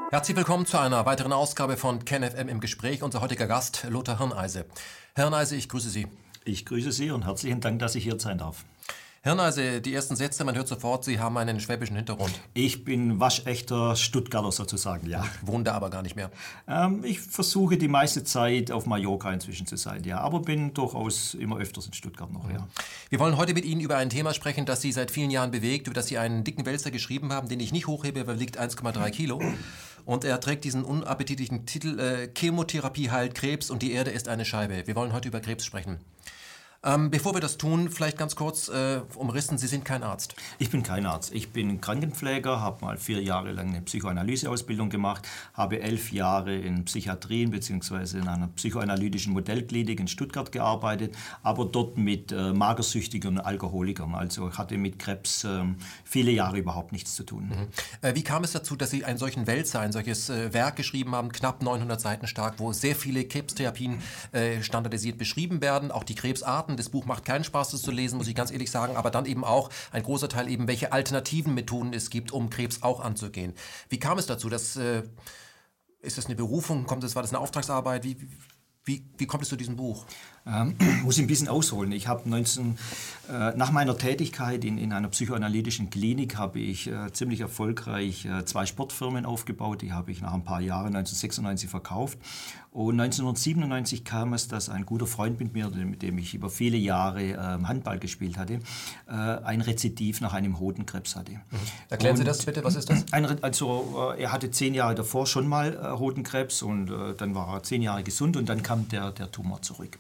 Herzlich willkommen zu einer weiteren Ausgabe von KenFM im Gespräch. Unser heutiger Gast, Lothar Hirneise. Herr Hirneise, ich grüße Sie. Ich grüße Sie und herzlichen Dank, dass ich hier sein darf. Hirneise, die ersten Sätze, man hört sofort, Sie haben einen schwäbischen Hintergrund. Ich bin waschechter Stuttgarter sozusagen, ja. Wohnen da aber gar nicht mehr. Ich versuche die meiste Zeit auf Mallorca inzwischen zu sein, ja. Aber bin durchaus immer öfters in Stuttgart noch, ja. Wir wollen heute mit Ihnen über ein Thema sprechen, das Sie seit vielen Jahren bewegt, über das Sie einen dicken Wälzer geschrieben haben, den ich nicht hochhebe, weil er wiegt 1,3 Kilo. Und er trägt diesen unappetitlichen Titel Chemotherapie heilt Krebs und die Erde ist eine Scheibe. Wir wollen heute über Krebs sprechen. Bevor wir das tun, vielleicht ganz kurz umrissen, Sie sind kein Arzt. Ich bin kein Arzt. Ich bin Krankenpfleger, habe mal 4 Jahre lang eine Psychoanalyseausbildung gemacht, habe 11 Jahre in Psychiatrien bzw. in einer psychoanalytischen Modellklinik in Stuttgart gearbeitet, aber dort mit Magersüchtigen und Alkoholikern. Also hatte mit Krebs viele Jahre überhaupt nichts zu tun. Wie kam es dazu, dass Sie einen solchen Wälzer, ein solches Werk geschrieben haben, knapp 900 Seiten stark, wo sehr viele Krebstherapien standardisiert beschrieben werden, auch die Krebsarten? Das Buch macht keinen Spaß, das zu lesen, muss ich ganz ehrlich sagen, aber dann eben auch ein großer Teil eben, welche alternativen Methoden es gibt, um Krebs auch anzugehen. Wie kam es dazu? Ist das eine Berufung? War das eine Auftragsarbeit? Wie kommt es zu diesem Buch? Muss ich ein bisschen ausholen. Ich habe nach meiner Tätigkeit in einer psychoanalytischen Klinik habe ich ziemlich erfolgreich 2 Sportfirmen aufgebaut. Die habe ich nach ein paar Jahren 1996 verkauft. Und 1997 kam es, dass ein guter Freund mit mir, mit dem ich über viele Jahre Handball gespielt hatte, ein Rezidiv nach einem Hodenkrebs hatte. Erklären Sie das bitte, was ist das? Er hatte 10 Jahre davor schon mal Hodenkrebs und dann war er 10 Jahre gesund und dann kam der Tumor zurück.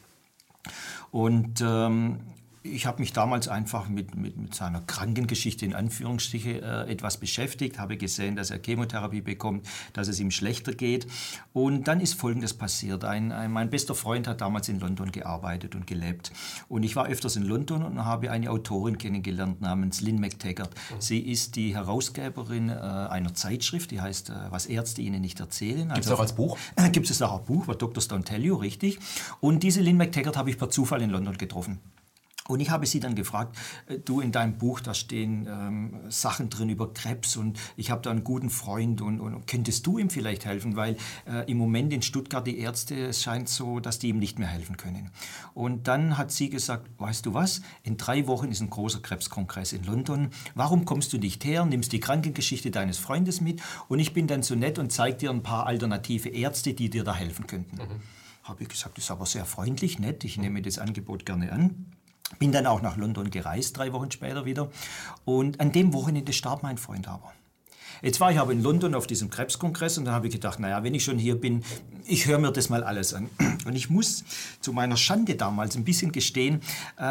Und ich habe mich damals einfach mit seiner Krankengeschichte in Anführungsstriche etwas beschäftigt, habe gesehen, dass er Chemotherapie bekommt, dass es ihm schlechter geht. Und dann ist Folgendes passiert. Mein bester Freund hat damals in London gearbeitet und gelebt. Und ich war öfters in London und habe eine Autorin kennengelernt namens Lynn McTaggart. Sie ist die Herausgeberin einer Zeitschrift, die heißt Was Ärzte Ihnen nicht erzählen. Gibt es auch als Buch? Gibt es auch ein Buch, What Doctors Don't Tell You, richtig. Und diese Lynn McTaggart habe ich per Zufall in London getroffen. Und ich habe sie dann gefragt, du, in deinem Buch, da stehen Sachen drin über Krebs und ich habe da einen guten Freund und könntest du ihm vielleicht helfen? Weil im Moment in Stuttgart die Ärzte, es scheint so, dass die ihm nicht mehr helfen können. Und dann hat sie gesagt, weißt du was, in 3 Wochen ist ein großer Krebskongress in London. Warum kommst du nicht her, nimmst die Krankengeschichte deines Freundes mit und ich bin dann so nett und zeige dir ein paar alternative Ärzte, die dir da helfen könnten. Habe ich gesagt, das ist aber sehr freundlich, nett, ich nehme das Angebot gerne an. Bin dann auch nach London gereist, 3 Wochen später wieder. Und an dem Wochenende starb mein Freund aber. Jetzt war ich aber in London auf diesem Krebskongress und dann habe ich gedacht, naja, wenn ich schon hier bin, ich höre mir das mal alles an. Und ich muss zu meiner Schande damals ein bisschen gestehen,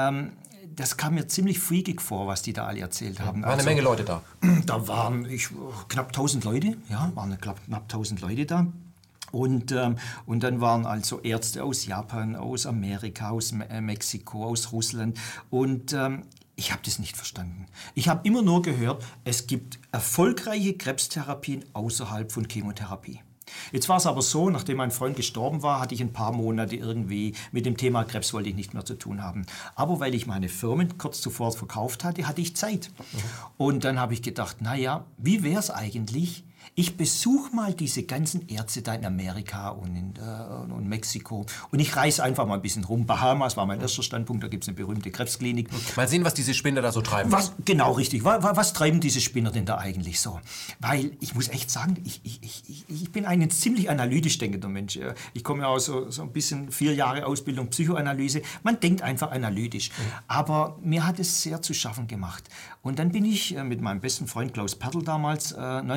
das kam mir ziemlich freakig vor, was die da alle erzählt haben. Waren eine Menge Leute da? Da waren knapp 1000 Leute, ja, waren knapp 1000 Leute da. Und dann waren also Ärzte aus Japan, aus Amerika, aus Mexiko, aus Russland. Und ich habe das nicht verstanden. Ich habe immer nur gehört, es gibt erfolgreiche Krebstherapien außerhalb von Chemotherapie. Jetzt war es aber so, nachdem mein Freund gestorben war, hatte ich ein paar Monate irgendwie mit dem Thema Krebs wollte ich nicht mehr zu tun haben. Aber weil ich meine Firmen kurz zuvor verkauft hatte, hatte ich Zeit. Und dann habe ich gedacht, naja, wie wäre es eigentlich, ich besuche mal diese ganzen Ärzte da in Amerika und in Mexiko und ich reise einfach mal ein bisschen rum. Bahamas war mein erster Standpunkt, da gibt es eine berühmte Krebsklinik. Mal sehen, was diese Spinner da so treiben. Genau, richtig. Was treiben diese Spinner denn da eigentlich so? Weil ich muss echt sagen, ich bin ein ziemlich analytisch denkender Mensch. Ich komme ja aus so ein bisschen 4 Jahre Ausbildung Psychoanalyse. Man denkt einfach analytisch. Aber mir hat es sehr zu schaffen gemacht. Und dann bin ich mit meinem besten Freund Klaus Pertl damals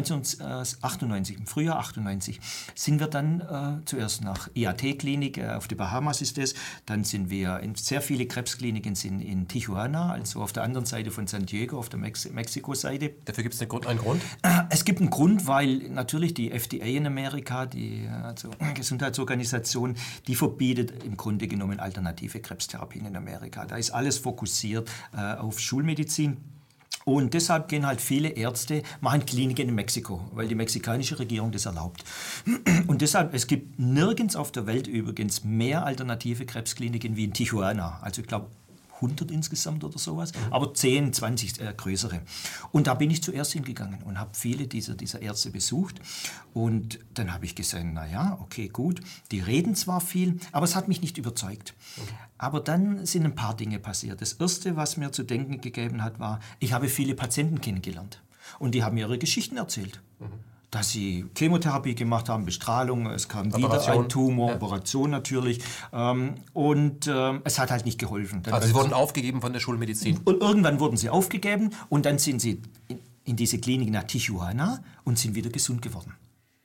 1998, im Frühjahr 98, sind wir dann zuerst nach IAT-Klinik, auf die Bahamas ist das, dann sind wir in sehr viele Krebskliniken sind in Tijuana, also auf der anderen Seite von San Diego, auf der Mexiko-Seite. Dafür gibt es einen Grund? Es gibt einen Grund, weil natürlich die FDA in Amerika, die Gesundheitsorganisation, die verbietet im Grunde genommen alternative Krebstherapien in Amerika. Da ist alles fokussiert auf Schulmedizin. Und deshalb gehen halt viele Ärzte, machen Kliniken in Mexiko, weil die mexikanische Regierung das erlaubt. Und deshalb, es gibt nirgends auf der Welt übrigens mehr alternative Krebskliniken wie in Tijuana. Also ich glaube 100 insgesamt oder sowas, aber 10, 20 größere. Und da bin ich zuerst hingegangen und habe viele dieser Ärzte besucht. Und dann habe ich gesehen, naja, okay, gut, die reden zwar viel, aber es hat mich nicht überzeugt. Aber dann sind ein paar Dinge passiert. Das Erste, was mir zu denken gegeben hat, war, ich habe viele Patienten kennengelernt. Und die haben mir ihre Geschichten erzählt. Dass sie Chemotherapie gemacht haben, Bestrahlung, es kam wieder ein Tumor, Operation natürlich. Und es hat halt nicht geholfen. Also sie wurden aufgegeben von der Schulmedizin? Und irgendwann wurden sie aufgegeben und dann sind sie in diese Klinik nach Tijuana und sind wieder gesund geworden.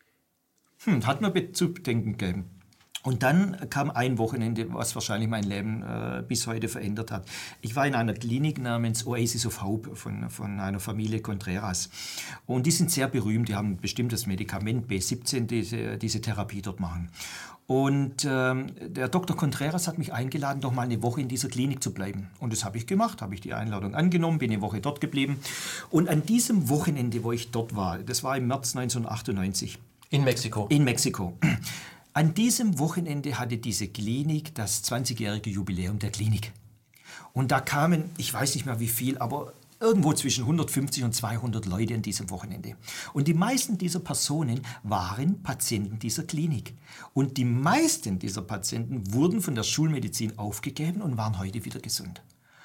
Hat mir zu bedenken gegeben. Und dann kam ein Wochenende, was wahrscheinlich mein Leben bis heute verändert hat. Ich war in einer Klinik namens Oasis of Hope von einer Familie Contreras. Und die sind sehr berühmt, die haben ein bestimmtes Medikament, B17, diese Therapie dort machen. Und der Dr. Contreras hat mich eingeladen, doch mal eine Woche in dieser Klinik zu bleiben. Und das habe ich gemacht, habe ich die Einladung angenommen, bin eine Woche dort geblieben. Und an diesem Wochenende, wo ich dort war, das war im März 1998. In Mexiko? In Mexiko. An diesem Wochenende hatte diese Klinik das 20-jährige Jubiläum der Klinik. Und da kamen, ich weiß nicht mehr wie viel, aber irgendwo zwischen 150 und 200 Leute an diesem Wochenende. Und die meisten dieser Personen waren Patienten dieser Klinik. Und die meisten dieser Patienten wurden von der Schulmedizin aufgegeben und waren heute wieder gesund.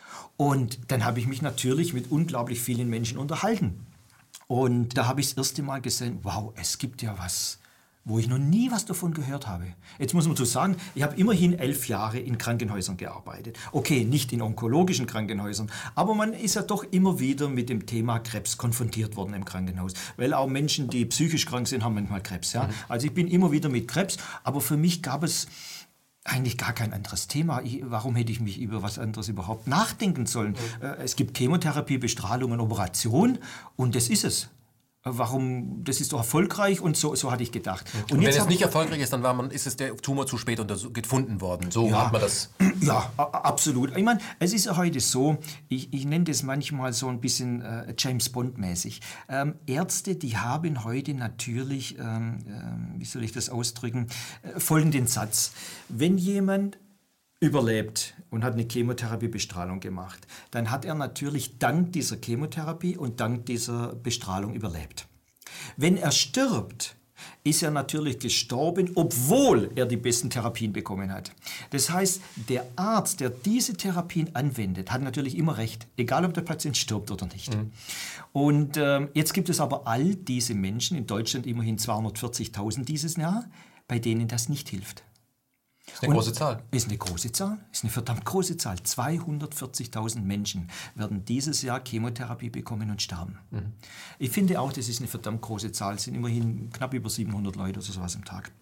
Und dann habe ich mich natürlich mit unglaublich vielen Menschen unterhalten. Und da habe ich das erste Mal gesehen, wow, es gibt ja was, wo ich noch nie was davon gehört habe. Jetzt muss man so sagen, ich habe immerhin 11 Jahre in Krankenhäusern gearbeitet. Okay, nicht in onkologischen Krankenhäusern, aber man ist ja doch immer wieder mit dem Thema Krebs konfrontiert worden im Krankenhaus. Weil auch Menschen, die psychisch krank sind, haben manchmal Krebs. Ja? Also ich bin immer wieder mit Krebs, aber für mich gab es eigentlich gar kein anderes Thema. Warum hätte ich mich über was anderes überhaupt nachdenken sollen? Es gibt Chemotherapie, Bestrahlung und Operation und das ist es. Warum, das ist doch erfolgreich und so hatte ich gedacht. Und wenn es nicht erfolgreich ist, dann ist es der Tumor zu spät gefunden worden. So hat man das. Ja, absolut. Ich meine, es ist ja heute so, ich nenne das manchmal so ein bisschen James Bond-mäßig. Ärzte, die haben heute natürlich, wie soll ich das ausdrücken, folgenden Satz. Wenn jemand überlebt und hat eine Chemotherapie-Bestrahlung gemacht, dann hat er natürlich dank dieser Chemotherapie und dank dieser Bestrahlung überlebt. Wenn er stirbt, ist er natürlich gestorben, obwohl er die besten Therapien bekommen hat. Das heißt, der Arzt, der diese Therapien anwendet, hat natürlich immer recht, egal ob der Patient stirbt oder nicht. Und jetzt gibt es aber all diese Menschen, in Deutschland immerhin 240.000 dieses Jahr, bei denen das nicht hilft. Das ist eine große Zahl. Ist eine große Zahl, ist eine verdammt große Zahl. 240.000 Menschen werden dieses Jahr Chemotherapie bekommen und sterben. Ich finde auch, das ist eine verdammt große Zahl. Es sind immerhin knapp über 700 Leute oder sowas am Tag.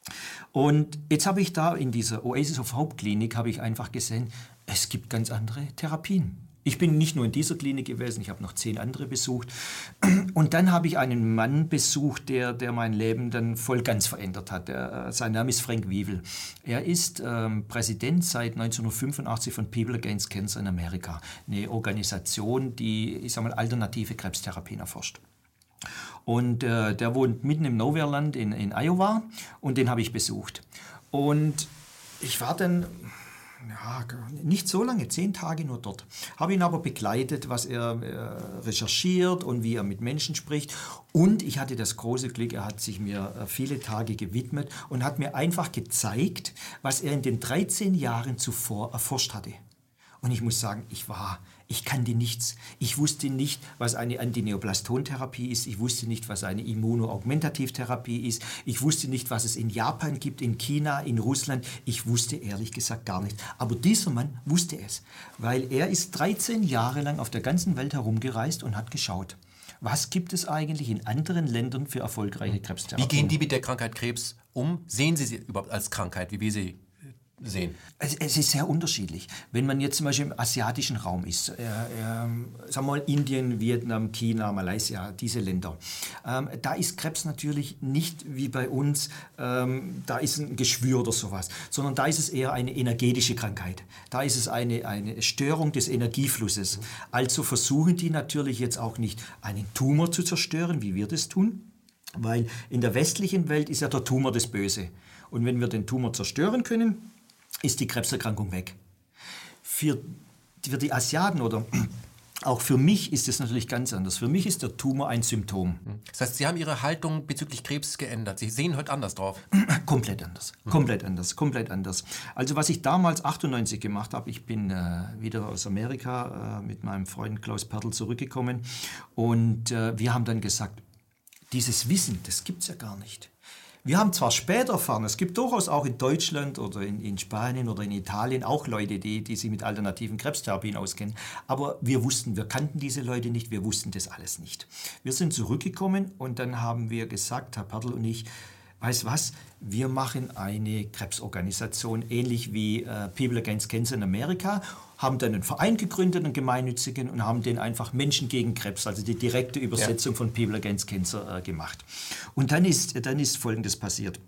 Und jetzt habe ich da in dieser Oasis of Hope Klinik habe ich einfach gesehen, es gibt ganz andere Therapien. Ich bin nicht nur in dieser Klinik gewesen, ich habe noch 10 andere besucht. Und dann habe ich einen Mann besucht, der mein Leben dann voll ganz verändert hat. Sein Name ist Frank Wiewel. Er ist Präsident seit 1985 von People Against Cancer in Amerika. Eine Organisation, die, ich sag mal, alternative Krebstherapien erforscht. Und der wohnt mitten im Nowhereland in Iowa und den habe ich besucht. Und ich war dann nicht so lange, 10 Tage nur dort. Habe ihn aber begleitet, was er recherchiert und wie er mit Menschen spricht. Und ich hatte das große Glück, er hat sich mir viele Tage gewidmet und hat mir einfach gezeigt, was er in den 13 Jahren zuvor erforscht hatte. Und ich muss sagen, ich kannte nichts. Ich wusste nicht, was eine Antineoplaston-Therapie ist. Ich wusste nicht, was eine Immunoaugmentativtherapie ist. Ich wusste nicht, was es in Japan gibt, in China, in Russland. Ich wusste ehrlich gesagt gar nichts. Aber dieser Mann wusste es, weil er ist 13 Jahre lang auf der ganzen Welt herumgereist und hat geschaut. Was gibt es eigentlich in anderen Ländern für erfolgreiche Krebstherapien? Wie gehen die mit der Krankheit Krebs um? Sehen Sie sie überhaupt als Krankheit, wie wir sie sehen? Es ist sehr unterschiedlich. Wenn man jetzt zum Beispiel im asiatischen Raum ist, sagen wir mal Indien, Vietnam, China, Malaysia, diese Länder, da ist Krebs natürlich nicht wie bei uns, da ist ein Geschwür oder sowas, sondern da ist es eher eine energetische Krankheit. Da ist es eine Störung des Energieflusses. Also versuchen die natürlich jetzt auch nicht einen Tumor zu zerstören, wie wir das tun, weil in der westlichen Welt ist ja der Tumor das Böse. Und wenn wir den Tumor zerstören können, ist die Krebserkrankung weg. Für für die Asiaten oder auch für mich ist es natürlich ganz anders. Für mich ist der Tumor ein Symptom. Das heißt, Sie haben Ihre Haltung bezüglich Krebs geändert. Sie sehen heute anders drauf. Komplett anders, komplett anders, komplett anders. Also was ich damals 98 gemacht habe, ich bin wieder aus Amerika mit meinem Freund Klaus Pertl zurückgekommen und wir haben dann gesagt, dieses Wissen, das gibt es ja gar nicht. Wir haben zwar später erfahren, es gibt durchaus auch in Deutschland oder in Spanien oder in Italien auch Leute, die sich mit alternativen Krebstherapien auskennen, aber wir kannten diese Leute nicht, wir wussten das alles nicht. Wir sind zurückgekommen und dann haben wir gesagt, Herr Pertl und ich, weißt was, wir machen eine Krebsorganisation, ähnlich wie People Against Cancer in Amerika, haben dann einen Verein gegründet, einen gemeinnützigen, und haben den einfach Menschen gegen Krebs, also die direkte Übersetzung von People Against Cancer gemacht. Und dann ist Folgendes passiert.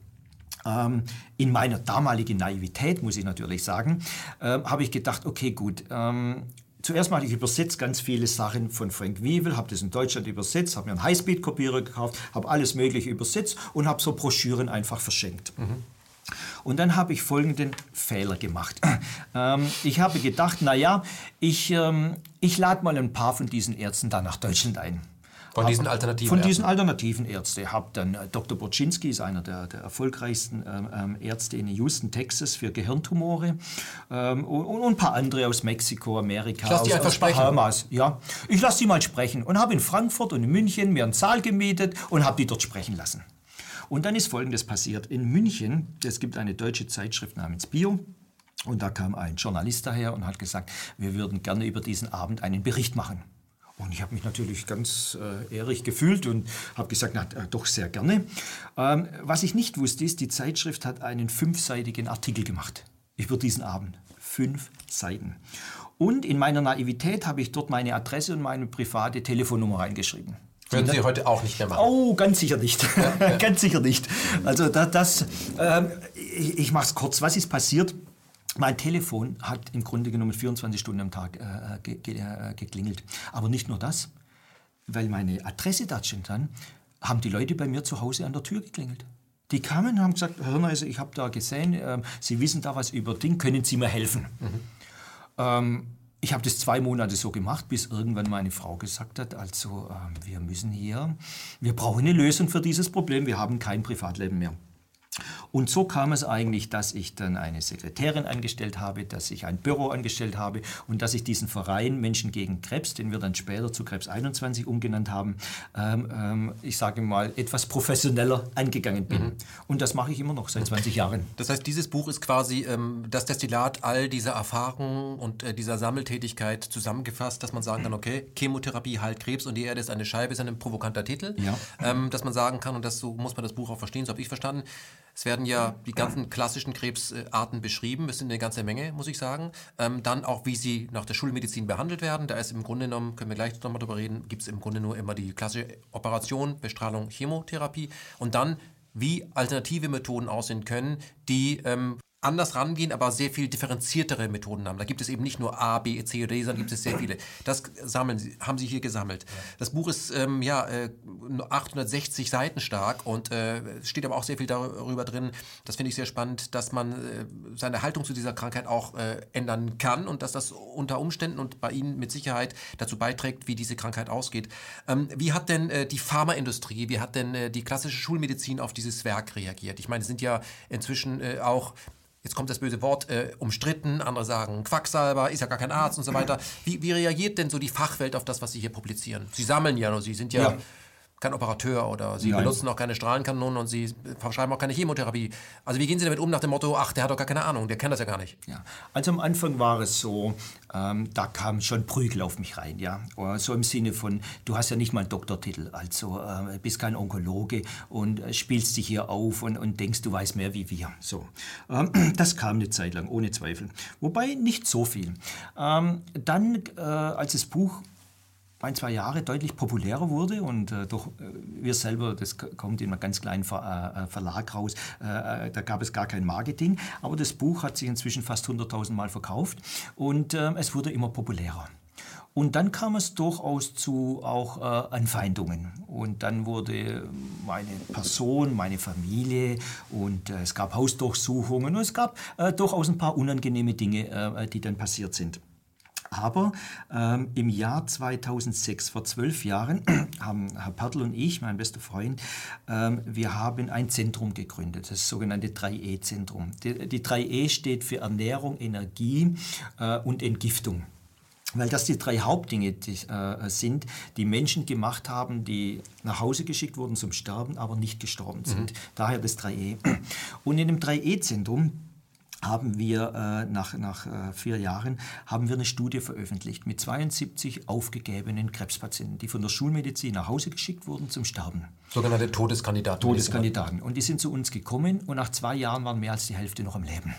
In meiner damaligen Naivität, muss ich natürlich sagen, habe ich gedacht, okay, gut, zuerst mal, ich übersetze ganz viele Sachen von Frank Wiewel, habe das in Deutschland übersetzt, habe mir einen Highspeed-Kopierer gekauft, habe alles Mögliche übersetzt und habe so Broschüren einfach verschenkt. Und dann habe ich folgenden Fehler gemacht. Ich habe gedacht, naja, ich lade mal ein paar von diesen Ärzten da nach Deutschland ein. Von diesen alternativen Ärzten. Habe dann Dr. Boczynski, ist einer der erfolgreichsten Ärzte in Houston, Texas, für Gehirntumore. Und ein paar andere aus Mexiko, Amerika, aus Bahamas. Ja. Ich lasse die mal sprechen. Und habe in Frankfurt und in München mir einen Saal gemietet und habe die dort sprechen lassen. Und dann ist Folgendes passiert. In München, es gibt eine deutsche Zeitschrift namens Bio, und da kam ein Journalist daher und hat gesagt, wir würden gerne über diesen Abend einen Bericht machen. Und ich habe mich natürlich ganz ehrig gefühlt und habe gesagt, na, doch sehr gerne. Was ich nicht wusste, ist, die Zeitschrift hat einen 5-seitigen Artikel gemacht über diesen Abend. 5 Seiten. Und in meiner Naivität habe ich dort meine Adresse und meine private Telefonnummer reingeschrieben. Würden Sie heute auch nicht mehr machen? Oh, ganz sicher nicht. Ganz sicher nicht. Also ich mache es kurz. Was ist passiert? Mein Telefon hat im Grunde genommen 24 Stunden am Tag geklingelt. Aber nicht nur das, weil meine Adresse da stand dann, haben die Leute bei mir zu Hause an der Tür geklingelt. Die kamen und haben gesagt, Herr Hirneisen, ich habe da gesehen, Sie wissen da was über Ding, können Sie mir helfen? Ich habe das 2 Monate so gemacht, bis irgendwann meine Frau gesagt hat, also wir brauchen eine Lösung für dieses Problem, wir haben kein Privatleben mehr. Und so kam es eigentlich, dass ich dann eine Sekretärin angestellt habe, dass ich ein Büro angestellt habe und dass ich diesen Verein Menschen gegen Krebs, den wir dann später zu Krebs 21 umgenannt haben, ich sage mal, etwas professioneller angegangen bin. Und das mache ich immer noch seit 20 Jahren. Das heißt, dieses Buch ist quasi das Destillat all dieser Erfahrungen und dieser Sammeltätigkeit zusammengefasst, dass man sagen kann, okay, Chemotherapie heilt Krebs und die Erde ist eine Scheibe, ist ein provokanter Titel, dass man sagen kann, und so muss man das Buch auch verstehen, so habe ich verstanden. Es werden ja die ganzen klassischen Krebsarten beschrieben, es sind eine ganze Menge, muss ich sagen. Dann auch, wie sie nach der Schulmedizin behandelt werden. Da ist im Grunde genommen, können wir gleich nochmal drüber reden, gibt es im Grunde nur immer die klassische Operation, Bestrahlung, Chemotherapie. Und dann, wie alternative Methoden aussehen können, die anders rangehen, aber sehr viel differenziertere Methoden haben. Da gibt es eben nicht nur A, B, C, D, sondern gibt es sehr viele. Das haben Sie hier gesammelt. Das Buch ist 860 Seiten stark und steht aber auch sehr viel darüber drin. Das finde ich sehr spannend, dass man seine Haltung zu dieser Krankheit auch ändern kann und dass das unter Umständen und bei Ihnen mit Sicherheit dazu beiträgt, wie diese Krankheit ausgeht. Wie hat denn die Pharmaindustrie, wie hat denn die klassische Schulmedizin auf dieses Werk reagiert? Ich meine, es sind ja inzwischen auch, jetzt kommt das böse Wort, umstritten, andere sagen Quacksalber, ist ja gar kein Arzt und so weiter. Wie reagiert denn so die Fachwelt auf das, was Sie hier publizieren? Sie sammeln ja nur, Sie sind ja kein Operateur oder Sie benutzen auch keine Strahlenkanonen und Sie verschreiben auch keine Chemotherapie. Also wie gehen Sie damit um nach dem Motto, ach, der hat doch gar keine Ahnung, der kennt das ja gar nicht? Ja, also am Anfang war es so, da kam schon Prügel auf mich rein, ja. So im Sinne von, du hast ja nicht mal einen Doktortitel, also bist kein Onkologe und spielst dich hier auf und denkst, du weißt mehr wie wir. So, das kam eine Zeit lang, ohne Zweifel. Wobei nicht so viel. Dann, als das Buch 1-2 Jahre deutlich populärer wurde und wir selber, das kommt in einem ganz kleinen Verlag raus, da gab es gar kein Marketing, aber das Buch hat sich inzwischen fast 100.000 Mal verkauft und es wurde immer populärer. Und dann kam es durchaus zu auch Anfeindungen. Und dann wurde meine Person, meine Familie und es gab Hausdurchsuchungen und es gab durchaus ein paar unangenehme Dinge, die dann passiert sind. Aber im Jahr 2006, vor 12 Jahren, haben Herr Pertl und ich, mein bester Freund, wir haben ein Zentrum gegründet, das sogenannte 3E-Zentrum. Die 3E steht für Ernährung, Energie und Entgiftung. Weil das die 3 Hauptdinge sind, die Menschen gemacht haben, die nach Hause geschickt wurden zum Sterben, aber nicht gestorben sind. Daher das 3E. Und in dem 3E-Zentrum haben wir nach 4 Jahren haben wir eine Studie veröffentlicht mit 72 aufgegebenen Krebspatienten, die von der Schulmedizin nach Hause geschickt wurden zum Sterben. Sogenannte Todeskandidaten. Todeskandidaten. Und die sind zu uns gekommen und nach 2 Jahren waren mehr als die Hälfte noch am Leben.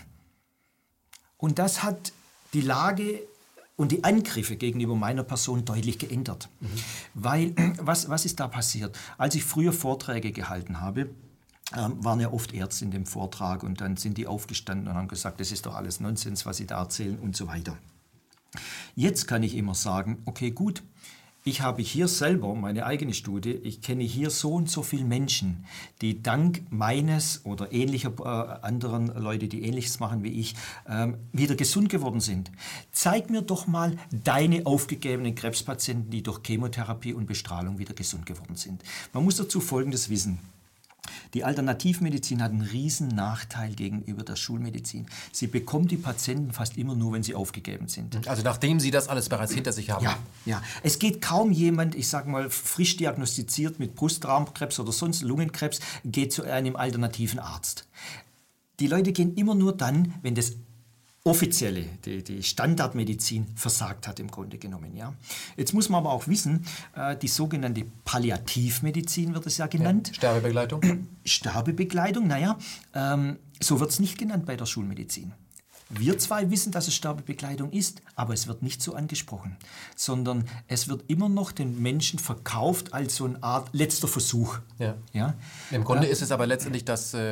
Und das hat die Lage und die Angriffe gegenüber meiner Person deutlich geändert. Weil, was ist da passiert? Als ich früher Vorträge gehalten habe, waren ja oft Ärzte in dem Vortrag und dann sind die aufgestanden und haben gesagt, das ist doch alles Nonsens, was sie da erzählen und so weiter. Jetzt kann ich immer sagen, okay, gut, ich habe hier selber meine eigene Studie, ich kenne hier so und so viele Menschen, die dank meines oder ähnlicher anderen Leute, die Ähnliches machen wie ich, wieder gesund geworden sind. Zeig mir doch mal deine aufgegebenen Krebspatienten, die durch Chemotherapie und Bestrahlung wieder gesund geworden sind. Man muss dazu Folgendes wissen. Die Alternativmedizin hat einen riesen Nachteil gegenüber der Schulmedizin. Sie bekommt die Patienten fast immer nur, wenn sie aufgegeben sind. Also nachdem Sie das alles bereits hinter sich haben? Ja. Es geht kaum jemand, ich sage mal, frisch diagnostiziert mit Brustraumkrebs oder sonst Lungenkrebs, geht zu einem alternativen Arzt. Die Leute gehen immer nur dann, wenn das offizielle, die Standardmedizin versagt hat im Grunde genommen. Ja. Jetzt muss man aber auch wissen, die sogenannte Palliativmedizin wird es ja genannt. Ja, Sterbebegleitung? Sterbebegleitung, so wird es nicht genannt bei der Schulmedizin. Wir zwei wissen, dass es Sterbebegleitung ist, aber es wird nicht so angesprochen, sondern es wird immer noch den Menschen verkauft als so eine Art letzter Versuch. Ja. Im Grunde ist es aber letztendlich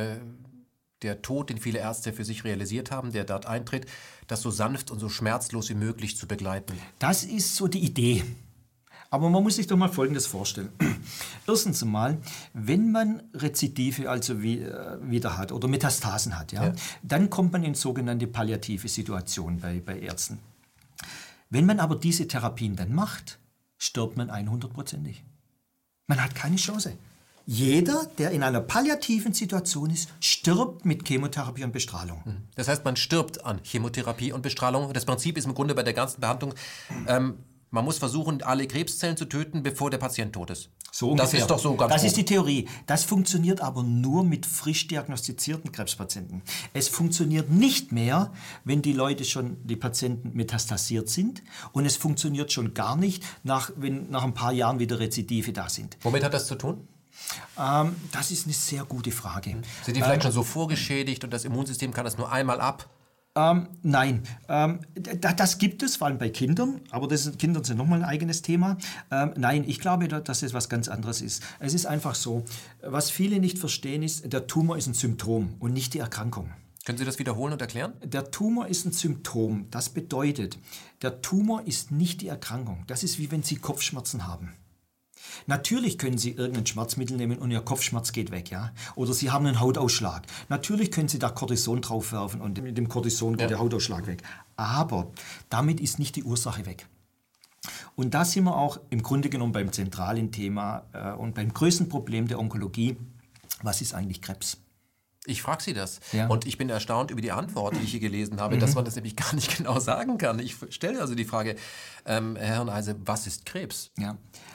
der Tod, den viele Ärzte für sich realisiert haben, der dort eintritt, das so sanft und so schmerzlos wie möglich zu begleiten. Das ist so die Idee. Aber man muss sich doch mal Folgendes vorstellen. Erstens einmal, wenn man Rezidive also wieder hat oder Metastasen hat, dann kommt man in sogenannte palliative Situationen bei Ärzten. Wenn man aber diese Therapien dann macht, stirbt man 100%ig. Man hat keine Chance. Jeder, der in einer palliativen Situation ist, stirbt mit Chemotherapie und Bestrahlung. Das heißt, man stirbt an Chemotherapie und Bestrahlung. Das Prinzip ist im Grunde bei der ganzen Behandlung, man muss versuchen, alle Krebszellen zu töten, bevor der Patient tot ist. So ungefähr. Das ist doch so ganz Das ist die Theorie. Das funktioniert aber nur mit frisch diagnostizierten Krebspatienten. Es funktioniert nicht mehr, wenn die Patienten metastasiert sind. Und es funktioniert schon gar nicht, wenn nach ein paar Jahren wieder Rezidive da sind. Womit hat das zu tun? Das ist eine sehr gute Frage. Sind die vielleicht schon so vorgeschädigt und das Immunsystem kann das nur einmal ab? Nein, das gibt es, vor allem bei Kindern, aber Kinder sind nochmal ein eigenes Thema. Nein, ich glaube, dass es was ganz anderes ist. Es ist einfach so, was viele nicht verstehen ist, der Tumor ist ein Symptom und nicht die Erkrankung. Können Sie das wiederholen und erklären? Der Tumor ist ein Symptom. Das bedeutet, der Tumor ist nicht die Erkrankung. Das ist wie wenn Sie Kopfschmerzen haben. Natürlich können Sie irgendein Schmerzmittel nehmen und Ihr Kopfschmerz geht weg, ja? Oder Sie haben einen Hautausschlag. Natürlich können Sie da Cortison draufwerfen und mit dem Cortison geht der Hautausschlag weg. Aber damit ist nicht die Ursache weg. Und da sind wir auch im Grunde genommen beim zentralen Thema und beim größten Problem der Onkologie. Was ist eigentlich Krebs? Ich frage Sie das. Ja. Und ich bin erstaunt über die Antwort, die ich hier gelesen habe, dass man das nämlich gar nicht genau sagen kann. Ich stelle also die Frage, Herr Hirneise, was ist Krebs? Ja.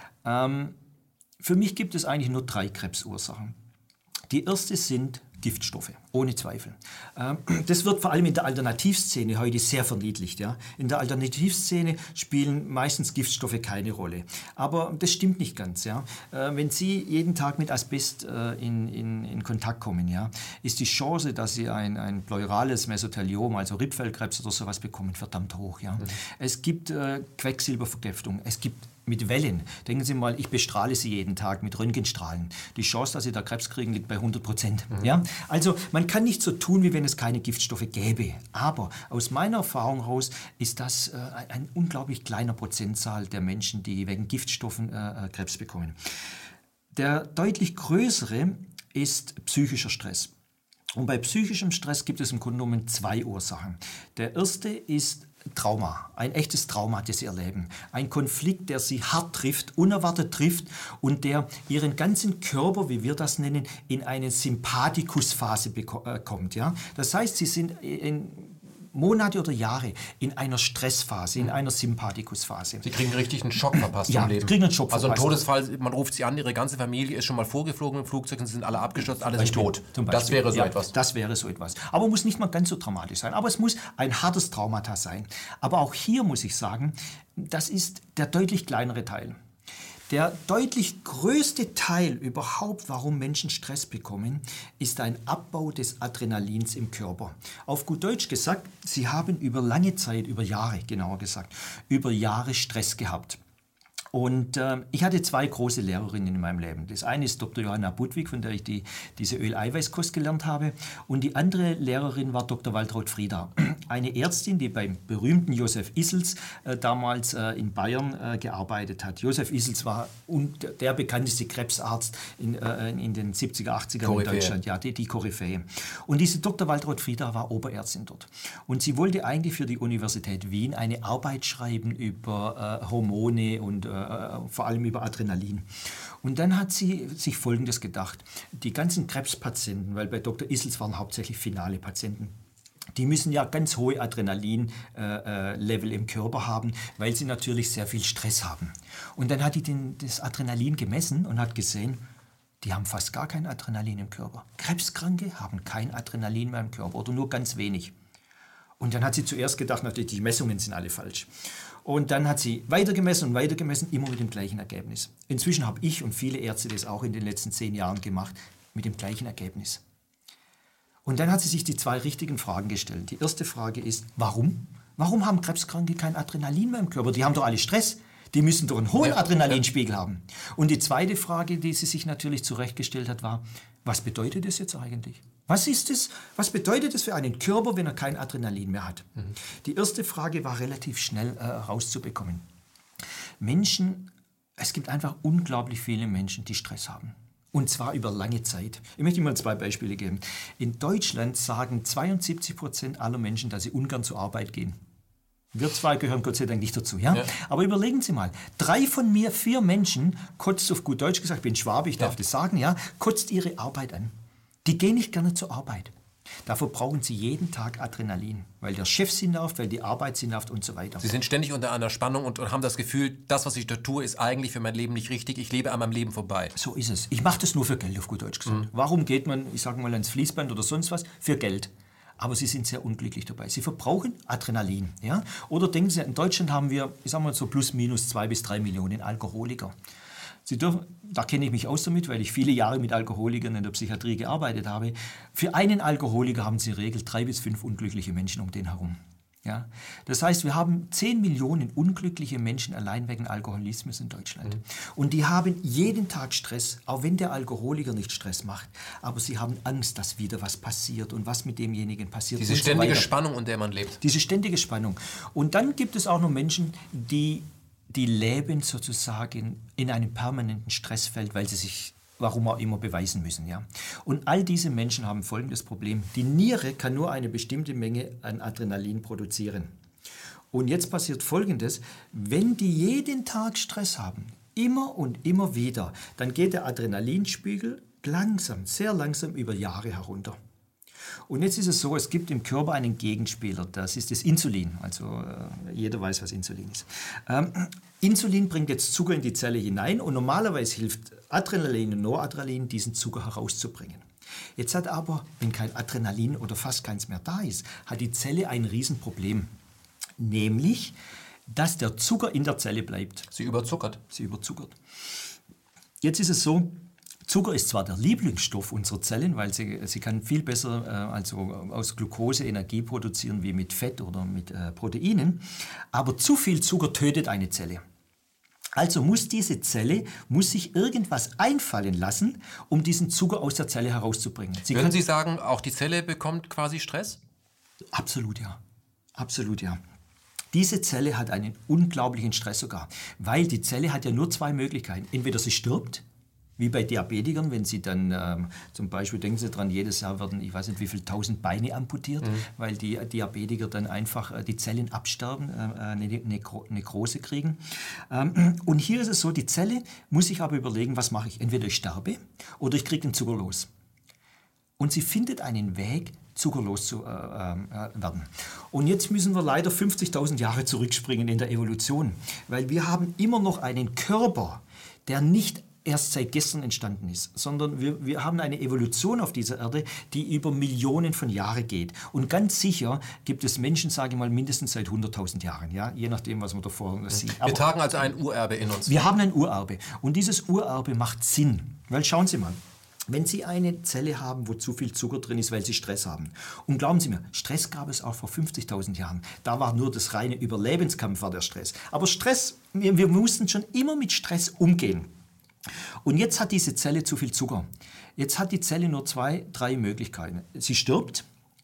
Für mich gibt es eigentlich nur 3 Krebsursachen. Die erste sind Giftstoffe, ohne Zweifel. Das wird vor allem in der Alternativszene heute sehr verniedlicht. Ja? In der Alternativszene spielen meistens Giftstoffe keine Rolle. Aber das stimmt nicht ganz. Ja? Wenn Sie jeden Tag mit Asbest in Kontakt kommen, ja, ist die Chance, dass Sie ein pleurales Mesotheliom, also Rippfellkrebs oder sowas bekommen, verdammt hoch. Ja? Es gibt Quecksilbervergiftung, es gibt mit Wellen. Denken Sie mal, ich bestrahle Sie jeden Tag mit Röntgenstrahlen. Die Chance, dass Sie da Krebs kriegen, liegt bei 100%. Ja? Also man kann nicht so tun, wie wenn es keine Giftstoffe gäbe. Aber aus meiner Erfahrung heraus ist das ein unglaublich kleiner Prozentzahl der Menschen, die wegen Giftstoffen Krebs bekommen. Der deutlich größere ist psychischer Stress. Und bei psychischem Stress gibt es im Grunde genommen 2 Ursachen. Der erste ist Trauma, ein echtes Trauma, das sie erleben. Ein Konflikt, der sie hart trifft, unerwartet trifft und der ihren ganzen Körper, wie wir das nennen, in eine Sympathikusphase kommt. Ja? Das heißt, sie sind in Monate oder Jahre in einer Stressphase, in einer Sympathikusphase. Sie kriegen richtig einen Schock verpasst Ja, im Leben. kriegen einen Schock also ein verpasst. Todesfall, man ruft sie an, ihre ganze Familie ist schon mal vorgeflogen im Flugzeug und sie sind alle abgestürzt, alle sind tot. Das wäre so etwas. Das wäre so etwas. Aber muss nicht mal ganz so dramatisch sein. Aber es muss ein hartes Traumata sein. Aber auch hier muss ich sagen, das ist der deutlich kleinere Teil. Der deutlich größte Teil überhaupt, warum Menschen Stress bekommen, ist ein Abbau des Adrenalins im Körper. Auf gut Deutsch gesagt, sie haben über lange Zeit, über Jahre genauer gesagt, über Jahre Stress gehabt. Und ich hatte 2 große Lehrerinnen in meinem Leben. Das eine ist Dr. Johanna Budwig, von der ich diese Öl-Eiweiß-Kost gelernt habe. Und die andere Lehrerin war Dr. Waltraud Frieda, eine Ärztin, die beim berühmten Josef Issels damals in Bayern gearbeitet hat. Josef Issels war der bekannteste Krebsarzt in den 70er, 80er in Deutschland. Ja, die Koryphäe. Und diese Dr. Waltraud Frieda war Oberärztin dort. Und sie wollte eigentlich für die Universität Wien eine Arbeit schreiben über Hormone und vor allem über Adrenalin. Und dann hat sie sich Folgendes gedacht. Die ganzen Krebspatienten, weil bei Dr. Issels waren hauptsächlich finale Patienten, die müssen ja ganz hohe Adrenalin-Level im Körper haben, weil sie natürlich sehr viel Stress haben. Und dann hat die das Adrenalin gemessen und hat gesehen, die haben fast gar kein Adrenalin im Körper. Krebskranke haben kein Adrenalin mehr im Körper oder nur ganz wenig. Und dann hat sie zuerst gedacht, natürlich, die Messungen sind alle falsch. Und dann hat sie weitergemessen, immer mit dem gleichen Ergebnis. Inzwischen habe ich und viele Ärzte das auch in den letzten 10 Jahren gemacht, mit dem gleichen Ergebnis. Und dann hat sie sich die 2 richtigen Fragen gestellt. Die erste Frage ist, warum? Warum haben Krebskranke kein Adrenalin mehr im Körper? Die haben doch alle Stress. Die müssen doch einen hohen Adrenalinspiegel haben. Und die zweite Frage, die sie sich natürlich zurechtgestellt hat, war, was bedeutet das jetzt eigentlich? Was ist es? Was bedeutet es für einen Körper, wenn er kein Adrenalin mehr hat? Die erste Frage war relativ schnell rauszubekommen. Es gibt einfach unglaublich viele Menschen, die Stress haben. Und zwar über lange Zeit. Ich möchte Ihnen mal 2 Beispiele geben. In Deutschland sagen 72% aller Menschen, dass sie ungern zur Arbeit gehen. Wir 2 gehören Gott sei Dank nicht dazu. Ja? Aber überlegen Sie mal, 3 von mir, 4 Menschen, kotzt auf gut Deutsch gesagt, ich bin Schwabe, ich darf das sagen, ja, kotzt ihre Arbeit an. Die gehen nicht gerne zur Arbeit. Dafür brauchen sie jeden Tag Adrenalin, weil der Chef sie nervt, weil die Arbeit sie nervt und so weiter. Sie sind ständig unter einer Spannung und haben das Gefühl, das, was ich da tue, ist eigentlich für mein Leben nicht richtig. Ich lebe an meinem Leben vorbei. So ist es. Ich mache das nur für Geld, auf gut Deutsch gesagt. Warum geht man, ich sage mal, ans Fließband oder sonst was? Für Geld. Aber sie sind sehr unglücklich dabei. Sie verbrauchen Adrenalin. Ja? Oder denken Sie, in Deutschland haben wir, ich sage mal so plus minus 2 bis 3 Millionen Alkoholiker. Da kenne ich mich aus damit, weil ich viele Jahre mit Alkoholikern in der Psychiatrie gearbeitet habe. Für einen Alkoholiker haben Sie in der Regel 3 bis 5 unglückliche Menschen um den herum. Ja? Das heißt, wir haben 10 Millionen unglückliche Menschen allein wegen Alkoholismus in Deutschland. Und die haben jeden Tag Stress, auch wenn der Alkoholiker nicht Stress macht. Aber sie haben Angst, dass wieder was passiert und was mit demjenigen passiert. Diese ständige Spannung, in der man lebt. Diese ständige Spannung. Und dann gibt es auch noch Menschen, die leben sozusagen in einem permanenten Stressfeld, weil sie sich, warum auch immer, beweisen müssen. Ja? Und all diese Menschen haben folgendes Problem. Die Niere kann nur eine bestimmte Menge an Adrenalin produzieren. Und jetzt passiert Folgendes. Wenn die jeden Tag Stress haben, immer und immer wieder, dann geht der Adrenalinspiegel langsam, sehr langsam über Jahre herunter. Und jetzt ist es so, es gibt im Körper einen Gegenspieler, das ist das Insulin. Also jeder weiß, was Insulin ist. Insulin bringt jetzt Zucker in die Zelle hinein und normalerweise hilft Adrenalin und Noradrenalin, diesen Zucker herauszubringen. Jetzt hat aber, wenn kein Adrenalin oder fast keins mehr da ist, hat die Zelle ein Riesenproblem. Nämlich, dass der Zucker in der Zelle bleibt. Sie überzuckert. Jetzt ist es so, Zucker ist zwar der Lieblingsstoff unserer Zellen, weil sie kann viel besser aus Glucose Energie produzieren wie mit Fett oder mit Proteinen, aber zu viel Zucker tötet eine Zelle. Also muss diese Zelle sich irgendwas einfallen lassen, um diesen Zucker aus der Zelle herauszubringen. Würden Sie sagen, auch die Zelle bekommt quasi Stress? Absolut ja. Absolut ja. Diese Zelle hat einen unglaublichen Stress sogar, weil die Zelle hat ja nur 2 Möglichkeiten. Entweder sie stirbt Wie bei Diabetikern, wenn sie dann zum Beispiel, denken Sie dran, jedes Jahr werden, ich weiß nicht wie viele 1000 Beine amputiert, weil die Diabetiker dann einfach die Zellen absterben, eine Nekrose kriegen. Und hier ist es so, die Zelle muss sich aber überlegen, was mache ich? Entweder ich sterbe oder ich kriege den Zucker los. Und sie findet einen Weg, zuckerlos zu werden. Und jetzt müssen wir leider 50.000 Jahre zurückspringen in der Evolution, weil wir haben immer noch einen Körper, der nicht erst seit gestern entstanden ist, sondern wir haben eine Evolution auf dieser Erde, die über Millionen von Jahren geht. Und ganz sicher gibt es Menschen, sage ich mal, mindestens seit 100.000 Jahren, ja? Je nachdem, was man davor sieht. Wir tragen also ein Urerbe in uns. Wir haben ein Urerbe. Und dieses Urerbe macht Sinn. Weil schauen Sie mal, wenn Sie eine Zelle haben, wo zu viel Zucker drin ist, weil Sie Stress haben. Und glauben Sie mir, Stress gab es auch vor 50.000 Jahren. Da war nur das reine Überlebenskampf war der Stress. Aber Stress, wir mussten schon immer mit Stress umgehen. Und jetzt hat diese Zelle zu viel Zucker. Jetzt hat die Zelle nur 2, 3 Möglichkeiten. Sie stirbt,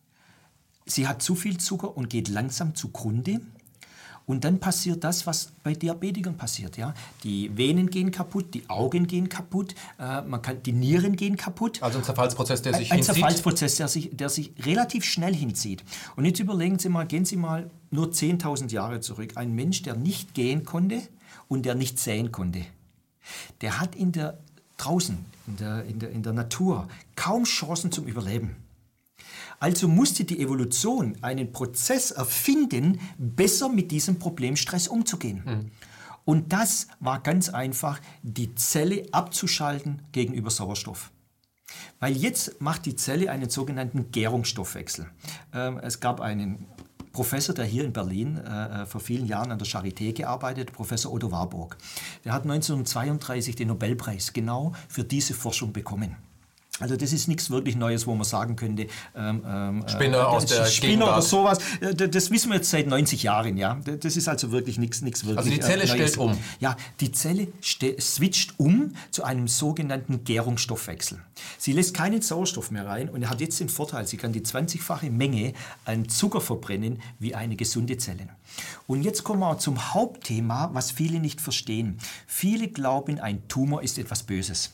sie hat zu viel Zucker und geht langsam zugrunde. Und dann passiert das, was bei Diabetikern passiert. Ja? Die Venen gehen kaputt, die Augen gehen kaputt, die Nieren gehen kaputt. Also ein Zerfallsprozess, der sich hinzieht? Ein Zerfallsprozess, der sich relativ schnell hinzieht. Und jetzt überlegen Sie mal, gehen Sie mal nur 10.000 Jahre zurück. Ein Mensch, der nicht gehen konnte und der nicht säen konnte. Der hat draußen in der Natur kaum Chancen zum Überleben. Also musste die Evolution einen Prozess erfinden, besser mit diesem Problem Stress umzugehen. Und das war ganz einfach, die Zelle abzuschalten gegenüber Sauerstoff. Weil jetzt macht die Zelle einen sogenannten Gärungsstoffwechsel. Es gab einen Professor, der hier in Berlin vor vielen Jahren an der Charité gearbeitet, Professor Otto Warburg. Der hat 1932 den Nobelpreis genau für diese Forschung bekommen. Also das ist nichts wirklich Neues, wo man sagen könnte, Spinner aus der Spinner oder sowas. Das wissen wir jetzt seit 90 Jahren. Ja? Das ist also wirklich nichts wirklich Also die Zelle Neues. stellt um? Ja, die Zelle switcht um zu einem sogenannten Gärungsstoffwechsel. Sie lässt keinen Sauerstoff mehr rein und hat jetzt den Vorteil, sie kann die 20-fache Menge an Zucker verbrennen wie eine gesunde Zelle. Und jetzt kommen wir zum Hauptthema, was viele nicht verstehen. Viele glauben, ein Tumor ist etwas Böses.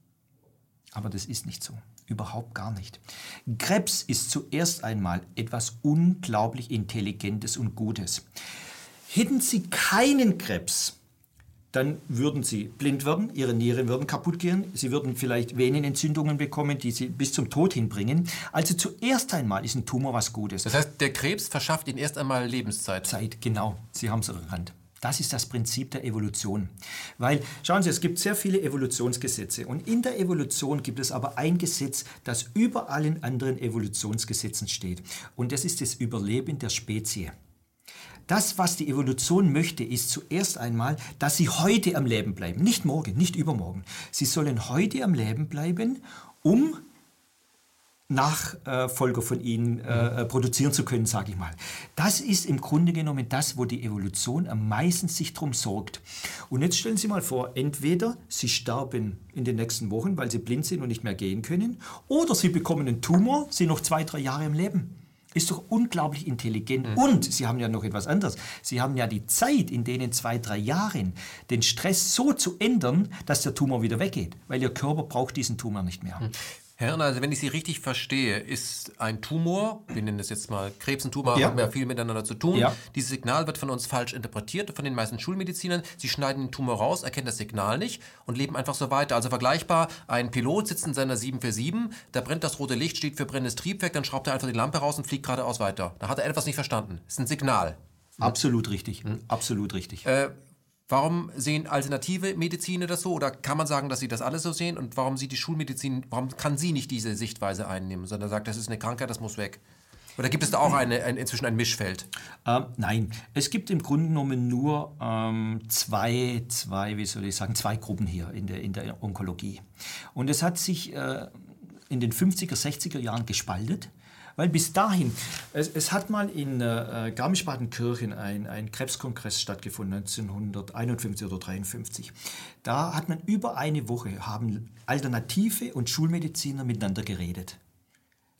Aber das ist nicht so. Überhaupt gar nicht. Krebs ist zuerst einmal etwas unglaublich Intelligentes und Gutes. Hätten Sie keinen Krebs, dann würden Sie blind werden, Ihre Nieren würden kaputt gehen, Sie würden vielleicht Venenentzündungen bekommen, die Sie bis zum Tod hinbringen. Also zuerst einmal ist ein Tumor was Gutes. Das heißt, der Krebs verschafft Ihnen erst einmal Lebenszeit. Zeit, genau. Sie haben es erkannt. Das ist das Prinzip der Evolution. Weil, schauen Sie, es gibt sehr viele Evolutionsgesetze. Und in der Evolution gibt es aber ein Gesetz, das über allen anderen Evolutionsgesetzen steht. Und das ist das Überleben der Spezie. Das, was die Evolution möchte, ist zuerst einmal, dass sie heute am Leben bleiben. Nicht morgen, nicht übermorgen. Sie sollen heute am Leben bleiben, um Nachfolger von ihnen produzieren zu können, sage ich mal. Das ist im Grunde genommen das, wo die Evolution am meisten sich drum sorgt. Und jetzt stellen Sie mal vor, entweder Sie sterben in den nächsten Wochen, weil Sie blind sind und nicht mehr gehen können, oder Sie bekommen einen Tumor, sind noch 2, 3 Jahre im Leben. Ist doch unglaublich intelligent. Und Sie haben ja noch etwas anderes. Sie haben ja die Zeit, in denen 2, 3 Jahren den Stress so zu ändern, dass der Tumor wieder weggeht. Weil Ihr Körper braucht diesen Tumor nicht mehr. Herr Hirner, also wenn ich Sie richtig verstehe, ist ein Tumor, wir nennen das jetzt mal Krebs, ein Tumor, haben ja viel miteinander zu tun. Ja. Dieses Signal wird von uns falsch interpretiert, von den meisten Schulmedizinern. Sie schneiden den Tumor raus, erkennen das Signal nicht und leben einfach so weiter. Also vergleichbar, ein Pilot sitzt in seiner 747, da brennt das rote Licht, steht für brennendes Triebwerk, dann schraubt er einfach die Lampe raus und fliegt geradeaus weiter. Da hat er etwas nicht verstanden. Das ist ein Signal. Absolut richtig, absolut richtig. Warum sehen alternative Mediziner das so? Oder kann man sagen, dass sie das alles so sehen? Und warum sieht die Schulmedizin, warum kann sie nicht diese Sichtweise einnehmen, sondern sagt, das ist eine Krankheit, das muss weg? Oder gibt es da auch inzwischen ein Mischfeld? Nein, es gibt im Grunde genommen nur zwei Gruppen hier in der Onkologie. Und es hat sich in den 50er, 60er Jahren gespaltet. Weil bis dahin, es hat mal in Garmisch-Partenkirchen ein Krebskongress stattgefunden, 1951 oder 1953. Da hat man über eine Woche, haben Alternative und Schulmediziner miteinander geredet.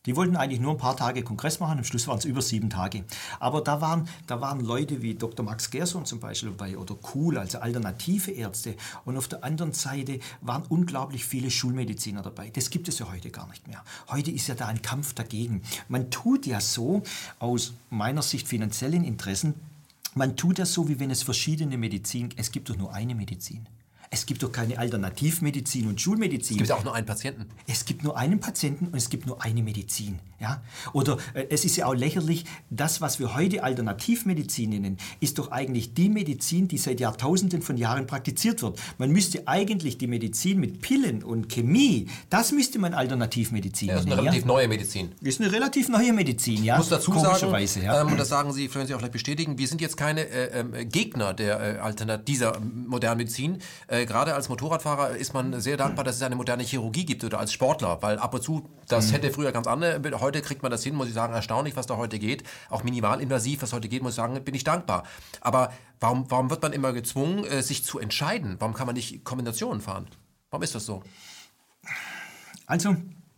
Die wollten eigentlich nur ein paar Tage Kongress machen, am Schluss waren es über 7 Tage. Aber da waren Leute wie Dr. Max Gerson zum Beispiel dabei oder Kuhl, also alternative Ärzte. Und auf der anderen Seite waren unglaublich viele Schulmediziner dabei. Das gibt es ja heute gar nicht mehr. Heute ist ja da ein Kampf dagegen. Man tut ja so, aus meiner Sicht finanziellen Interessen, man tut das so, wie wenn es verschiedene Medizin, es gibt doch nur eine Medizin. Es gibt doch keine Alternativmedizin und Schulmedizin. Es gibt ja auch nur einen Patienten. Es gibt nur einen Patienten und es gibt nur eine Medizin. Ja? Oder es ist ja auch lächerlich, das, was wir heute Alternativmedizin nennen, ist doch eigentlich die Medizin, die seit Jahrtausenden von Jahren praktiziert wird. Man müsste eigentlich die Medizin mit Pillen und Chemie, das müsste man Alternativmedizin nennen. Das ist eine relativ neue Medizin. Das ist eine relativ neue Medizin, ja. Ich muss dazu sagen, ja. Und das sagen Sie, können Sie auch gleich bestätigen, wir sind jetzt keine Gegner dieser modernen Medizin. Gerade als Motorradfahrer ist man sehr dankbar, dass es eine moderne Chirurgie gibt oder als Sportler, weil ab und zu, das hätte früher ganz andere, heute kriegt man das hin, muss ich sagen, erstaunlich, was da heute geht. Auch minimalinvasiv, was heute geht, muss ich sagen, bin ich dankbar. Aber warum wird man immer gezwungen, sich zu entscheiden? Warum kann man nicht Kombinationen fahren? Warum ist das so? Also,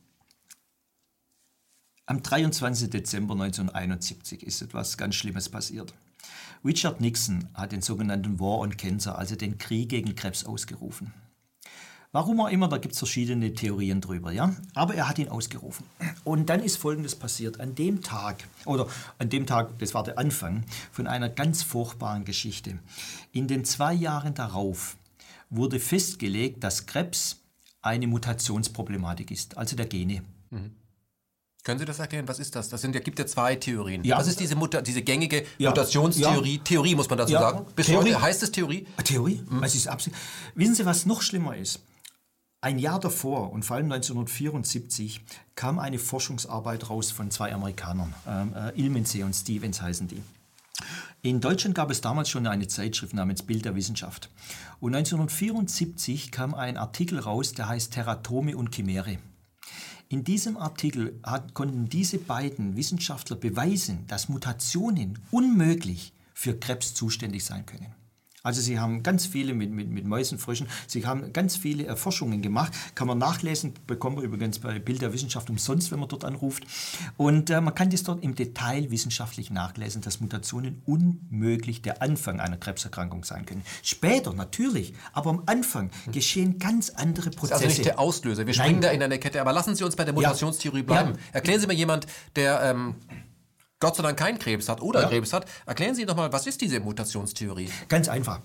am 23. Dezember 1971 ist etwas ganz Schlimmes passiert. Richard Nixon hat den sogenannten War on Cancer, also den Krieg gegen Krebs, ausgerufen. Warum auch immer, da gibt es verschiedene Theorien drüber, ja? Aber er hat ihn ausgerufen. Und dann ist Folgendes passiert. An dem Tag, das war der Anfang von einer ganz furchtbaren Geschichte. In den 2 Jahren darauf wurde festgelegt, dass Krebs eine Mutationsproblematik ist, also der Gene. Können Sie das erklären? Was ist das? Gibt ja 2 Theorien. Ja. Was ist diese Gängige Mutationstheorie? Ja. Theorie muss man dazu sagen. Bis Theorie. heute heißt es Theorie? Theorie? Es ist absolut. Wissen Sie, was noch schlimmer ist? Ein Jahr davor, und vor allem 1974, kam eine Forschungsarbeit raus von 2 Amerikanern. Ilmensee und Stevens heißen die. In Deutschland gab es damals schon eine Zeitschrift namens Bild der Wissenschaft. Und 1974 kam ein Artikel raus, der heißt Teratome und Chimäre. In diesem Artikel konnten diese beiden Wissenschaftler beweisen, dass Mutationen unmöglich für Krebs zuständig sein können. Also sie haben ganz viele mit Mäusen, Fröschen, sie haben ganz viele Erforschungen gemacht, kann man nachlesen, bekommt man übrigens bei Bild der Wissenschaft umsonst, wenn man dort anruft. Und man kann das dort im Detail wissenschaftlich nachlesen, dass Mutationen unmöglich der Anfang einer Krebserkrankung sein können. Später natürlich, aber am Anfang geschehen ganz andere Prozesse. Das ist also nicht der Auslöser, wir springen da in eine Kette. Aber lassen Sie uns bei der Mutationstheorie bleiben. Ja. Erklären Sie mir jemand, der Gott sei Dank keinen Krebs hat oder Krebs hat. Erklären Sie doch mal, was ist diese Mutationstheorie? Ganz einfach.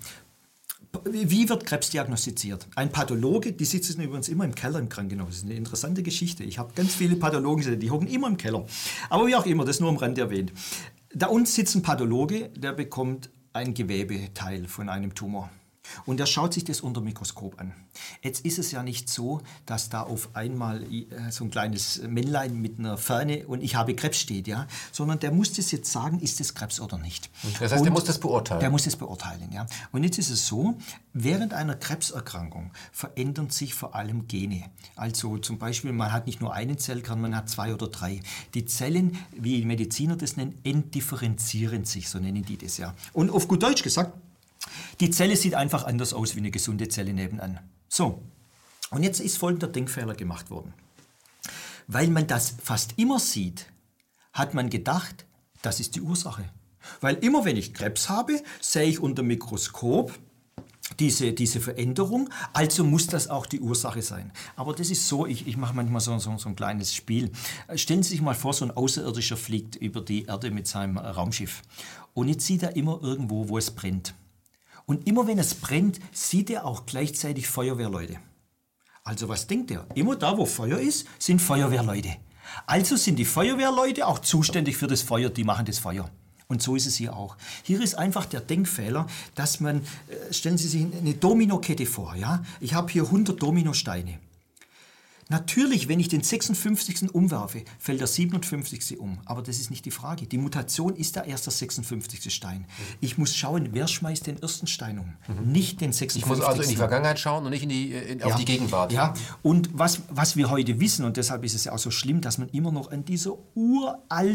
Wie wird Krebs diagnostiziert? Ein Pathologe, die sitzen übrigens immer im Keller im Krankenhaus. Das ist eine interessante Geschichte. Ich habe ganz viele Pathologen, die hocken immer im Keller. Aber wie auch immer, das nur am Rand erwähnt. Da unten sitzt ein Pathologe, der bekommt ein Gewebeteil von einem Tumor. Und er schaut sich das unter dem Mikroskop an. Jetzt ist es ja nicht so, dass da auf einmal so ein kleines Männlein mit einer Fahne und ich habe Krebs steht, ja, sondern der muss das jetzt sagen, ist das Krebs oder nicht. Das heißt, der muss das beurteilen. Der muss das beurteilen, ja. Und jetzt ist es so, während einer Krebserkrankung verändern sich vor allem Gene. Also zum Beispiel, man hat nicht nur einen Zellkern, man hat 2 oder 3. Die Zellen, wie die Mediziner das nennen, entdifferenzieren sich, so nennen die das, ja. Und auf gut Deutsch gesagt, die Zelle sieht einfach anders aus wie eine gesunde Zelle nebenan. So, und jetzt ist folgender Denkfehler gemacht worden. Weil man das fast immer sieht, hat man gedacht, das ist die Ursache. Weil immer wenn ich Krebs habe, sehe ich unter dem Mikroskop diese Veränderung, also muss das auch die Ursache sein. Aber das ist so, ich mache manchmal so ein kleines Spiel. Stellen Sie sich mal vor, so ein Außerirdischer fliegt über die Erde mit seinem Raumschiff. Und jetzt sieht er immer irgendwo, wo es brennt. Und immer wenn es brennt, sieht er auch gleichzeitig Feuerwehrleute. Also was denkt er? Immer da, wo Feuer ist, sind Feuerwehrleute. Also sind die Feuerwehrleute auch zuständig für das Feuer, die machen das Feuer. Und so ist es hier auch. Hier ist einfach der Denkfehler, dass man, stellen Sie sich eine Dominokette vor, ja? Ich habe hier 100 Dominosteine. Natürlich, wenn ich den 56. umwerfe, fällt der 57. um. Aber das ist nicht die Frage. Die Mutation ist da erst der 56. Stein. Ich muss schauen, wer schmeißt den ersten Stein um, nicht den 56. Ich muss also in die Vergangenheit schauen und nicht auf die Gegenwart. Ja, und was wir heute wissen, und deshalb ist es ja auch so schlimm, dass man immer noch an dieser uralt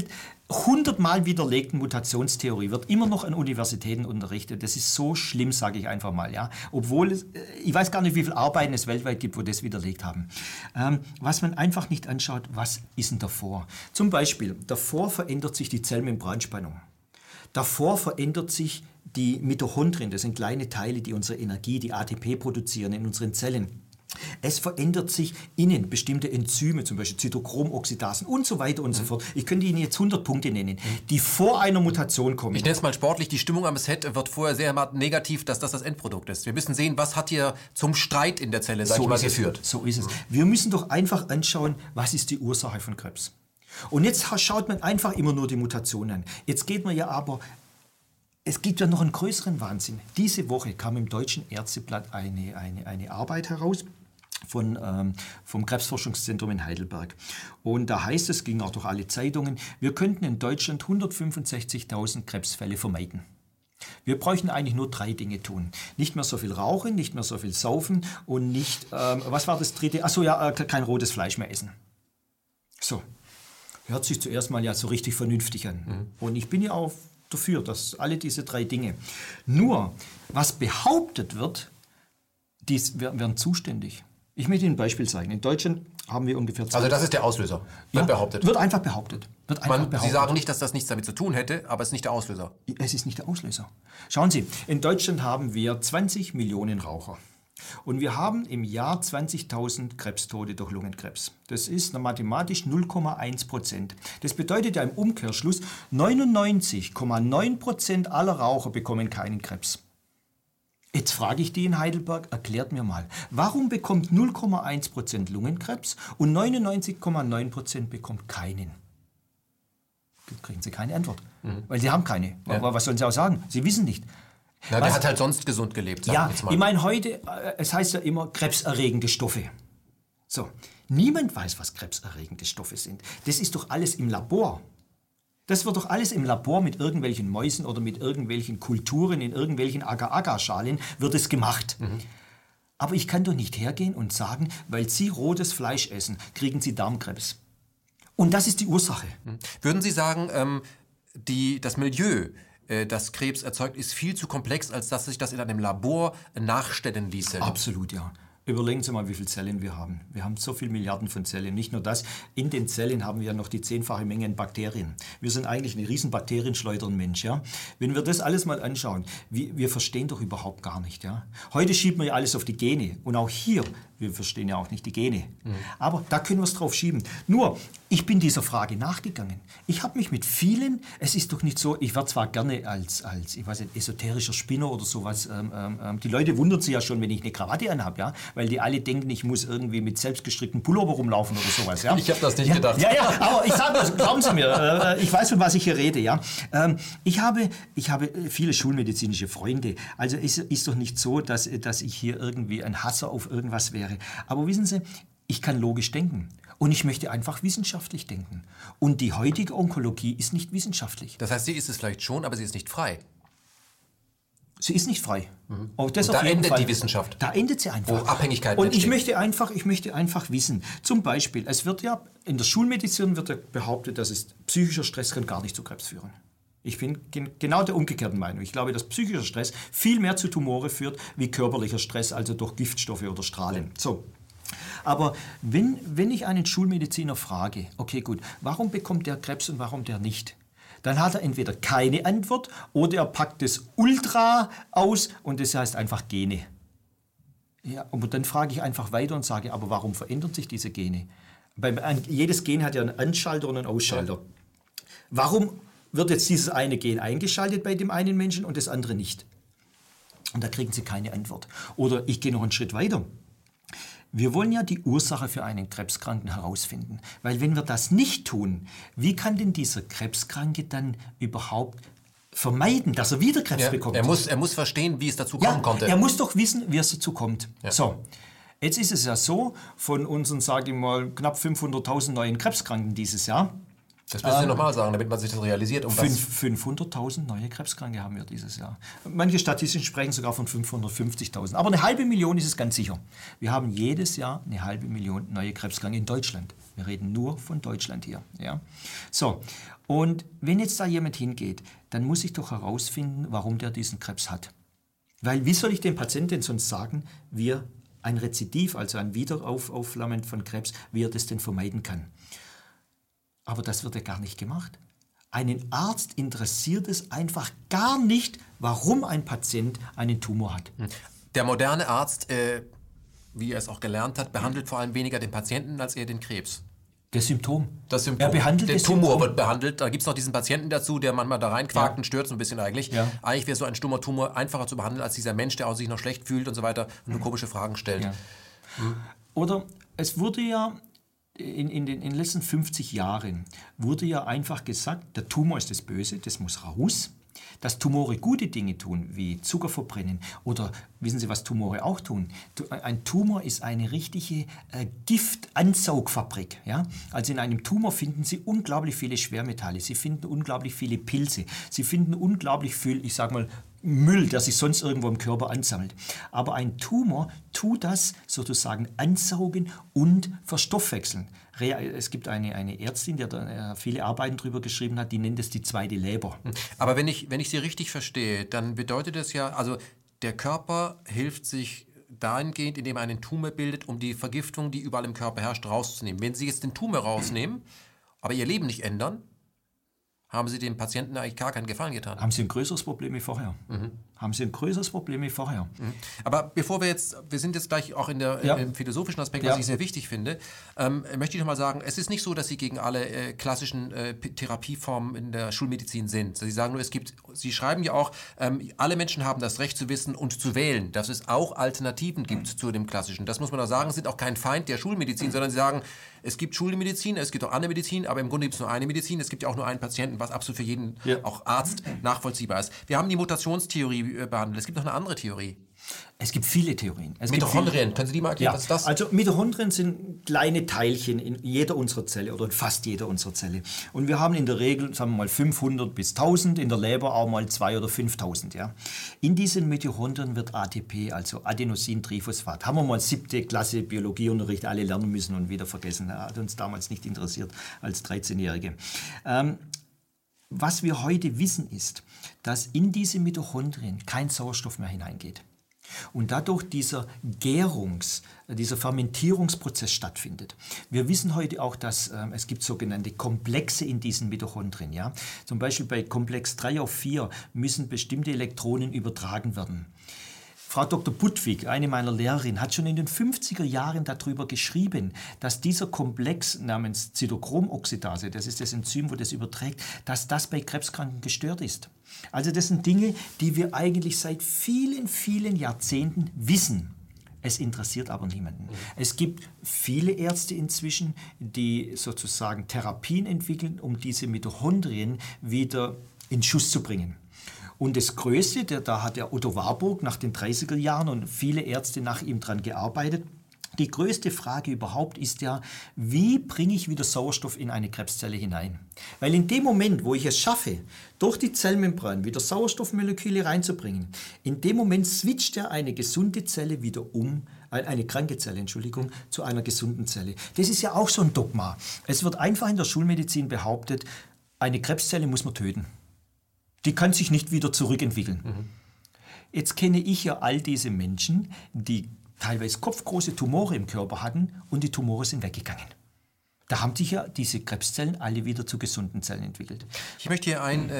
100-mal widerlegten Mutationstheorie wird immer noch an Universitäten unterrichtet. Das ist so schlimm, sage ich einfach mal. Ja? Obwohl, ich weiß gar nicht, wie viele Arbeiten es weltweit gibt, wo das widerlegt haben. Was man einfach nicht anschaut, was ist denn davor? Zum Beispiel, davor verändert sich die Zellmembranspannung. Davor verändert sich die Mitochondrien, das sind kleine Teile, die unsere Energie, die ATP produzieren in unseren Zellen. Es verändert sich innen bestimmte Enzyme, zum Beispiel Zytochromoxidasen und so weiter und so fort. Ich könnte Ihnen jetzt 100 Punkte nennen, die vor einer Mutation kommen. Ich nenne es mal sportlich, die Stimmung am Set wird vorher sehr negativ, dass das Endprodukt ist. Wir müssen sehen, was hat hier zum Streit in der Zelle, sag ich mal, geführt. So ist es. Wir müssen doch einfach anschauen, was ist die Ursache von Krebs. Und jetzt schaut man einfach immer nur die Mutation an. Jetzt geht man ja aber... Es gibt ja noch einen größeren Wahnsinn. Diese Woche kam im Deutschen Ärzteblatt eine Arbeit heraus vom Krebsforschungszentrum in Heidelberg. Und da heißt es, ging auch durch alle Zeitungen, wir könnten in Deutschland 165.000 Krebsfälle vermeiden. Wir bräuchten eigentlich nur 3 Dinge tun. Nicht mehr so viel rauchen, nicht mehr so viel saufen und nicht, was war das dritte? Achso, ja, kein rotes Fleisch mehr essen. So, hört sich zuerst mal ja so richtig vernünftig an. Und ich bin ja auch dafür, dass alle diese 3 Dinge. Nur, was behauptet wird, die werden zuständig. Ich möchte Ihnen ein Beispiel zeigen. In Deutschland haben wir ungefähr... Also das ist der Auslöser, wird behauptet. Wird einfach behauptet. Sie sagen nicht, dass das nichts damit zu tun hätte, aber es ist nicht der Auslöser. Es ist nicht der Auslöser. Schauen Sie, in Deutschland haben wir 20 Millionen Raucher. Und wir haben im Jahr 20.000 Krebstote durch Lungenkrebs. Das ist mathematisch 0,1%. Das bedeutet ja im Umkehrschluss, 99,9% aller Raucher bekommen keinen Krebs. Jetzt frage ich die in Heidelberg, erklärt mir mal, warum bekommt 0,1% Lungenkrebs und 99,9% bekommt keinen? Da kriegen Sie keine Antwort, weil Sie haben keine. Ja. Was sollen Sie auch sagen? Sie wissen nicht. Na, der hat halt sonst gesund gelebt. Ja, ich meine heute, es heißt ja immer krebserregende Stoffe. So, niemand weiß, was krebserregende Stoffe sind. Das ist doch alles im Labor. Das wird doch alles im Labor mit irgendwelchen Mäusen oder mit irgendwelchen Kulturen, in irgendwelchen Agar-Agar-Schalen wird es gemacht. Aber ich kann doch nicht hergehen und sagen, weil Sie rotes Fleisch essen, kriegen Sie Darmkrebs. Und das ist die Ursache. Würden Sie sagen, das Milieu, das Krebs erzeugt, ist viel zu komplex, als dass sich das in einem Labor nachstellen ließe? Absolut, ja. Überlegen Sie mal, wie viele Zellen wir haben. Wir haben so viele Milliarden von Zellen. Nicht nur das, in den Zellen haben wir ja noch die 10-fache Menge an Bakterien. Wir sind eigentlich eine riesen Bakterienschleuder, ein Mensch. Ja? Wenn wir das alles mal anschauen, wir verstehen doch überhaupt gar nicht. Ja? Heute schiebt man ja alles auf die Gene. Und auch hier, wir verstehen ja auch nicht die Gene. Aber da können wir es drauf schieben. Nur, ich bin dieser Frage nachgegangen. Ich habe mich mit vielen, es ist doch nicht so, ich werde zwar gerne als ich weiß nicht, esoterischer Spinner oder sowas, die Leute wundern sich ja schon, wenn ich eine Krawatte anhabe, ja? Weil die alle denken, ich muss irgendwie mit selbstgestrickten Pullover rumlaufen oder sowas. Ja? Ich habe das nicht gedacht. Ja, aber ich sage das, glauben Sie mir, ich weiß, von was ich hier rede. Ja? Ich habe viele schulmedizinische Freunde. Also ist doch nicht so, dass ich hier irgendwie ein Hasser auf irgendwas wäre. Aber wissen Sie, ich kann logisch denken. Und ich möchte einfach wissenschaftlich denken. Und die heutige Onkologie ist nicht wissenschaftlich. Das heißt, sie ist es vielleicht schon, aber sie ist nicht frei. Sie ist nicht frei. Auch das da endet die Wissenschaft. Da endet sie einfach. Wo Abhängigkeiten Und ich möchte einfach wissen, zum Beispiel, es wird ja, in der Schulmedizin wird ja behauptet, dass psychischer Stress kann gar nicht zu Krebs führen. Ich bin genau der umgekehrten Meinung. Ich glaube, dass psychischer Stress viel mehr zu Tumore führt, wie körperlicher Stress, also durch Giftstoffe oder Strahlen. So. Aber wenn ich einen Schulmediziner frage, okay gut, warum bekommt der Krebs und warum der nicht? Dann hat er entweder keine Antwort oder er packt das Ultra aus und das heißt einfach Gene. Ja, und dann frage ich einfach weiter und sage, aber warum verändern sich diese Gene? Jedes Gen hat ja einen Anschalter und einen Ausschalter. Warum wird jetzt dieses eine Gen eingeschaltet bei dem einen Menschen und das andere nicht? Und da kriegen Sie keine Antwort. Oder ich gehe noch einen Schritt weiter. Wir wollen ja die Ursache für einen Krebskranken herausfinden. Weil wenn wir das nicht tun, wie kann denn dieser Krebskranke dann überhaupt vermeiden, dass er wieder Krebs bekommt? Er muss verstehen, wie es dazu kommen konnte. Er muss doch wissen, wie es dazu kommt. Ja. So, jetzt ist es ja so, von unseren, sage ich mal, knapp 500.000 neuen Krebskranken dieses Jahr, Das müssen Sie nochmal sagen, damit man sich das realisiert. 500.000 neue Krebskranke haben wir dieses Jahr. Manche Statistiken sprechen sogar von 550.000. Aber 500.000 ist es ganz sicher. Wir haben jedes Jahr 500.000 neue Krebskranke in Deutschland. Wir reden nur von Deutschland hier. Ja? So, und wenn jetzt da jemand hingeht, dann muss ich doch herausfinden, warum der diesen Krebs hat. Weil wie soll ich dem Patienten sonst sagen, wie er ein Rezidiv, also ein Wiederaufflammen von Krebs, wie er das denn vermeiden kann? Aber das wird ja gar nicht gemacht. Einen Arzt interessiert es einfach gar nicht, warum ein Patient einen Tumor hat. Der moderne Arzt, wie er es auch gelernt hat, behandelt vor allem weniger den Patienten als eher den Krebs. Das Symptom. Das Symptom. Er behandelt der Tumor wird behandelt. Da gibt es noch diesen Patienten dazu, der manchmal da reinquakt und stört so ein bisschen eigentlich. Ja. Eigentlich wäre so ein stummer Tumor einfacher zu behandeln als dieser Mensch, der auch sich noch schlecht fühlt und so weiter und nur komische Fragen stellt. Ja. Oder es wurde ja in den letzten 50 Jahren wurde ja einfach gesagt, der Tumor ist das Böse, das muss raus. Dass Tumore gute Dinge tun, wie Zucker verbrennen oder wissen Sie, was Tumore auch tun? Ein Tumor ist eine richtige Giftansaugfabrik. Ja? Also in einem Tumor finden Sie unglaublich viele Schwermetalle, Sie finden unglaublich viele Pilze, Sie finden unglaublich viel, ich sag mal, Müll, der sich sonst irgendwo im Körper ansammelt. Aber ein Tumor tut das sozusagen ansaugen und verstoffwechseln. Es gibt eine Ärztin, die da viele Arbeiten darüber geschrieben hat, die nennt es die zweite Leber. Aber wenn ich Sie richtig verstehe, dann bedeutet das ja, also der Körper hilft sich dahingehend, indem er einen Tumor bildet, um die Vergiftung, die überall im Körper herrscht, rauszunehmen. Wenn Sie jetzt den Tumor rausnehmen, aber Ihr Leben nicht ändern, haben Sie dem Patienten eigentlich gar keinen Gefallen getan. Haben Sie ein größeres Problem wie vorher. Haben Sie ein größeres Problem wie vorher. Aber bevor wir sind jetzt gleich auch im philosophischen Aspekt, was ich sehr wichtig finde, möchte ich noch mal sagen, es ist nicht so, dass Sie gegen alle klassischen Therapieformen in der Schulmedizin sind. Sie sagen nur, Sie schreiben ja auch, alle Menschen haben das Recht zu wissen und zu wählen, dass es auch Alternativen gibt zu dem Klassischen. Das muss man auch sagen, sind auch kein Feind der Schulmedizin, sondern Sie sagen, es gibt Schulmedizin, es gibt auch andere Medizin, aber im Grunde gibt es nur eine Medizin, es gibt ja auch nur einen Patienten, was absolut für jeden, auch Arzt, nachvollziehbar ist. Wir haben die Mutationstheorie behandelt. Es gibt noch eine andere Theorie. Es gibt viele Theorien. Mitochondrien, können Sie die mal erklären, was ist das? Also Mitochondrien sind kleine Teilchen in jeder unserer Zelle oder in fast jeder unserer Zelle. Und wir haben in der Regel, sagen wir mal, 500 bis 1000, in der Leber auch mal 2.000 oder 5.000. Ja. In diesen Mitochondrien wird ATP, also Adenosintriphosphat. Haben wir mal 7. Klasse Biologieunterricht alle lernen müssen und wieder vergessen. Hat uns damals nicht interessiert als 13-Jährige. Was wir heute wissen ist, dass in diese Mitochondrien kein Sauerstoff mehr hineingeht. Und dadurch dieser Fermentierungsprozess stattfindet. Wir wissen heute auch, dass es gibt sogenannte Komplexe in diesen Mitochondrien. Ja? Zum Beispiel bei Komplex 3 auf 4 müssen bestimmte Elektronen übertragen werden. Frau Dr. Budwig, eine meiner Lehrerinnen, hat schon in den 50er Jahren darüber geschrieben, dass dieser Komplex namens Zytochromoxidase, das ist das Enzym, wo das überträgt, dass das bei Krebskranken gestört ist. Also das sind Dinge, die wir eigentlich seit vielen, vielen Jahrzehnten wissen. Es interessiert aber niemanden. Es gibt viele Ärzte inzwischen, die sozusagen Therapien entwickeln, um diese Mitochondrien wieder in Schuss zu bringen. Und das Größte, da hat der Otto Warburg nach den 30er Jahren und viele Ärzte nach ihm dran gearbeitet. Die größte Frage überhaupt ist ja, wie bringe ich wieder Sauerstoff in eine Krebszelle hinein? Weil in dem Moment, wo ich es schaffe, durch die Zellmembran wieder Sauerstoffmoleküle reinzubringen, in dem Moment switcht er eine gesunde Zelle wieder eine kranke Zelle, Entschuldigung, zu einer gesunden Zelle. Das ist ja auch so ein Dogma. Es wird einfach in der Schulmedizin behauptet, eine Krebszelle muss man töten. Die kann sich nicht wieder zurückentwickeln. Jetzt kenne ich ja all diese Menschen, die teilweise kopfgroße Tumore im Körper hatten und die Tumore sind weggegangen. Da haben sich ja diese Krebszellen alle wieder zu gesunden Zellen entwickelt. Ich möchte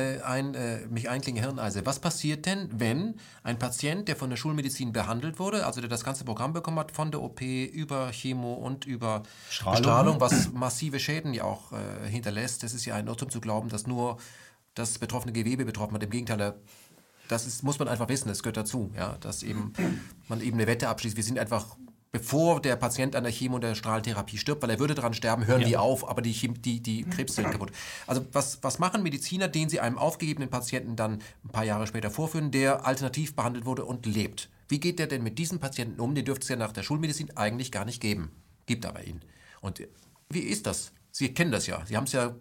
hier mich einklingen, Herrn Eise. Was passiert denn, wenn ein Patient, der von der Schulmedizin behandelt wurde, also der das ganze Programm bekommen hat, von der OP über Chemo und über Bestrahlung, was massive Schäden ja auch hinterlässt? Das ist ja ein Irrtum zu glauben, dass nur das betroffene Gewebe betroffen hat. Im Gegenteil, muss man einfach wissen, das gehört dazu, ja, dass man eine Wette abschließt. Wir sind einfach, bevor der Patient an der Chemo- und der Strahltherapie stirbt, weil er würde daran sterben, hören die auf, aber die Krebszellen kaputt. Also was machen Mediziner, denen sie einem aufgegebenen Patienten dann ein paar Jahre später vorführen, der alternativ behandelt wurde und lebt? Wie geht der denn mit diesen Patienten um? Den dürfte es ja nach der Schulmedizin eigentlich gar nicht geben. Gibt aber ihn. Und wie ist das? Sie kennen das ja. Sie haben es ja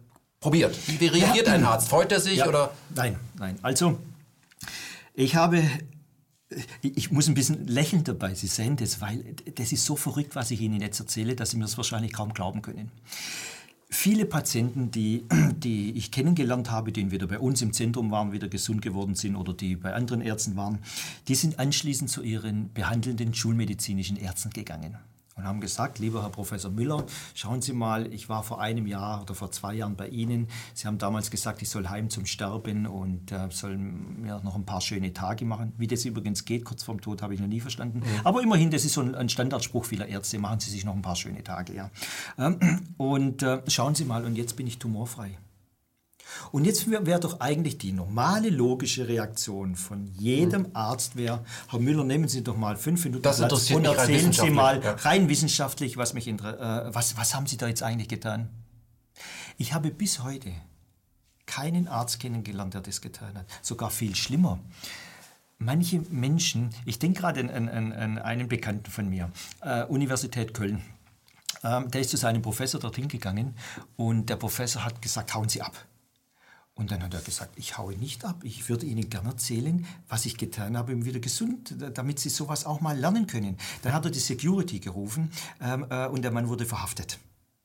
probiert. Wie reagiert ein Arzt? Freut er sich oder? Nein. Also, ich muss ein bisschen lächeln dabei, Sie sehen das, weil das ist so verrückt, was ich Ihnen jetzt erzähle, dass Sie mir das wahrscheinlich kaum glauben können. Viele Patienten, die ich kennengelernt habe, die entweder bei uns im Zentrum waren, wieder gesund geworden sind oder die bei anderen Ärzten waren, die sind anschließend zu ihren behandelnden schulmedizinischen Ärzten gegangen. Und haben gesagt, lieber Herr Professor Müller, schauen Sie mal, ich war vor einem Jahr oder vor 2 Jahren bei Ihnen. Sie haben damals gesagt, ich soll heim zum Sterben und soll mir noch ein paar schöne Tage machen. Wie das übrigens geht, kurz vorm Tod, habe ich noch nie verstanden. Aber immerhin, das ist so ein Standardspruch vieler Ärzte, machen Sie sich noch ein paar schöne Tage. Ja. Und schauen Sie mal, und jetzt bin ich tumorfrei. Und jetzt wäre doch eigentlich die normale logische Reaktion von jedem Arzt wäre, Herr Müller, nehmen Sie doch mal 5 Minuten das Platz und erzählen Sie mal ja. rein wissenschaftlich, was haben Sie da jetzt eigentlich getan? Ich habe bis heute keinen Arzt kennengelernt, der das getan hat. Sogar viel schlimmer. Manche Menschen, ich denke gerade an einen Bekannten von mir, Universität Köln, der ist zu seinem Professor dorthin gegangen und der Professor hat gesagt, hauen Sie ab. Und dann hat er gesagt, ich haue nicht ab, ich würde Ihnen gerne erzählen, was ich getan habe, um wieder gesund, damit Sie sowas auch mal lernen können. Dann hat er die Security gerufen und der Mann wurde verhaftet.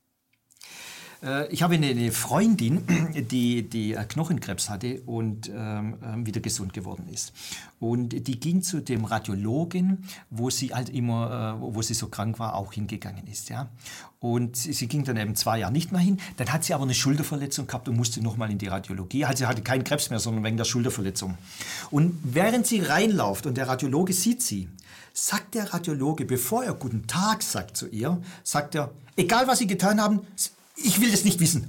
Ich habe eine Freundin, die Knochenkrebs hatte und wieder gesund geworden ist. Und die ging zu dem Radiologen, wo sie halt immer, wo sie so krank war, auch hingegangen ist. Ja? Und sie ging dann eben 2 Jahre nicht mehr hin. Dann hat sie aber eine Schulterverletzung gehabt und musste nochmal in die Radiologie. Also sie hatte keinen Krebs mehr, sondern wegen der Schulterverletzung. Und während sie reinläuft und der Radiologe sieht sie, sagt der Radiologe, bevor er guten Tag sagt zu ihr, sagt er, egal was Sie getan haben, ich will das nicht wissen.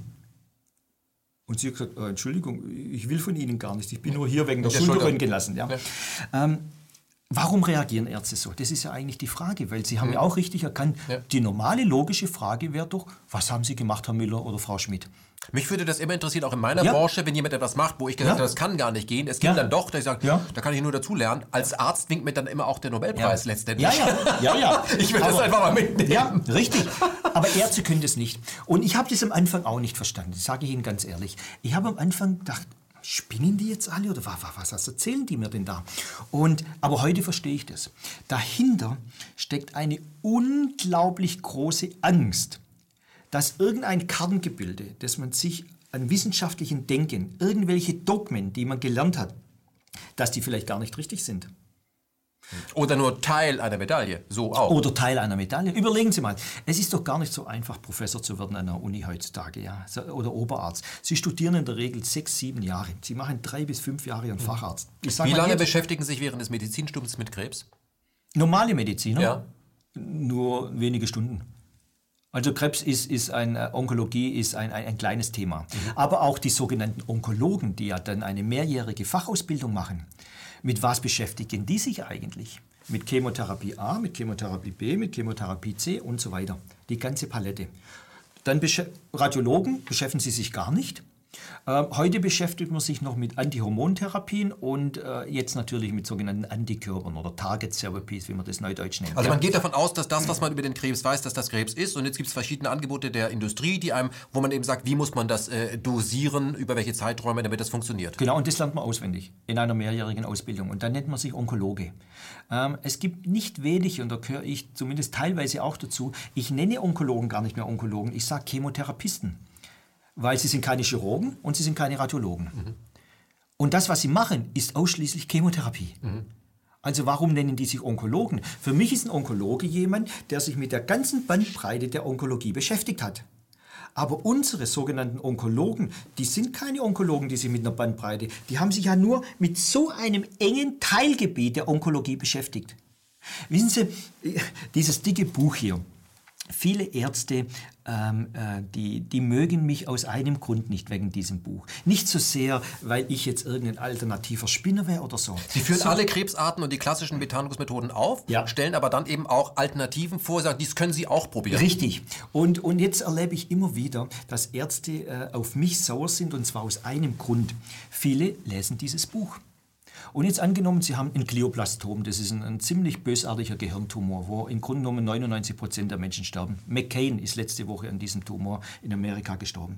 Und sie hat gesagt, Entschuldigung, ich will von Ihnen gar nichts. Ich bin nur hier wegen der Schulterröntgen gelassen. Ja. Warum reagieren Ärzte so? Das ist ja eigentlich die Frage, weil Sie haben ja auch richtig erkannt, die normale logische Frage wäre doch, was haben Sie gemacht, Herr Müller oder Frau Schmidt? Mich würde das immer interessieren, auch in meiner Branche, wenn jemand etwas macht, wo ich gesagt habe, das kann gar nicht gehen. Es ging dann doch, dass ich sage, da kann ich nur dazulernen. Als Arzt winkt mir dann immer auch der Nobelpreis letztendlich. Ja. Ich will das einfach mal mitnehmen. Ja, richtig. Aber Ärzte können das nicht. Und ich habe das am Anfang auch nicht verstanden, das sage ich Ihnen ganz ehrlich. Ich habe am Anfang gedacht, spinnen die jetzt alle oder was erzählen die mir denn da? Aber heute verstehe ich das. Dahinter steckt eine unglaublich große Angst, dass irgendein Kerngebilde, das man sich an wissenschaftlichen Denken, irgendwelche Dogmen, die man gelernt hat, dass die vielleicht gar nicht richtig sind. Oder nur Teil einer Medaille, so auch. Oder Teil einer Medaille. Überlegen Sie mal, es ist doch gar nicht so einfach, Professor zu werden an der Uni heutzutage, ja? Oder Oberarzt. Sie studieren in der Regel 6, 7 Jahre. Sie machen 3 bis 5 Jahre Ihren Facharzt. Wie lange beschäftigen Sie sich während des Medizinstudiums mit Krebs? Normale Mediziner? Ja. Nur wenige Stunden. Also Krebs Onkologie ist ein kleines Thema. Aber auch die sogenannten Onkologen, die ja dann eine mehrjährige Fachausbildung machen, mit was beschäftigen die sich eigentlich? Mit Chemotherapie A, mit Chemotherapie B, mit Chemotherapie C und so weiter. Die ganze Palette. Dann Radiologen beschäftigen sie sich gar nicht. Heute beschäftigt man sich noch mit Antihormontherapien und jetzt natürlich mit sogenannten Antikörpern oder Target Therapies, wie man das neudeutsch nennt. Also man geht davon aus, dass das, was man über den Krebs weiß, dass das Krebs ist. Und jetzt gibt es verschiedene Angebote der Industrie, wo man eben sagt, wie muss man das dosieren, über welche Zeiträume, damit das funktioniert. Genau, und das lernt man auswendig in einer mehrjährigen Ausbildung. Und dann nennt man sich Onkologe. Es gibt nicht wenige, und da gehöre ich zumindest teilweise auch dazu, ich nenne Onkologen gar nicht mehr Onkologen, ich sage Chemotherapisten. Weil sie sind keine Chirurgen und sie sind keine Radiologen. Und das, was sie machen, ist ausschließlich Chemotherapie. Also warum nennen die sich Onkologen? Für mich ist ein Onkologe jemand, der sich mit der ganzen Bandbreite der Onkologie beschäftigt hat. Aber unsere sogenannten Onkologen, die sind keine Onkologen, die sich mit einer Bandbreite, die haben sich ja nur mit so einem engen Teilgebiet der Onkologie beschäftigt. Wissen Sie, dieses dicke Buch hier, viele Ärzte, die mögen mich aus einem Grund nicht wegen diesem Buch. Nicht so sehr, weil ich jetzt irgendein alternativer Spinner wäre oder so. Sie führen alle Krebsarten und die klassischen Behandlungsmethoden auf, stellen aber dann eben auch Alternativen vor, sagen, dies können Sie auch probieren. Richtig. Und jetzt erlebe ich immer wieder, dass Ärzte auf mich sauer sind, und zwar aus einem Grund. Viele lesen dieses Buch. Und jetzt angenommen, Sie haben ein Glioblastom, das ist ein ziemlich bösartiger Gehirntumor, wo im Grunde genommen 99% der Menschen sterben. McCain ist letzte Woche an diesem Tumor in Amerika gestorben.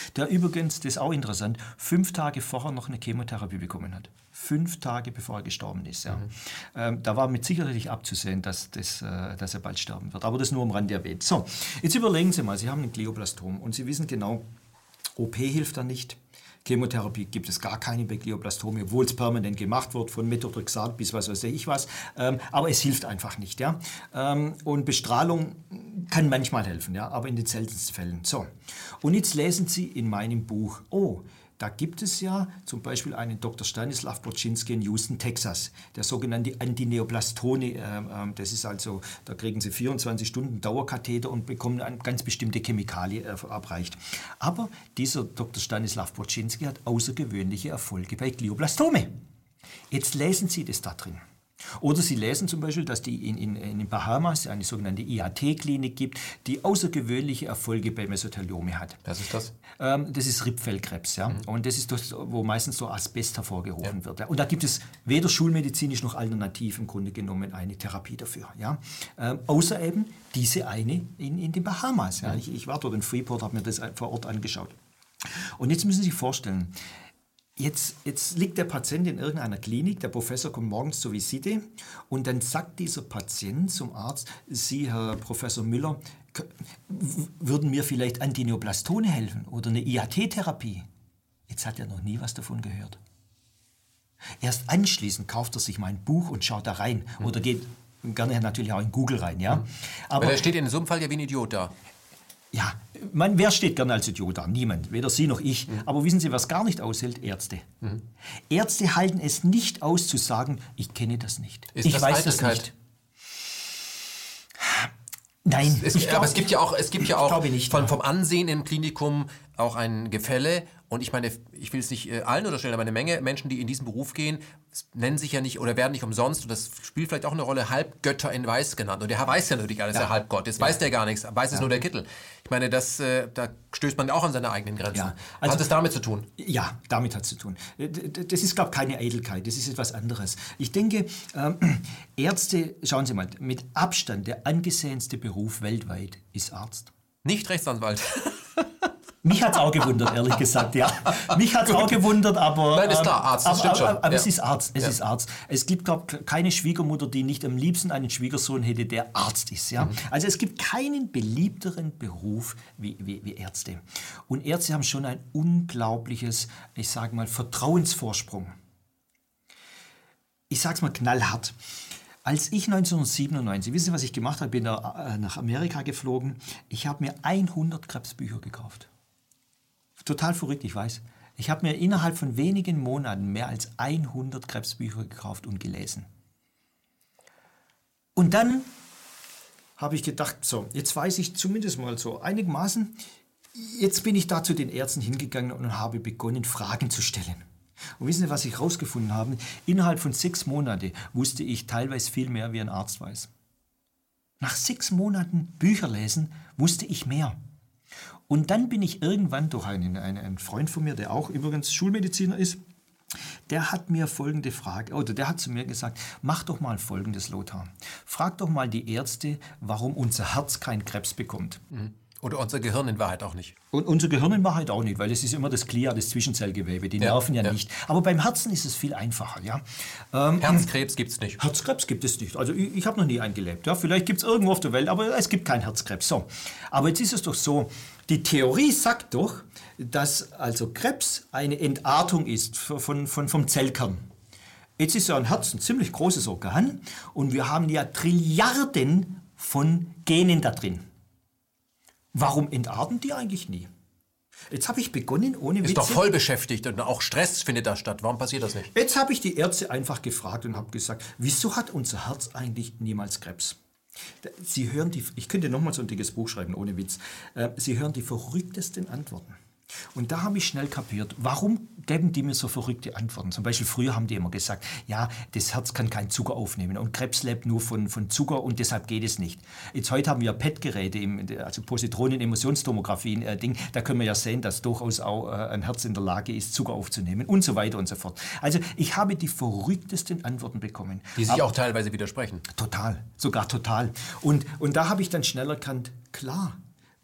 der übrigens, das ist auch interessant, 5 Tage vorher noch eine Chemotherapie bekommen hat. 5 Tage bevor er gestorben ist. Ja. Da war mit Sicherheit abzusehen, dass er bald sterben wird. Aber das nur am Rande erwähnt. So, jetzt überlegen Sie mal, Sie haben ein Glioblastom und Sie wissen genau, OP hilft da nicht. Chemotherapie gibt es gar keine bei Glioblastom, obwohl es permanent gemacht wird, von Methotrexat bis was weiß ich was. Aber es hilft einfach nicht. Ja? Und Bestrahlung kann manchmal helfen, ja? Aber in den seltensten Fällen. So. Und jetzt lesen Sie in meinem Buch, da gibt es ja zum Beispiel einen Dr. Stanislav Boczynski in Houston, Texas, der sogenannte Antineoplastone. Das ist also, da kriegen Sie 24 Stunden Dauerkatheter und bekommen eine ganz bestimmte Chemikalie verabreicht. Aber dieser Dr. Stanislav Boczynski hat außergewöhnliche Erfolge bei Glioblastome. Jetzt lesen Sie das da drin. Oder Sie lesen zum Beispiel, dass die in den Bahamas eine sogenannte IAT-Klinik gibt, die außergewöhnliche Erfolge bei Mesotheliome hat. Was ist das? Das ist Rippfellkrebs. Ja? Und das ist das, wo meistens so Asbest hervorgerufen wird. Ja? Und da gibt es weder schulmedizinisch noch alternativ im Grunde genommen eine Therapie dafür. Ja? Außer eben diese eine in den Bahamas. Ja? Ich war dort in Freeport, habe mir das vor Ort angeschaut. Und jetzt müssen Sie sich vorstellen, Jetzt liegt der Patient in irgendeiner Klinik, der Professor kommt morgens zur Visite und dann sagt dieser Patient zum Arzt, Sie, Herr Professor Müller, würden mir vielleicht Antineoplastone helfen oder eine IAT-Therapie? Jetzt hat er noch nie was davon gehört. Erst anschließend kauft er sich mein Buch und schaut da rein oder geht gerne natürlich auch in Google rein. Ja? Aber er steht in so einem Fall ja wie ein Idiot da. Ja, wer steht gerne als Idiot da? Niemand, weder Sie noch ich. Aber wissen Sie, was gar nicht aushält? Ärzte. Ärzte halten es nicht aus zu sagen, ich kenne das nicht. Ist ich das weiß das Eitelkeit? nicht. Nein, aber es gibt ja auch nicht, vom Ansehen im Klinikum auch ein Gefälle. Und ich meine, ich will es nicht allen unterstellen, aber eine Menge Menschen, die in diesen Beruf gehen, nennen sich ja nicht oder werden nicht umsonst, und das spielt vielleicht auch eine Rolle, Halbgötter in Weiß genannt. Und der Herr weiß ja natürlich alles, der Halbgott. Jetzt weiß der gar nichts, weiß es nur der Kittel. Ich meine, da stößt man auch an seine eigenen Grenzen. Ja, also, hat es damit zu tun? Ja, damit hat es zu tun. Das ist, glaube ich, keine Eitelkeit, das ist etwas anderes. Ich denke, Ärzte, schauen Sie mal, mit Abstand der angesehenste Beruf weltweit ist Arzt. Nicht Rechtsanwalt. Mich hat es auch gewundert, ehrlich gesagt, ja. Mich hat es auch gewundert, aber... Nein, ist klar, Arzt, das stimmt schon. Aber es ist Arzt, ist Arzt. Es gibt, glaube ich, keine Schwiegermutter, die nicht am liebsten einen Schwiegersohn hätte, der Arzt ist, ja. Also es gibt keinen beliebteren Beruf wie Ärzte. Und Ärzte haben schon ein unglaubliches, ich sage mal, Vertrauensvorsprung. Ich sage es mal knallhart. Als ich 1997, wissen Sie, was ich gemacht habe? Ich bin nach Amerika geflogen. Ich habe mir 100 Krebsbücher gekauft. Total verrückt, ich weiß. Ich habe mir innerhalb von wenigen Monaten mehr als 100 Krebsbücher gekauft und gelesen. Und dann habe ich gedacht, so, jetzt weiß ich zumindest mal so einigermaßen, jetzt bin ich da zu den Ärzten hingegangen und habe begonnen, Fragen zu stellen. Und wissen Sie, was ich herausgefunden habe? Innerhalb von 6 Monaten wusste ich teilweise viel mehr, wie ein Arzt weiß. Nach 6 Monaten Bücher lesen wusste ich mehr. Und dann bin ich irgendwann durch einen Freund von mir, der auch übrigens Schulmediziner ist, der hat mir folgende Frage, oder der hat zu mir gesagt, mach doch mal Folgendes, Lothar. Frag doch mal die Ärzte, warum unser Herz keinen Krebs bekommt. Oder unser Gehirn in Wahrheit auch nicht. Und unser Gehirn in Wahrheit auch nicht, weil es ist immer das Glia, das Zwischenzellgewebe, die Nerven ja nicht. Aber beim Herzen ist es viel einfacher. Ja? Herzkrebs gibt es nicht. Herzkrebs gibt es nicht. Also ich habe noch nie einen gelebt. Ja? Vielleicht gibt es irgendwo auf der Welt, aber es gibt keinen Herzkrebs. So. Aber jetzt ist es doch so, die Theorie sagt doch, dass also Krebs eine Entartung ist vom Zellkern. Jetzt ist ja ein Herz ein ziemlich großes Organ und wir haben ja Trilliarden von Genen da drin. Warum entarten die eigentlich nie? Jetzt habe ich begonnen, ohne Witze... Ist doch voll beschäftigt und auch Stress findet da statt. Warum passiert das nicht? Jetzt habe ich die Ärzte einfach gefragt und habe gesagt, wieso hat unser Herz eigentlich niemals Krebs? Sie hören ich könnte nochmal so ein dickes Buch schreiben, ohne Witz. Sie hören die verrücktesten Antworten. Und da habe ich schnell kapiert, warum geben die mir so verrückte Antworten? Zum Beispiel früher haben die immer gesagt, ja, das Herz kann keinen Zucker aufnehmen und Krebs lebt nur von Zucker und deshalb geht es nicht. Jetzt heute haben wir PET-Geräte, also Positronen-Emissionstomographie, da können wir ja sehen, dass durchaus auch ein Herz in der Lage ist, Zucker aufzunehmen und so weiter und so fort. Also ich habe die verrücktesten Antworten bekommen. Die sich auch teilweise widersprechen. Total, sogar total. Und da habe ich dann schnell erkannt, klar,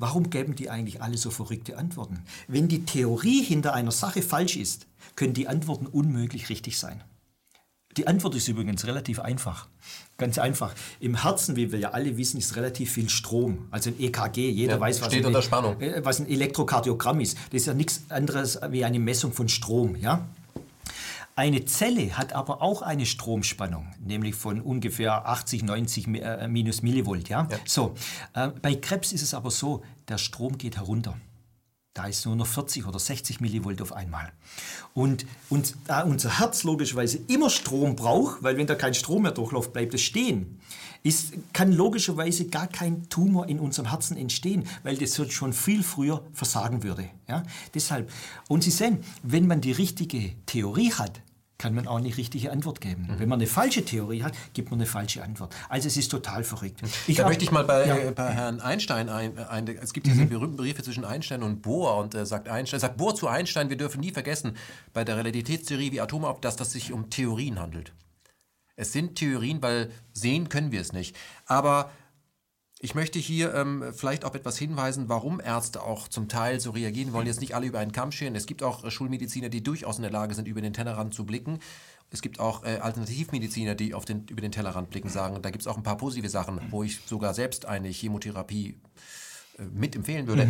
warum geben die eigentlich alle so verrückte Antworten? Wenn die Theorie hinter einer Sache falsch ist, können die Antworten unmöglich richtig sein. Die Antwort ist übrigens relativ einfach. Ganz einfach. Im Herzen, wie wir ja alle wissen, ist relativ viel Strom. Also ein EKG, jeder weiß, was ein Elektrokardiogramm ist. Das ist ja nichts anderes wie eine Messung von Strom. Ja? Eine Zelle hat aber auch eine Stromspannung, nämlich von ungefähr 80, 90 minus Millivolt. Ja? Ja. So, bei Krebs ist es aber so, der Strom geht herunter. Da ist nur noch 40 oder 60 Millivolt auf einmal. Und da unser Herz logischerweise immer Strom braucht, weil wenn da kein Strom mehr durchläuft, bleibt es stehen, kann logischerweise gar kein Tumor in unserem Herzen entstehen, weil das schon viel früher versagen würde. Ja? Deshalb, und Sie sehen, wenn man die richtige Theorie hat, kann man auch eine richtige Antwort geben. Wenn man eine falsche Theorie hat, gibt man eine falsche Antwort. Also es ist total verrückt. Da möchte ich mal bei Herrn Einstein es gibt diese berühmten Briefe zwischen Einstein und Bohr und sagt Bohr zu Einstein, wir dürfen nie vergessen, bei der Relativitätstheorie wie Atome, dass das sich um Theorien handelt. Es sind Theorien, weil sehen können wir es nicht. Aber ich möchte hier vielleicht auf etwas hinweisen, warum Ärzte auch zum Teil so reagieren. Wir wollen jetzt nicht alle über einen Kamm scheren. Es gibt auch Schulmediziner, die durchaus in der Lage sind, über den Tellerrand zu blicken. Es gibt auch Alternativmediziner, die über den Tellerrand blicken, sagen. Und da gibt es auch ein paar positive Sachen, wo ich sogar selbst eine Chemotherapie mit empfehlen würde.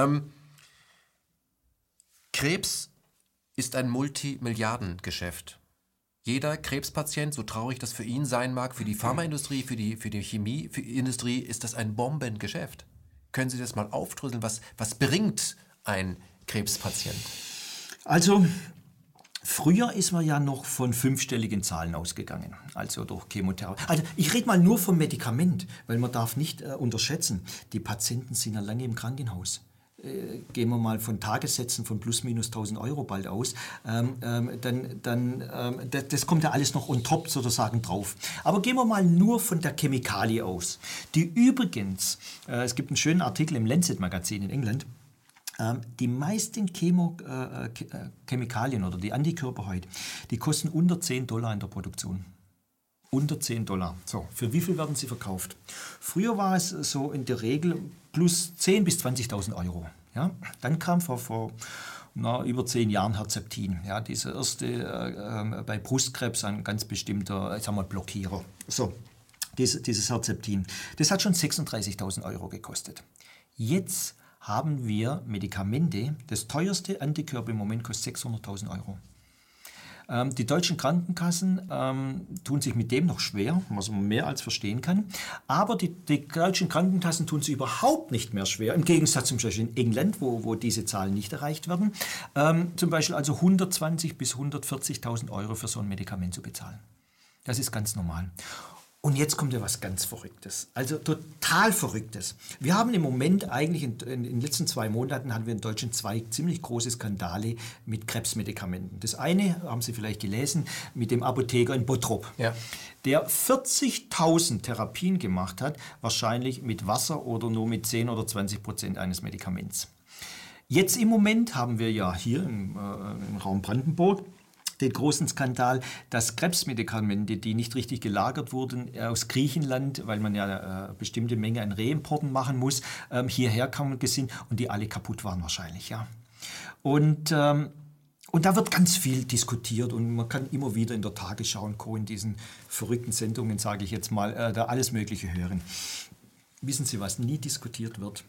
Krebs ist ein Multimilliardengeschäft. Jeder Krebspatient, so traurig das für ihn sein mag, für die Pharmaindustrie, für die Chemieindustrie, ist das ein Bombengeschäft. Können Sie das mal aufdröseln? Was bringt ein Krebspatient? Also, früher ist man ja noch von 5-stelligen Zahlen ausgegangen, also durch Chemotherapie. Also ich rede mal nur vom Medikament, weil man darf nicht unterschätzen, die Patienten sind ja lange im Krankenhaus. Gehen wir mal von Tagessätzen von plus minus 1.000 Euro bald aus, das kommt ja alles noch on top sozusagen drauf. Aber gehen wir mal nur von der Chemikalie aus, die übrigens, es gibt einen schönen Artikel im Lancet-Magazin in England, die meisten Chemikalien oder die Antikörper heute, die kosten unter $10 in der Produktion. Unter $10. So, für wie viel werden sie verkauft? Früher war es so in der Regel plus 10.000 bis 20.000 Euro. Ja? Dann kam vor über 10 Jahren Herceptin. Ja? Dieser erste bei Brustkrebs ein ganz bestimmter, Blockierer. So, dieses Herceptin. Das hat schon 36.000 Euro gekostet. Jetzt haben wir Medikamente, das teuerste Antikörper im Moment kostet 600.000 Euro. Die deutschen Krankenkassen tun sich mit dem noch schwer, was man mehr als verstehen kann. Aber die deutschen Krankenkassen tun sich überhaupt nicht mehr schwer, im Gegensatz zum Beispiel in England, wo diese Zahlen nicht erreicht werden, zum Beispiel also 120.000 bis 140.000 Euro für so ein Medikament zu bezahlen. Das ist ganz normal. Und jetzt kommt ja was ganz Verrücktes, also total Verrücktes. Wir haben im Moment eigentlich, in den letzten 2 Monaten hatten wir in Deutschland 2 ziemlich große Skandale mit Krebsmedikamenten. Das eine, haben Sie vielleicht gelesen, mit dem Apotheker in Bottrop, der 40.000 Therapien gemacht hat, wahrscheinlich mit Wasser oder nur mit 10 oder 20% eines Medikaments. Jetzt im Moment haben wir ja hier im Raum Brandenburg den großen Skandal, dass Krebsmedikamente, die nicht richtig gelagert wurden, aus Griechenland, weil man ja bestimmte Menge an Reimporten machen muss, hierher kamen sind und die alle kaputt waren wahrscheinlich. Ja. Und da wird ganz viel diskutiert und man kann immer wieder in der Tagesschau und Co. in diesen verrückten Sendungen, sage ich jetzt mal, da alles Mögliche hören. Wissen Sie, was nie diskutiert wird?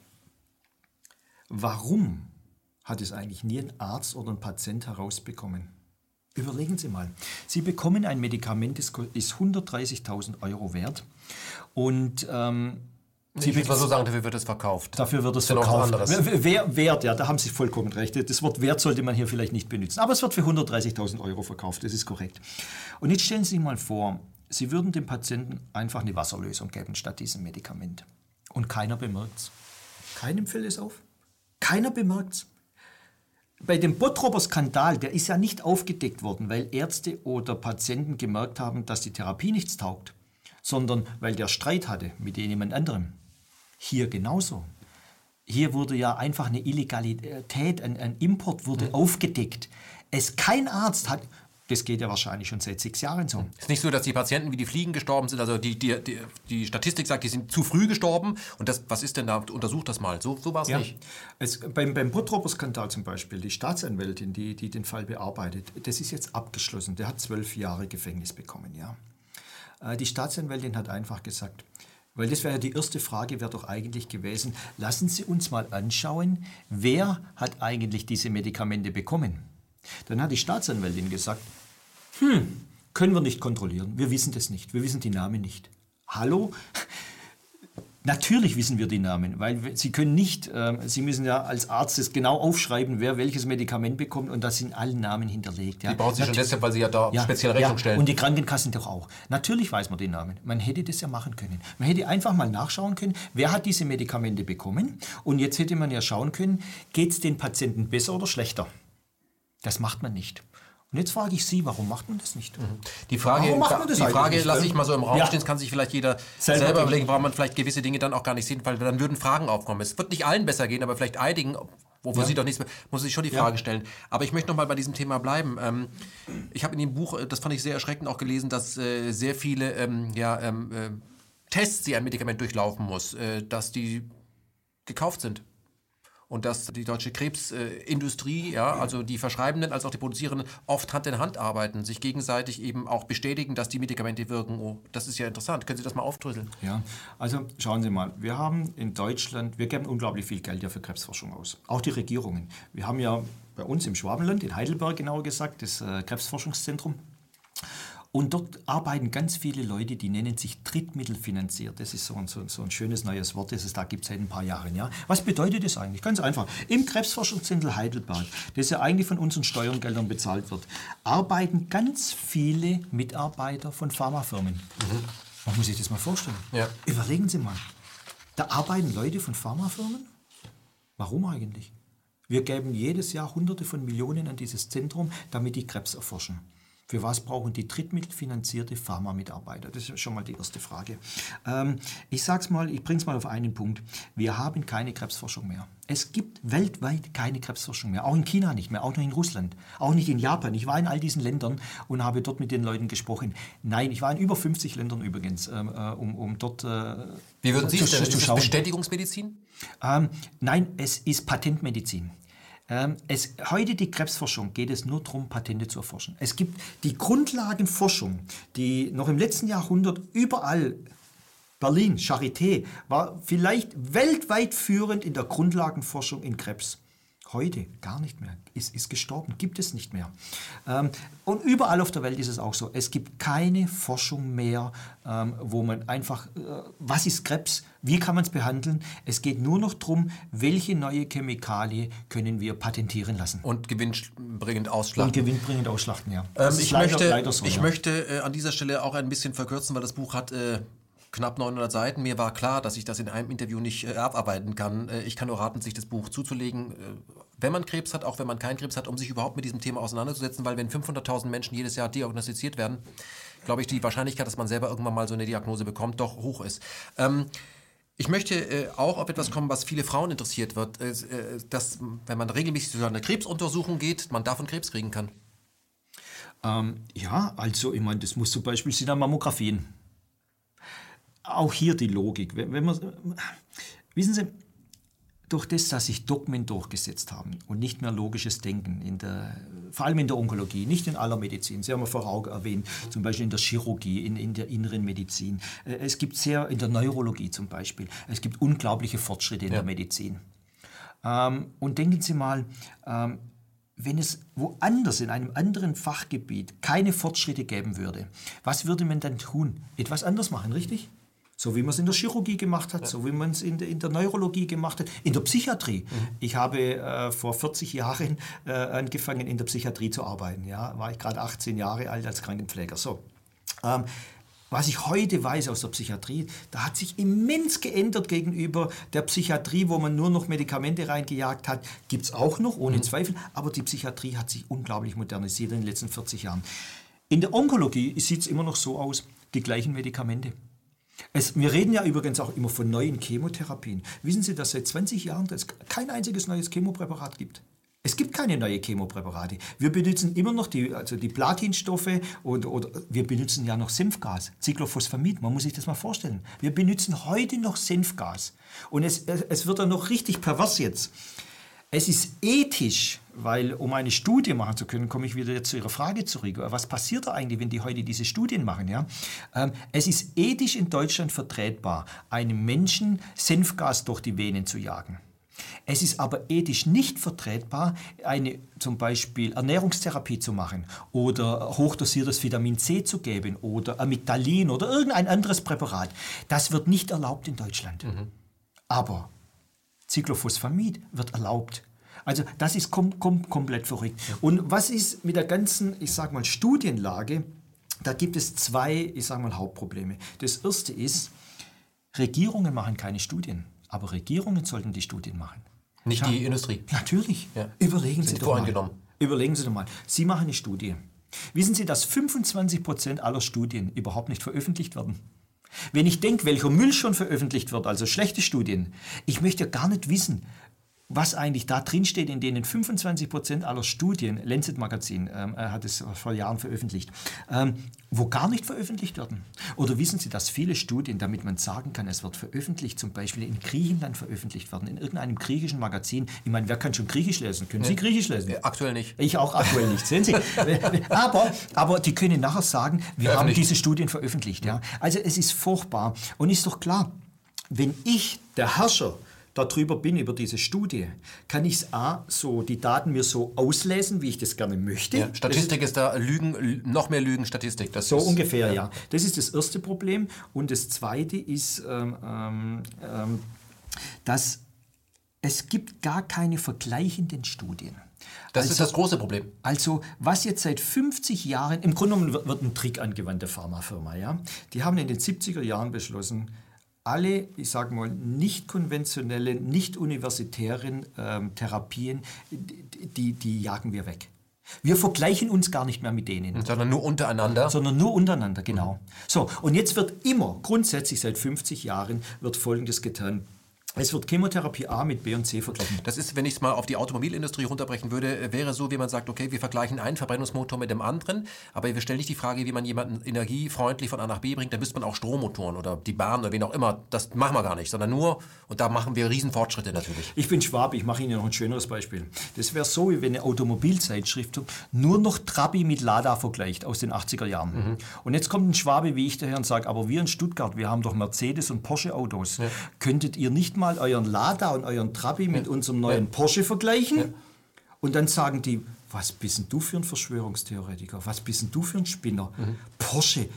Warum hat es eigentlich nie ein Arzt oder ein Patient herausbekommen? Überlegen Sie mal, Sie bekommen ein Medikament, das ist 130.000 Euro wert und ich würde mal so sagen, dafür wird es verkauft. Dafür wird es verkauft. Wert, ja, da haben Sie vollkommen recht. Das Wort Wert sollte man hier vielleicht nicht benutzen. Aber es wird für 130.000 Euro verkauft, das ist korrekt. Und jetzt stellen Sie sich mal vor, Sie würden dem Patienten einfach eine Wasserlösung geben statt diesem Medikament. Und keiner bemerkt es. Keinem fällt es auf. Keiner bemerkt es. Bei dem Bottroper Skandal, der ist ja nicht aufgedeckt worden, weil Ärzte oder Patienten gemerkt haben, dass die Therapie nichts taugt, sondern weil der Streit hatte mit jemand anderem. Hier genauso. Hier wurde ja einfach eine Illegalität, ein Import wurde aufgedeckt. Kein Arzt hat, Das geht ja wahrscheinlich schon seit 6 Jahren so. Es ist nicht so, dass die Patienten wie die Fliegen gestorben sind. Also die Statistik sagt, die sind zu früh gestorben. Und das, was ist denn da? Untersucht das mal. So war es nicht. Beim Bottroper-Skandal zum Beispiel, die Staatsanwältin, die den Fall bearbeitet, das ist jetzt abgeschlossen. Der hat 12 Jahre Gefängnis bekommen. Ja. Die Staatsanwältin hat einfach gesagt, weil das wäre ja die erste Frage, wäre doch eigentlich gewesen, lassen Sie uns mal anschauen, wer hat eigentlich diese Medikamente bekommen? Dann hat die Staatsanwältin gesagt, können wir nicht kontrollieren, wir wissen das nicht, wir wissen die Namen nicht. Hallo? Natürlich wissen wir die Namen, weil Sie können nicht, Sie müssen ja als Arzt das genau aufschreiben, wer welches Medikament bekommt und da sind alle Namen hinterlegt. Ja. Die brauchen Sie schon deshalb, weil Sie ja da spezielle Rechnung stellen. Und die Krankenkassen doch auch. Natürlich weiß man den Namen. Man hätte das ja machen können. Man hätte einfach mal nachschauen können, wer hat diese Medikamente bekommen und jetzt hätte man ja schauen können, geht es den Patienten besser oder schlechter? Das macht man nicht. Und jetzt frage ich Sie, warum macht man das nicht? Die Frage lasse ich mal so im Raum stehen, das kann sich vielleicht jeder selber überlegen, warum man vielleicht gewisse Dinge dann auch gar nicht sieht, weil dann würden Fragen aufkommen. Es wird nicht allen besser gehen, aber vielleicht einigen, wofür Sie doch nichts mehr, muss sich schon die Frage stellen. Aber ich möchte noch mal bei diesem Thema bleiben. Ich habe in dem Buch, das fand ich sehr erschreckend, auch gelesen, dass sehr viele Tests, die ein Medikament durchlaufen muss, dass die gekauft sind. Und dass die deutsche Krebsindustrie, also die Verschreibenden als auch die Produzierenden, oft Hand in Hand arbeiten, sich gegenseitig eben auch bestätigen, dass die Medikamente wirken. Oh, das ist ja interessant. Können Sie das mal aufdröseln? Ja, also schauen Sie mal, wir haben in Deutschland, wir geben unglaublich viel Geld ja für Krebsforschung aus. Auch die Regierungen. Wir haben ja bei uns im Schwabenland, in Heidelberg genauer gesagt, das Krebsforschungszentrum. Und dort arbeiten ganz viele Leute, die nennen sich drittmittelfinanziert. Das ist so ein schönes neues Wort, das es da gibt seit ein paar Jahren. Ja? Was bedeutet das eigentlich? Ganz einfach. Im Krebsforschungszentrum Heidelberg, das ja eigentlich von unseren Steuergeldern bezahlt wird, arbeiten ganz viele Mitarbeiter von Pharmafirmen. Man muss sich das mal vorstellen. Ja. Überlegen Sie mal. Da arbeiten Leute von Pharmafirmen? Warum eigentlich? Wir geben jedes Jahr Hunderte von Millionen an dieses Zentrum, damit die Krebs erforschen. Für was brauchen die drittmittelfinanzierte Pharma-Mitarbeiter? Das ist schon mal die erste Frage. Ich sag's mal, ich bring's mal auf einen Punkt. Wir haben keine Krebsforschung mehr. Es gibt weltweit keine Krebsforschung mehr. Auch in China nicht mehr, auch nicht in Russland, auch nicht in Japan. Ich war in all diesen Ländern und habe dort mit den Leuten gesprochen. Nein, ich war in über 50 Ländern übrigens, um dort Wie würden Sie es denn? Ist das Bestätigungsmedizin? Nein, es ist Patentmedizin. Heute die Krebsforschung geht es nur darum, Patente zu erforschen. Es gibt die Grundlagenforschung, die noch im letzten Jahrhundert überall, Berlin, Charité, war vielleicht weltweit führend in der Grundlagenforschung in Krebs. Heute gar nicht mehr, ist gestorben, gibt es nicht mehr. Und überall auf der Welt ist es auch so. Es gibt keine Forschung mehr, wo man einfach, was ist Krebs, wie kann man es behandeln? Es geht nur noch darum, welche neue Chemikalie können wir patentieren lassen. Und gewinnbringend ausschlachten. Ja. Ich möchte an dieser Stelle auch ein bisschen verkürzen, weil das Buch hat knapp 900 Seiten. Mir war klar, dass ich das in einem Interview nicht abarbeiten kann. Ich kann nur raten, sich das Buch zuzulegen, wenn man Krebs hat, auch wenn man keinen Krebs hat, um sich überhaupt mit diesem Thema auseinanderzusetzen, weil wenn 500.000 Menschen jedes Jahr diagnostiziert werden, glaube ich, die Wahrscheinlichkeit, dass man selber irgendwann mal so eine Diagnose bekommt, doch hoch ist. Ich möchte auch auf etwas kommen, was viele Frauen interessiert wird, dass, wenn man regelmäßig zu einer Krebsuntersuchung geht, man davon Krebs kriegen kann. Ja, also ich meine, das muss zum Beispiel sind Mammografien. Auch hier die Logik. Wissen Sie, durch das, dass sich Dogmen durchgesetzt haben und nicht mehr logisches Denken, vor allem in der Onkologie, nicht in aller Medizin, Sie haben ja vorher auch erwähnt, zum Beispiel in der Chirurgie, in der inneren Medizin, es gibt in der Neurologie zum Beispiel, es gibt unglaubliche Fortschritte in der Medizin. Und denken Sie mal, wenn es woanders, in einem anderen Fachgebiet, keine Fortschritte geben würde, was würde man dann tun? Etwas anders machen, richtig? So wie man es in der Chirurgie gemacht hat, so wie man es in der Neurologie gemacht hat, in der Psychiatrie. Ich habe vor 40 Jahren angefangen, in der Psychiatrie zu arbeiten. Ja, war ich gerade 18 Jahre alt als Krankenpfleger. So. Was ich heute weiß aus der Psychiatrie, da hat sich immens geändert gegenüber der Psychiatrie, wo man nur noch Medikamente reingejagt hat. Gibt es auch noch, ohne Zweifel, aber die Psychiatrie hat sich unglaublich modernisiert in den letzten 40 Jahren. In der Onkologie sieht es immer noch so aus, die gleichen Medikamente. Wir reden ja übrigens auch immer von neuen Chemotherapien. Wissen Sie, dass seit 20 Jahren es kein einziges neues Chemopräparat gibt? Es gibt keine neuen Chemopräparate. Wir benutzen immer noch die Platinstoffe oder wir benutzen ja noch Senfgas, Cyclophosphamid. Man muss sich das mal vorstellen. Wir benutzen heute noch Senfgas. Und es wird dann noch richtig pervers jetzt. Es ist ethisch, weil um eine Studie machen zu können, komme ich wieder jetzt zu Ihrer Frage zurück. Was passiert da eigentlich, wenn die heute diese Studien machen? Ja? Es ist ethisch in Deutschland vertretbar, einem Menschen Senfgas durch die Venen zu jagen. Es ist aber ethisch nicht vertretbar, eine zum Beispiel Ernährungstherapie zu machen oder hochdosiertes Vitamin C zu geben oder Amygdalin oder irgendein anderes Präparat. Das wird nicht erlaubt in Deutschland. Aber Cyclophosphamid wird erlaubt. Also das ist komplett verrückt. Und was ist mit der ganzen, ich sag mal, Studienlage? Da gibt es zwei, ich sag mal, Hauptprobleme. Das erste ist, Regierungen machen keine Studien, aber Regierungen sollten die Studien machen. Nicht die Industrie. Natürlich. Ja. Überlegen Sie doch voreingenommen. mal. Überlegen Sie doch mal. Sie machen eine Studie. Wissen Sie, dass 25% aller Studien überhaupt nicht veröffentlicht werden? Wenn ich denke, welcher Müll schon veröffentlicht wird, also schlechte Studien, ich möchte ja gar nicht wissen, was eigentlich da drin steht, in denen 25% aller Studien, Lancet Magazin hat es vor Jahren veröffentlicht, wo gar nicht veröffentlicht werden. Oder wissen Sie, dass viele Studien, damit man sagen kann, es wird veröffentlicht, zum Beispiel in Griechenland veröffentlicht werden, in irgendeinem griechischen Magazin. Ich meine, wer kann schon Griechisch lesen? Können Sie Griechisch lesen? Aktuell nicht. Ich auch aktuell nicht, sehen Sie. Aber die können nachher sagen, wir haben diese Studien veröffentlicht. Ja? Also es ist furchtbar. Und ist doch klar, wenn ich, der Herrscher, darüber bin, über diese Studie, kann ich die Daten mir so auslesen, wie ich das gerne möchte. Ja, Statistik ist da Lügen, noch mehr Lügenstatistik. Das so ist, ungefähr, ja. Das ist das erste Problem. Und das zweite ist, dass es gibt gar keine vergleichenden Studien. Das ist das große Problem. Also, was jetzt seit 50 Jahren, im Grunde genommen wird ein Trick angewandt der Pharmafirma, ja. Die haben in den 70er Jahren beschlossen, alle, ich sage mal, nicht konventionellen, nicht universitären Therapien, die jagen wir weg. Wir vergleichen uns gar nicht mehr mit denen. Sondern nur untereinander? Sondern nur untereinander, genau. So, und jetzt wird immer, grundsätzlich seit 50 Jahren, wird Folgendes getan. Es wird Chemotherapie A mit B und C verglichen. Das ist, wenn ich es mal auf die Automobilindustrie runterbrechen würde, wäre so, wie man sagt, okay, wir vergleichen einen Verbrennungsmotor mit dem anderen, aber wir stellen nicht die Frage, wie man jemanden energiefreundlich von A nach B bringt, dann müsste man auch Strommotoren oder die Bahn oder wen auch immer, das machen wir gar nicht, sondern nur, und da machen wir Riesenfortschritte natürlich. Ich bin Schwabe, ich mache Ihnen noch ein schöneres Beispiel. Das wäre so, wie wenn eine Automobilzeitschrift nur noch Trabi mit Lada vergleicht aus den 80er Jahren. Und jetzt kommt ein Schwabe wie ich daher und sagt, aber wir in Stuttgart, wir haben doch Mercedes und Porsche Autos. Ja. Könntet ihr nicht mal euren Lada und euren Trabi mit unserem neuen Porsche vergleichen? Ja. Und dann sagen die, was bist denn du für ein Verschwörungstheoretiker? Was bist denn du für ein Spinner? Porsche,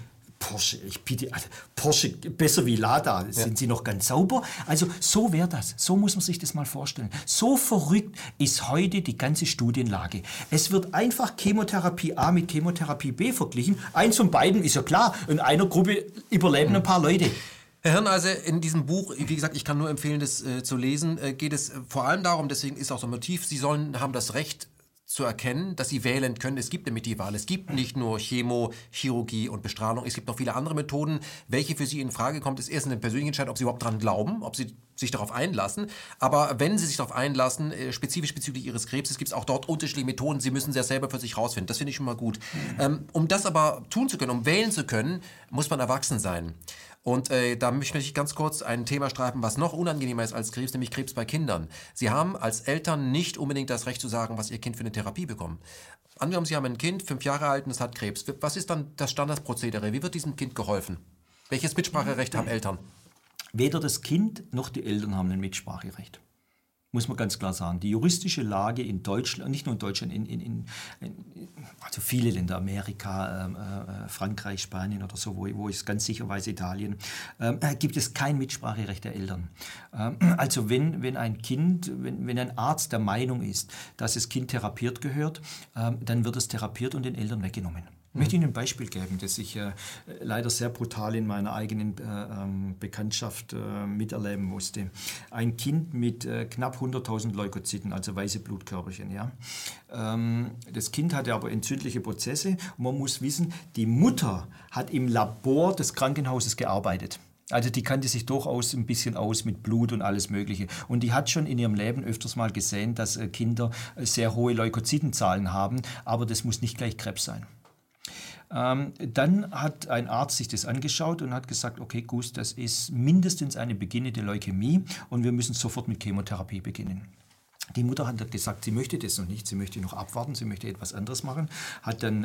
ich bitte, also Porsche besser wie Lada, sind sie noch ganz sauber? Also so wäre das, so muss man sich das mal vorstellen. So verrückt ist heute die ganze Studienlage. Es wird einfach Chemotherapie A mit Chemotherapie B verglichen. Eins von beiden ist ja klar, in einer Gruppe überleben ein paar Leute. Herr Hirn, also in diesem Buch, wie gesagt, ich kann nur empfehlen, das zu lesen, geht es vor allem darum, deswegen ist auch so ein Motiv, Sie haben das Recht zu erkennen, dass Sie wählen können. Es gibt nämlich die Wahl. Es gibt nicht nur Chemo, Chirurgie und Bestrahlung. Es gibt noch viele andere Methoden. Welche für Sie in Frage kommt, ist erst eine persönliche Entscheidung, ob Sie überhaupt daran glauben, ob Sie sich darauf einlassen. Aber wenn Sie sich darauf einlassen, spezifisch bezüglich Ihres Krebses, gibt es auch dort unterschiedliche Methoden. Sie müssen sie ja selber für sich rausfinden. Das finde ich schon mal gut. Um das aber tun zu können, um wählen zu können, muss man erwachsen sein. Und da möchte ich ganz kurz ein Thema streifen, was noch unangenehmer ist als Krebs, nämlich Krebs bei Kindern. Sie haben als Eltern nicht unbedingt das Recht zu sagen, was Ihr Kind für eine Therapie bekommt. Angenommen, Sie haben ein Kind, 5 Jahre alt, und es hat Krebs. Was ist dann das Standardprozedere? Wie wird diesem Kind geholfen? Welches Mitspracherecht haben Eltern? Weder das Kind noch die Eltern haben ein Mitspracherecht. Muss man ganz klar sagen. Die juristische Lage in Deutschland, nicht nur in Deutschland, also viele Länder, Amerika, Frankreich, Spanien oder so, wo ich ganz sicher weiß, Italien, gibt es kein Mitspracherecht der Eltern. Also wenn ein Arzt der Meinung ist, dass das Kind therapiert gehört, dann wird es therapiert und den Eltern weggenommen. Ich möchte Ihnen ein Beispiel geben, das ich leider sehr brutal in meiner eigenen Bekanntschaft miterleben musste. Ein Kind mit knapp 100.000 Leukozyten, also weiße Blutkörperchen. Ja? Das Kind hatte aber entzündliche Prozesse und man muss wissen, die Mutter hat im Labor des Krankenhauses gearbeitet. Also die kannte sich durchaus ein bisschen aus mit Blut und alles Mögliche. Und die hat schon in ihrem Leben öfters mal gesehen, dass Kinder sehr hohe Leukozytenzahlen haben, aber das muss nicht gleich Krebs sein. Dann hat ein Arzt sich das angeschaut und hat gesagt, okay, Gus, das ist mindestens eine beginnende Leukämie und wir müssen sofort mit Chemotherapie beginnen. Die Mutter hat gesagt, sie möchte das noch nicht, sie möchte noch abwarten, sie möchte etwas anderes machen, hat dann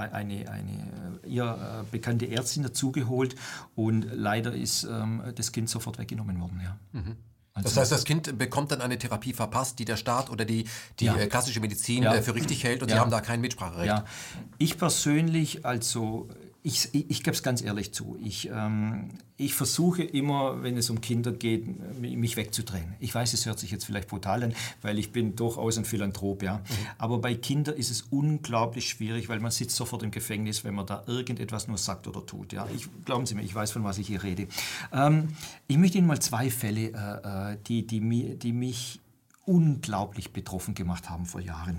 ihr bekannte Ärztin dazugeholt und leider ist das Kind sofort weggenommen worden. Ja. Mhm. Das heißt, das Kind bekommt dann eine Therapie verpasst, die der Staat oder die klassische Medizin für richtig hält und Sie haben da kein Mitspracherecht. Ja. Ich persönlich, also ich gebe es ganz ehrlich zu, ich versuche immer, wenn es um Kinder geht, mich wegzudrehen. Ich weiß, es hört sich jetzt vielleicht brutal an, weil ich bin durchaus ein Philanthrop, ja. Aber bei Kindern ist es unglaublich schwierig, weil man sitzt sofort im Gefängnis, wenn man da irgendetwas nur sagt oder tut. Ja. Glauben Sie mir, ich weiß, von was ich hier rede. Ich möchte Ihnen mal 2 Fälle, die mich unglaublich betroffen gemacht haben vor Jahren.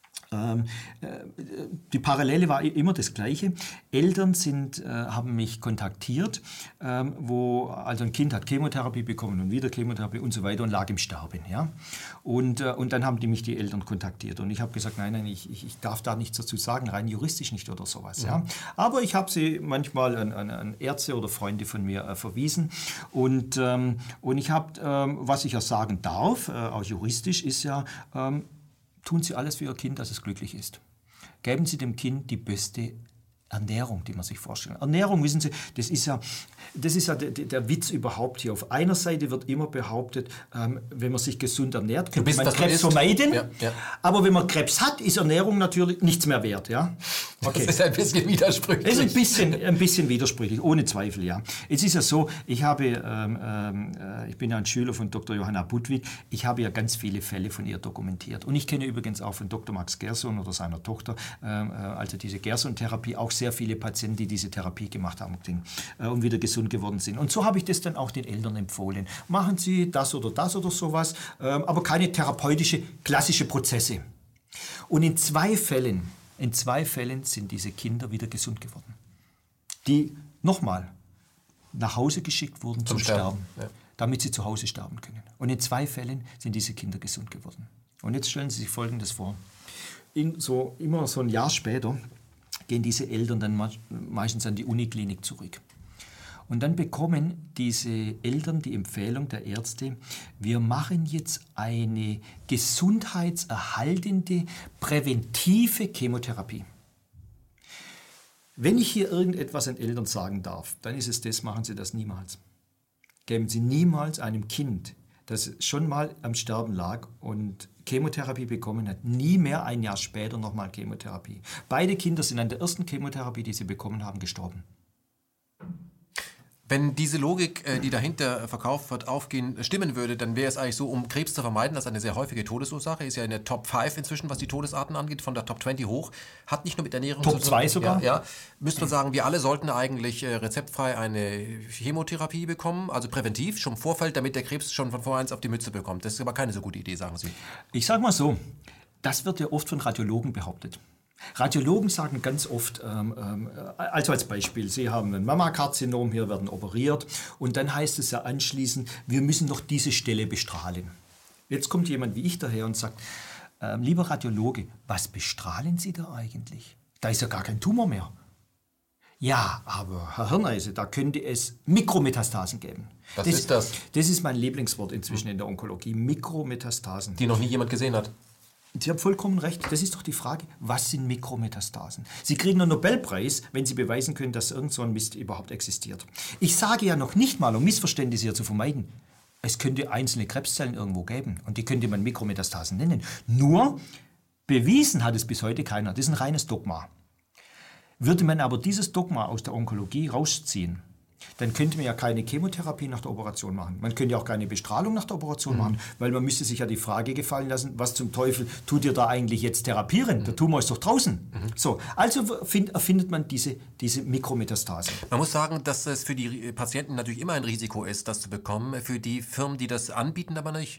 Die Parallele war immer das Gleiche. Eltern haben mich kontaktiert, wo also ein Kind hat Chemotherapie bekommen und wieder Chemotherapie und so weiter und lag im Sterben. Ja? Und dann haben mich die Eltern kontaktiert und ich habe gesagt, nein, ich darf da nichts dazu sagen, rein juristisch nicht oder sowas. Ja? Aber ich habe sie manchmal an Ärzte oder Freunde von mir verwiesen und ich habe, was ich ja sagen darf, auch juristisch, ist ja, tun Sie alles für Ihr Kind, dass es glücklich ist. Geben Sie dem Kind die beste Ernährung, die man sich vorstellt. Ernährung, wissen Sie, das ist ja der Witz überhaupt hier. Auf einer Seite wird immer behauptet, wenn man sich gesund ernährt, könnte man Krebs vermeiden. Ja. Aber wenn man Krebs hat, ist Ernährung natürlich nichts mehr wert. Ja? Okay. Das ist ein bisschen widersprüchlich. Das ist ein bisschen widersprüchlich, ohne Zweifel. Ja. Es ist ja so, ich bin ja ein Schüler von Dr. Johanna Budwig. Ich habe ja ganz viele Fälle von ihr dokumentiert. Und ich kenne übrigens auch von Dr. Max Gerson oder seiner Tochter, also diese Gerson-Therapie, auch sehr viele Patienten, die diese Therapie gemacht haben und wieder gesund geworden sind. Und so habe ich das dann auch den Eltern empfohlen. Machen Sie das oder sowas, aber keine therapeutische, klassische Prozesse. Und in 2 Fällen sind diese Kinder wieder gesund geworden. Die nochmal nach Hause geschickt wurden zum Sterben, damit sie zu Hause sterben können. Und in 2 Fällen sind diese Kinder gesund geworden. Und jetzt stellen Sie sich Folgendes vor. Immer so ein Jahr später gehen diese Eltern dann meistens an die Uniklinik zurück. Und dann bekommen diese Eltern die Empfehlung der Ärzte, wir machen jetzt eine gesundheitserhaltende, präventive Chemotherapie. Wenn ich hier irgendetwas an Eltern sagen darf, dann ist es das, machen Sie das niemals. Geben Sie niemals einem Kind, das schon mal am Sterben lag und Chemotherapie bekommen hat, nie mehr ein Jahr später nochmal Chemotherapie. Beide Kinder sind an der ersten Chemotherapie, die sie bekommen haben, gestorben. Wenn diese Logik, die dahinter verkauft wird, stimmen würde, dann wäre es eigentlich so, um Krebs zu vermeiden, das ist eine sehr häufige Todesursache, ist ja in der Top 5 inzwischen, was die Todesarten angeht, von der Top 20 hoch, hat nicht nur mit Ernährung zu tun. Top 2 sogar? Ja, müsste man sagen, wir alle sollten eigentlich rezeptfrei eine Chemotherapie bekommen, also präventiv, schon im Vorfeld, damit der Krebs schon von vornherein auf die Mütze bekommt. Das ist aber keine so gute Idee, sagen Sie. Ich sage mal so, das wird ja oft von Radiologen behauptet. Radiologen sagen ganz oft, also als Beispiel, Sie haben ein Mammakarzinom, hier werden operiert und dann heißt es ja anschließend, wir müssen noch diese Stelle bestrahlen. Jetzt kommt jemand wie ich daher und sagt, lieber Radiologe, was bestrahlen Sie da eigentlich? Da ist ja gar kein Tumor mehr. Ja, aber Herr Hirneise, da könnte es Mikrometastasen geben. Was ist das? Das ist mein Lieblingswort inzwischen in der Onkologie, Mikrometastasen. Die noch nie jemand gesehen hat. Sie haben vollkommen recht. Das ist doch die Frage, was sind Mikrometastasen? Sie kriegen einen Nobelpreis, wenn Sie beweisen können, dass irgend so ein Mist überhaupt existiert. Ich sage ja noch nicht mal, um Missverständnisse hier zu vermeiden, es könnte einzelne Krebszellen irgendwo geben und die könnte man Mikrometastasen nennen. Nur bewiesen hat es bis heute keiner. Das ist ein reines Dogma. Würde man aber dieses Dogma aus der Onkologie rausziehen, dann könnte man ja keine Chemotherapie nach der Operation machen. Man könnte ja auch keine Bestrahlung nach der Operation machen, weil man müsste sich ja die Frage gefallen lassen, was zum Teufel tut ihr da eigentlich jetzt therapieren? Der Tumor ist doch draußen. So, also erfindet man diese Mikrometastasen. Man muss sagen, dass es für die Patienten natürlich immer ein Risiko ist, das zu bekommen, für die Firmen, die das anbieten, aber nicht.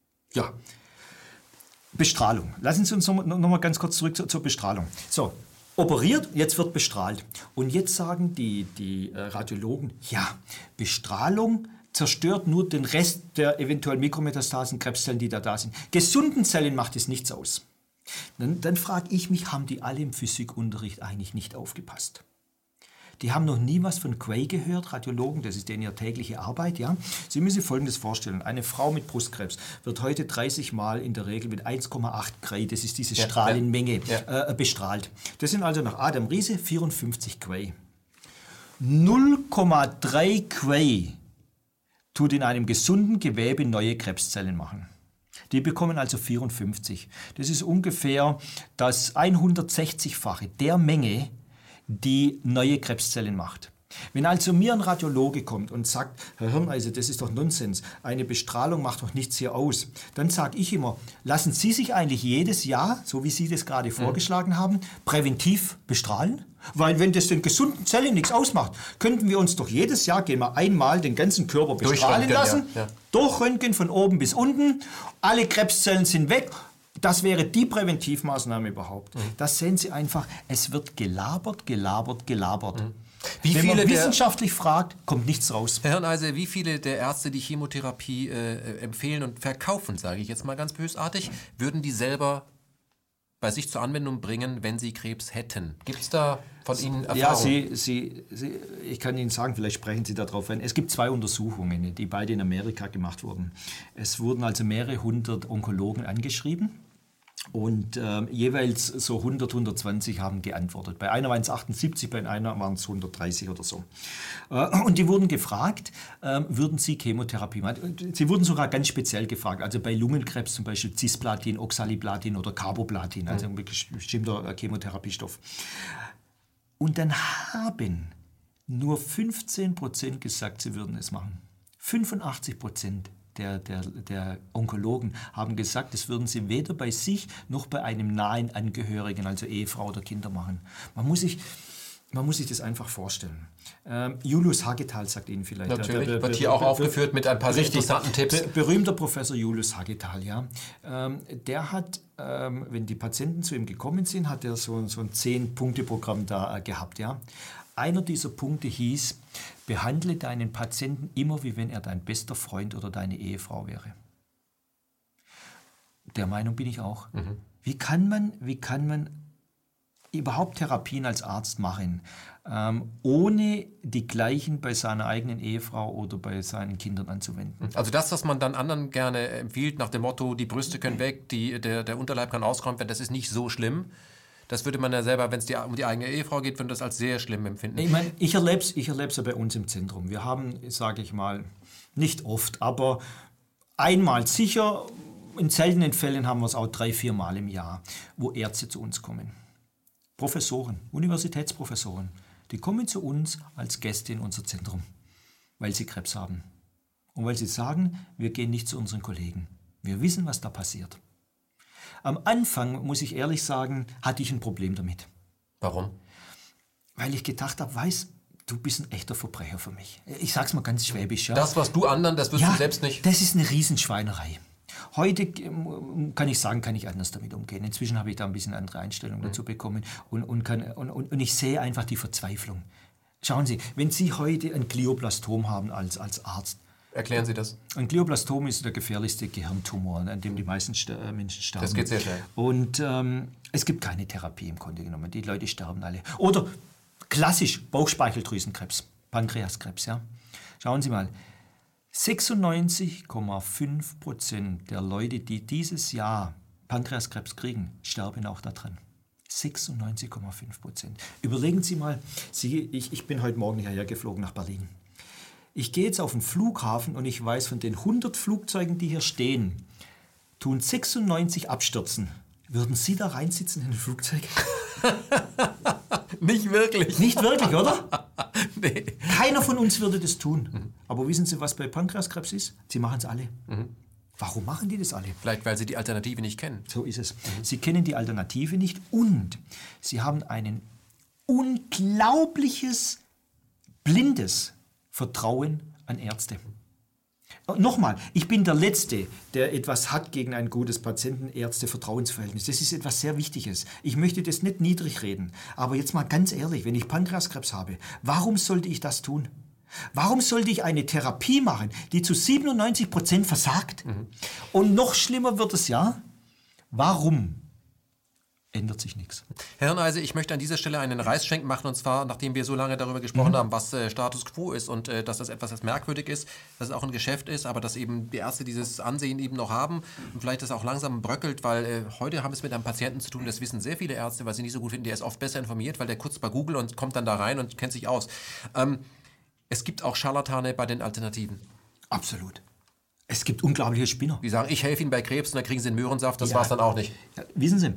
Ja, Bestrahlung. Lassen Sie uns noch mal ganz kurz zurück zur Bestrahlung. So, operiert, jetzt wird bestrahlt. Und jetzt sagen die Radiologen, ja, Bestrahlung zerstört nur den Rest der eventuell Mikrometastasen, Krebszellen, die da sind. Gesunden Zellen macht es nichts aus. Dann frage ich mich, haben die alle im Physikunterricht eigentlich nicht aufgepasst? Die haben noch nie was von Quay gehört, Radiologen, das ist denen ihre tägliche Arbeit. Ja? Sie müssen sich Folgendes vorstellen, eine Frau mit Brustkrebs wird heute 30 Mal in der Regel mit 1,8 Quay, das ist diese Strahlenmenge, bestrahlt. Das sind also nach Adam Riese 54 Quay. 0,3 Quay tut in einem gesunden Gewebe neue Krebszellen machen. Die bekommen also 54. Das ist ungefähr das 160-fache der Menge, die neue Krebszellen macht. Wenn also mir ein Radiologe kommt und sagt, Herr Hirneise, das ist doch Nonsens, eine Bestrahlung macht doch nichts hier aus, dann sage ich immer, lassen Sie sich eigentlich jedes Jahr, so wie Sie das gerade vorgeschlagen haben, präventiv bestrahlen? Weil wenn das den gesunden Zellen nichts ausmacht, könnten wir uns doch jedes Jahr, gehen wir einmal den ganzen Körper bestrahlen lassen, durchröntgen von oben bis unten, alle Krebszellen sind weg. Das wäre die Präventivmaßnahme überhaupt. Das sehen Sie einfach, es wird gelabert. Wenn man wissenschaftlich fragt, kommt nichts raus. Herr Hirneise, wie viele der Ärzte, die Chemotherapie empfehlen und verkaufen, sage ich jetzt mal ganz bösartig, würden die selber bei sich zur Anwendung bringen, wenn sie Krebs hätten? Gibt es da von Ihnen Erfahrungen? Ja, ich kann Ihnen sagen, vielleicht sprechen Sie darauf ein. Es gibt 2 Untersuchungen, die beide in Amerika gemacht wurden. Es wurden also mehrere hundert Onkologen angeschrieben. Und jeweils so 100, 120 haben geantwortet. Bei einer waren es 78, bei einer waren es 130 oder so. Und die wurden gefragt, würden sie Chemotherapie machen? Sie wurden sogar ganz speziell gefragt. Also bei Lungenkrebs zum Beispiel Cisplatin, Oxaliplatin oder Carboplatin, also ein bestimmter Chemotherapiestoff. Und dann haben nur 15% gesagt, sie würden es machen. 85% der Onkologen haben gesagt, das würden sie weder bei sich noch bei einem nahen Angehörigen, also Ehefrau oder Kinder machen. Man muss sich das einfach vorstellen. Julius Hagetal sagt Ihnen vielleicht. Natürlich, wird hier auch aufgeführt mit ein paar sehr interessanten Tipps. Berühmter Professor Julius Hagetal, ja. Der hat, wenn die Patienten zu ihm gekommen sind, hat er so ein 10-Punkte-Programm da gehabt, ja. Einer dieser Punkte hieß, behandle deinen Patienten immer, wie wenn er dein bester Freund oder deine Ehefrau wäre. Der Meinung bin ich auch. Wie kann man überhaupt Therapien als Arzt machen, ohne die gleichen bei seiner eigenen Ehefrau oder bei seinen Kindern anzuwenden? Also das, was man dann anderen gerne empfiehlt, nach dem Motto, die Brüste können weg, der Unterleib kann ausgeräumt werden, das ist nicht so schlimm. Das würde man ja selber, wenn es um die eigene Ehefrau geht, würde das als sehr schlimm empfinden. Ich meine, ich erlebe es ja bei uns im Zentrum. Wir haben, sage ich mal, nicht oft, aber einmal sicher, in seltenen Fällen haben wir es auch 3-4 Mal im Jahr, wo Ärzte zu uns kommen. Professoren, Universitätsprofessoren, die kommen zu uns als Gäste in unser Zentrum, weil sie Krebs haben. Und weil sie sagen, wir gehen nicht zu unseren Kollegen. Wir wissen, was da passiert. Am Anfang, muss ich ehrlich sagen, hatte ich ein Problem damit. Warum? Weil ich gedacht habe, du bist ein echter Verbrecher für mich. Ich sag's mal ganz schwäbisch. Ja. Das, was du anderen, das wirst du selbst nicht. Das ist eine Riesenschweinerei. Heute kann ich sagen, kann ich anders damit umgehen. Inzwischen habe ich da ein bisschen andere Einstellung dazu bekommen und ich sehe einfach die Verzweiflung. Schauen Sie, wenn Sie heute ein Glioblastom haben als Arzt. Erklären Sie das. Ein Glioblastom ist der gefährlichste Gehirntumor, an dem die meisten Menschen sterben. Das geht sehr schnell. Und es gibt keine Therapie im Grunde genommen. Die Leute sterben alle. Oder klassisch Bauchspeicheldrüsenkrebs, Pankreaskrebs. Ja? Schauen Sie mal, 96,5% der Leute, die dieses Jahr Pankreaskrebs kriegen, sterben auch daran. 96,5%. Überlegen Sie mal, ich bin heute Morgen hierher geflogen nach Berlin. Ich gehe jetzt auf den Flughafen und ich weiß, von den 100 Flugzeugen, die hier stehen, tun 96 abstürzen. Würden Sie da reinsitzen in ein Flugzeug? Nicht wirklich. Nicht wirklich, oder? Nee. Keiner von uns würde das tun. Aber wissen Sie, was bei Pankreaskrebs ist? Sie machen es alle. Warum machen die das alle? Vielleicht, weil sie die Alternative nicht kennen. So ist es. Sie kennen die Alternative nicht und sie haben ein unglaubliches, blindes Vertrauen an Ärzte. Nochmal, ich bin der Letzte, der etwas hat gegen ein gutes Patienten-Ärzte-Vertrauensverhältnis. Das ist etwas sehr Wichtiges. Ich möchte das nicht niedrig reden. Aber jetzt mal ganz ehrlich, wenn ich Pankreaskrebs habe, warum sollte ich das tun? Warum sollte ich eine Therapie machen, die zu 97% versagt? Und noch schlimmer wird es ja. Warum ändert sich nichts? Herr Hirneise, ich möchte an dieser Stelle einen Reisschwenk machen, und zwar, nachdem wir so lange darüber gesprochen haben, was Status Quo ist und dass das etwas das merkwürdig ist, dass es auch ein Geschäft ist, aber dass eben die Ärzte dieses Ansehen eben noch haben und vielleicht das auch langsam bröckelt, weil heute haben wir es mit einem Patienten zu tun, das wissen sehr viele Ärzte, weil sie nicht so gut finden, der ist oft besser informiert, weil der kurz bei Google und kommt dann da rein und kennt sich aus. Es gibt auch Scharlatane bei den Alternativen. Absolut. Es gibt unglaubliche Spinner. Die sagen, ich helfe Ihnen bei Krebs und dann kriegen Sie einen Möhrensaft, das war es dann auch nicht. Ja, wissen Sie,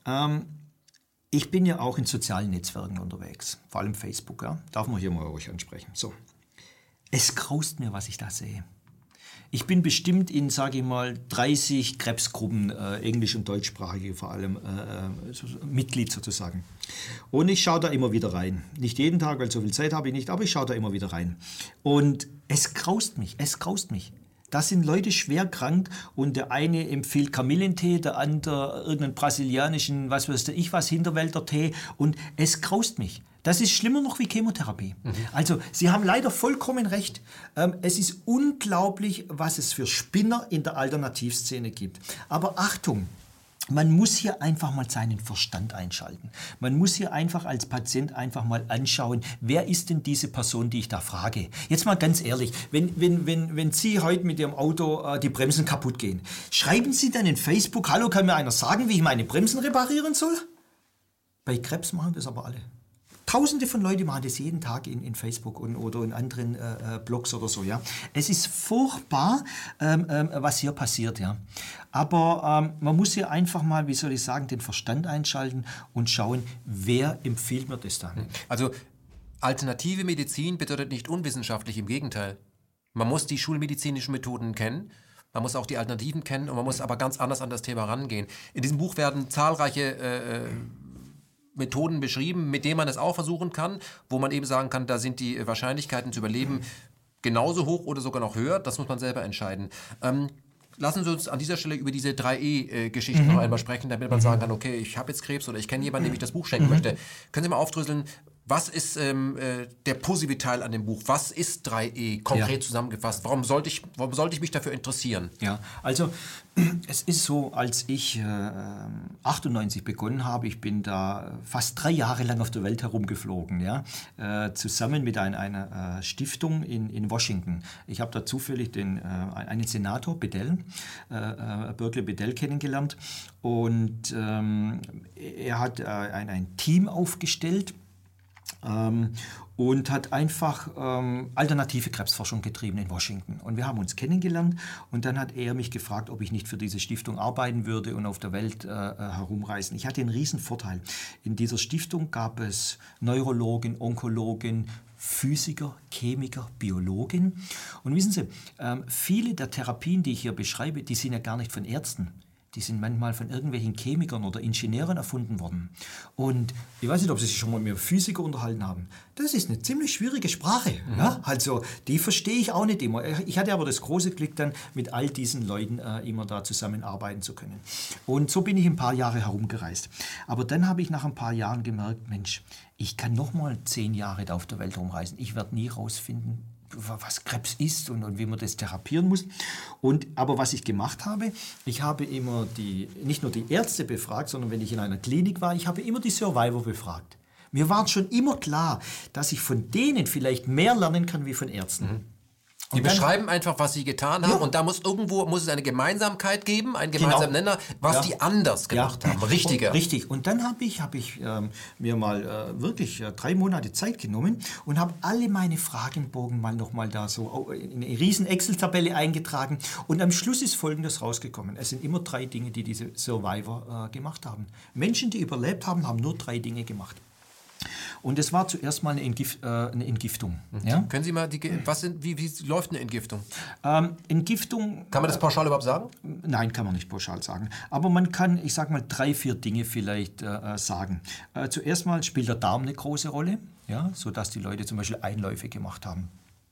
ich bin ja auch in sozialen Netzwerken unterwegs, vor allem Facebook. Ja? Darf man hier mal ruhig ansprechen. So. Es graust mir, was ich da sehe. Ich bin bestimmt in, sage ich mal, 30 Krebsgruppen, englisch- und deutschsprachige vor allem, Mitglied sozusagen. Und ich schaue da immer wieder rein. Nicht jeden Tag, weil so viel Zeit habe ich nicht, aber ich schaue da immer wieder rein. Und es graust mich. Da sind Leute schwer krank und der eine empfiehlt Kamillentee, der andere irgendeinen brasilianischen, was weiß ich was, Hinterwälder-Tee, und es graust mich. Das ist schlimmer noch wie Chemotherapie. Also, Sie haben leider vollkommen recht. Es ist unglaublich, was es für Spinner in der Alternativszene gibt. Aber Achtung! Man muss hier einfach mal seinen Verstand einschalten. Man muss hier einfach als Patient einfach mal anschauen, wer ist denn diese Person, die ich da frage. Jetzt mal ganz ehrlich, wenn Sie heute mit Ihrem Auto die Bremsen kaputt gehen, schreiben Sie dann in Facebook, hallo, kann mir einer sagen, wie ich meine Bremsen reparieren soll? Bei Krebs machen das aber alle. Tausende von Leuten machen das jeden Tag in Facebook oder in anderen Blogs oder so. Ja. Es ist furchtbar, was hier passiert. Ja. Aber man muss hier einfach mal, wie soll ich sagen, den Verstand einschalten und schauen, wer empfiehlt mir das dann. Also alternative Medizin bedeutet nicht unwissenschaftlich, im Gegenteil. Man muss die schulmedizinischen Methoden kennen. Man muss auch die Alternativen kennen und man muss aber ganz anders an das Thema rangehen. In diesem Buch werden zahlreiche Methoden beschrieben, mit denen man es auch versuchen kann, wo man eben sagen kann, da sind die Wahrscheinlichkeiten zu überleben genauso hoch oder sogar noch höher. Das muss man selber entscheiden. Lassen Sie uns an dieser Stelle über diese 3E-Geschichten noch einmal sprechen, damit man sagen kann, okay, ich habe jetzt Krebs oder ich kenne jemanden, dem ich das Buch schenken möchte. Können Sie mal aufdröseln, was ist der positive Teil an dem Buch? Was ist 3E konkret zusammengefasst? Warum sollte ich mich dafür interessieren? Ja, also es ist so, als ich 98 begonnen habe, ich bin da fast 3 Jahre lang auf der Welt herumgeflogen, ja, zusammen mit einer Stiftung in Washington. Ich habe da zufällig einen Senator, Berkeley Bedell, kennengelernt, und er hat ein Team aufgestellt, und hat einfach alternative Krebsforschung getrieben in Washington. Und wir haben uns kennengelernt und dann hat er mich gefragt, ob ich nicht für diese Stiftung arbeiten würde und auf der Welt herumreisen. Ich hatte einen riesen Vorteil. In dieser Stiftung gab es Neurologen, Onkologen, Physiker, Chemiker, Biologen. Und wissen Sie, viele der Therapien, die ich hier beschreibe, die sind ja gar nicht von Ärzten. Die sind manchmal von irgendwelchen Chemikern oder Ingenieuren erfunden worden. Und ich weiß nicht, ob Sie sich schon mal mit einem Physiker unterhalten haben. Das ist eine ziemlich schwierige Sprache. Ja? Also die verstehe ich auch nicht immer. Ich hatte aber das große Glück, dann mit all diesen Leuten immer da zusammenarbeiten zu können. Und so bin ich ein paar Jahre herumgereist. Aber dann habe ich nach ein paar Jahren gemerkt, Mensch, ich kann noch mal 10 Jahre da auf der Welt rumreisen. Ich werde nie rausfinden, was Krebs ist und wie man das therapieren muss. Aber was ich gemacht habe, ich habe immer nicht nur die Ärzte befragt, sondern wenn ich in einer Klinik war, ich habe immer die Survivor befragt. Mir war schon immer klar, dass ich von denen vielleicht mehr lernen kann wie von Ärzten. Die beschreiben einfach, was sie getan haben, und da muss es eine Gemeinsamkeit geben, einen gemeinsamen Nenner, was die anders gemacht haben, richtiger. Richtig. Und dann habe ich mir mal wirklich 3 Monate Zeit genommen und habe alle meine Fragenbogen nochmal da so in eine riesen Excel-Tabelle eingetragen. Und am Schluss ist Folgendes rausgekommen. Es sind immer 3 Dinge, die diese Survivor gemacht haben. Menschen, die überlebt haben, haben nur 3 Dinge gemacht. Und es war zuerst mal eine Entgiftung. Ja? Können Sie mal, wie läuft eine Entgiftung? Entgiftung... Kann man das pauschal überhaupt sagen? Nein, kann man nicht pauschal sagen. Aber man kann, ich sage mal, 3, 4 Dinge vielleicht sagen. Zuerst mal spielt der Darm eine große Rolle, ja? Sodass die Leute zum Beispiel Einläufe gemacht haben.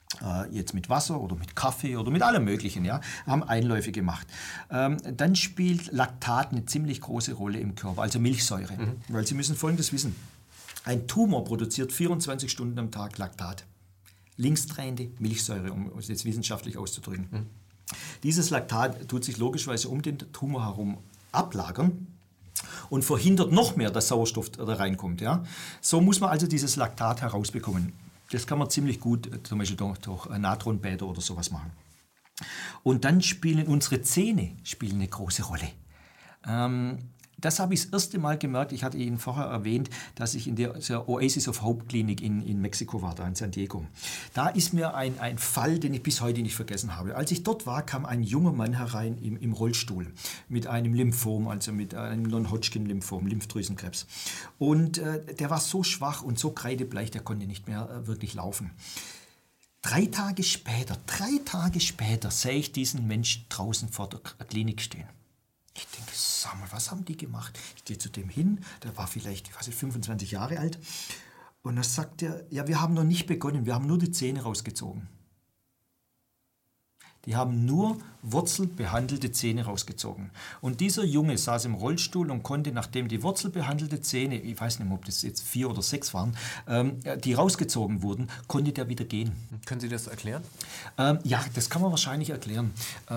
jetzt mit Wasser oder mit Kaffee oder mit allem Möglichen, ja, haben Einläufe gemacht. Dann spielt Laktat eine ziemlich große Rolle im Körper, also Milchsäure. Weil Sie müssen Folgendes wissen. Ein Tumor produziert 24 Stunden am Tag Laktat. Linksdrehende Milchsäure, um es jetzt wissenschaftlich auszudrücken. Dieses Laktat tut sich logischerweise um den Tumor herum ablagern und verhindert noch mehr, dass Sauerstoff da reinkommt. Ja? So muss man also dieses Laktat herausbekommen. Das kann man ziemlich gut zum Beispiel durch Natronbäder oder sowas machen. Und dann spielen unsere Zähne eine große Rolle. Das habe ich das erste Mal gemerkt. Ich hatte Ihnen vorher erwähnt, dass ich in der Oasis of Hope Klinik in Mexiko war, da in San Diego. Da ist mir ein Fall, den ich bis heute nicht vergessen habe. Als ich dort war, kam ein junger Mann herein im Rollstuhl mit einem Lymphom, also mit einem Non-Hodgkin-Lymphom, Lymphdrüsenkrebs. Und der war so schwach und so kreidebleich, der konnte nicht mehr wirklich laufen. 3 Tage später sehe ich diesen Mensch draußen vor der Klinik stehen. Ich denke, sag mal, was haben die gemacht? Ich gehe zu dem hin, der war vielleicht, 25 Jahre alt. Und dann sagt er, ja, wir haben noch nicht begonnen, wir haben nur die Zähne rausgezogen. Die haben nur wurzelbehandelte Zähne rausgezogen. Und dieser Junge saß im Rollstuhl und konnte, nachdem die wurzelbehandelte Zähne, ich weiß nicht mehr, ob das jetzt 4 oder 6 waren, die rausgezogen wurden, konnte der wieder gehen. Können Sie das erklären? Ja, das kann man wahrscheinlich erklären.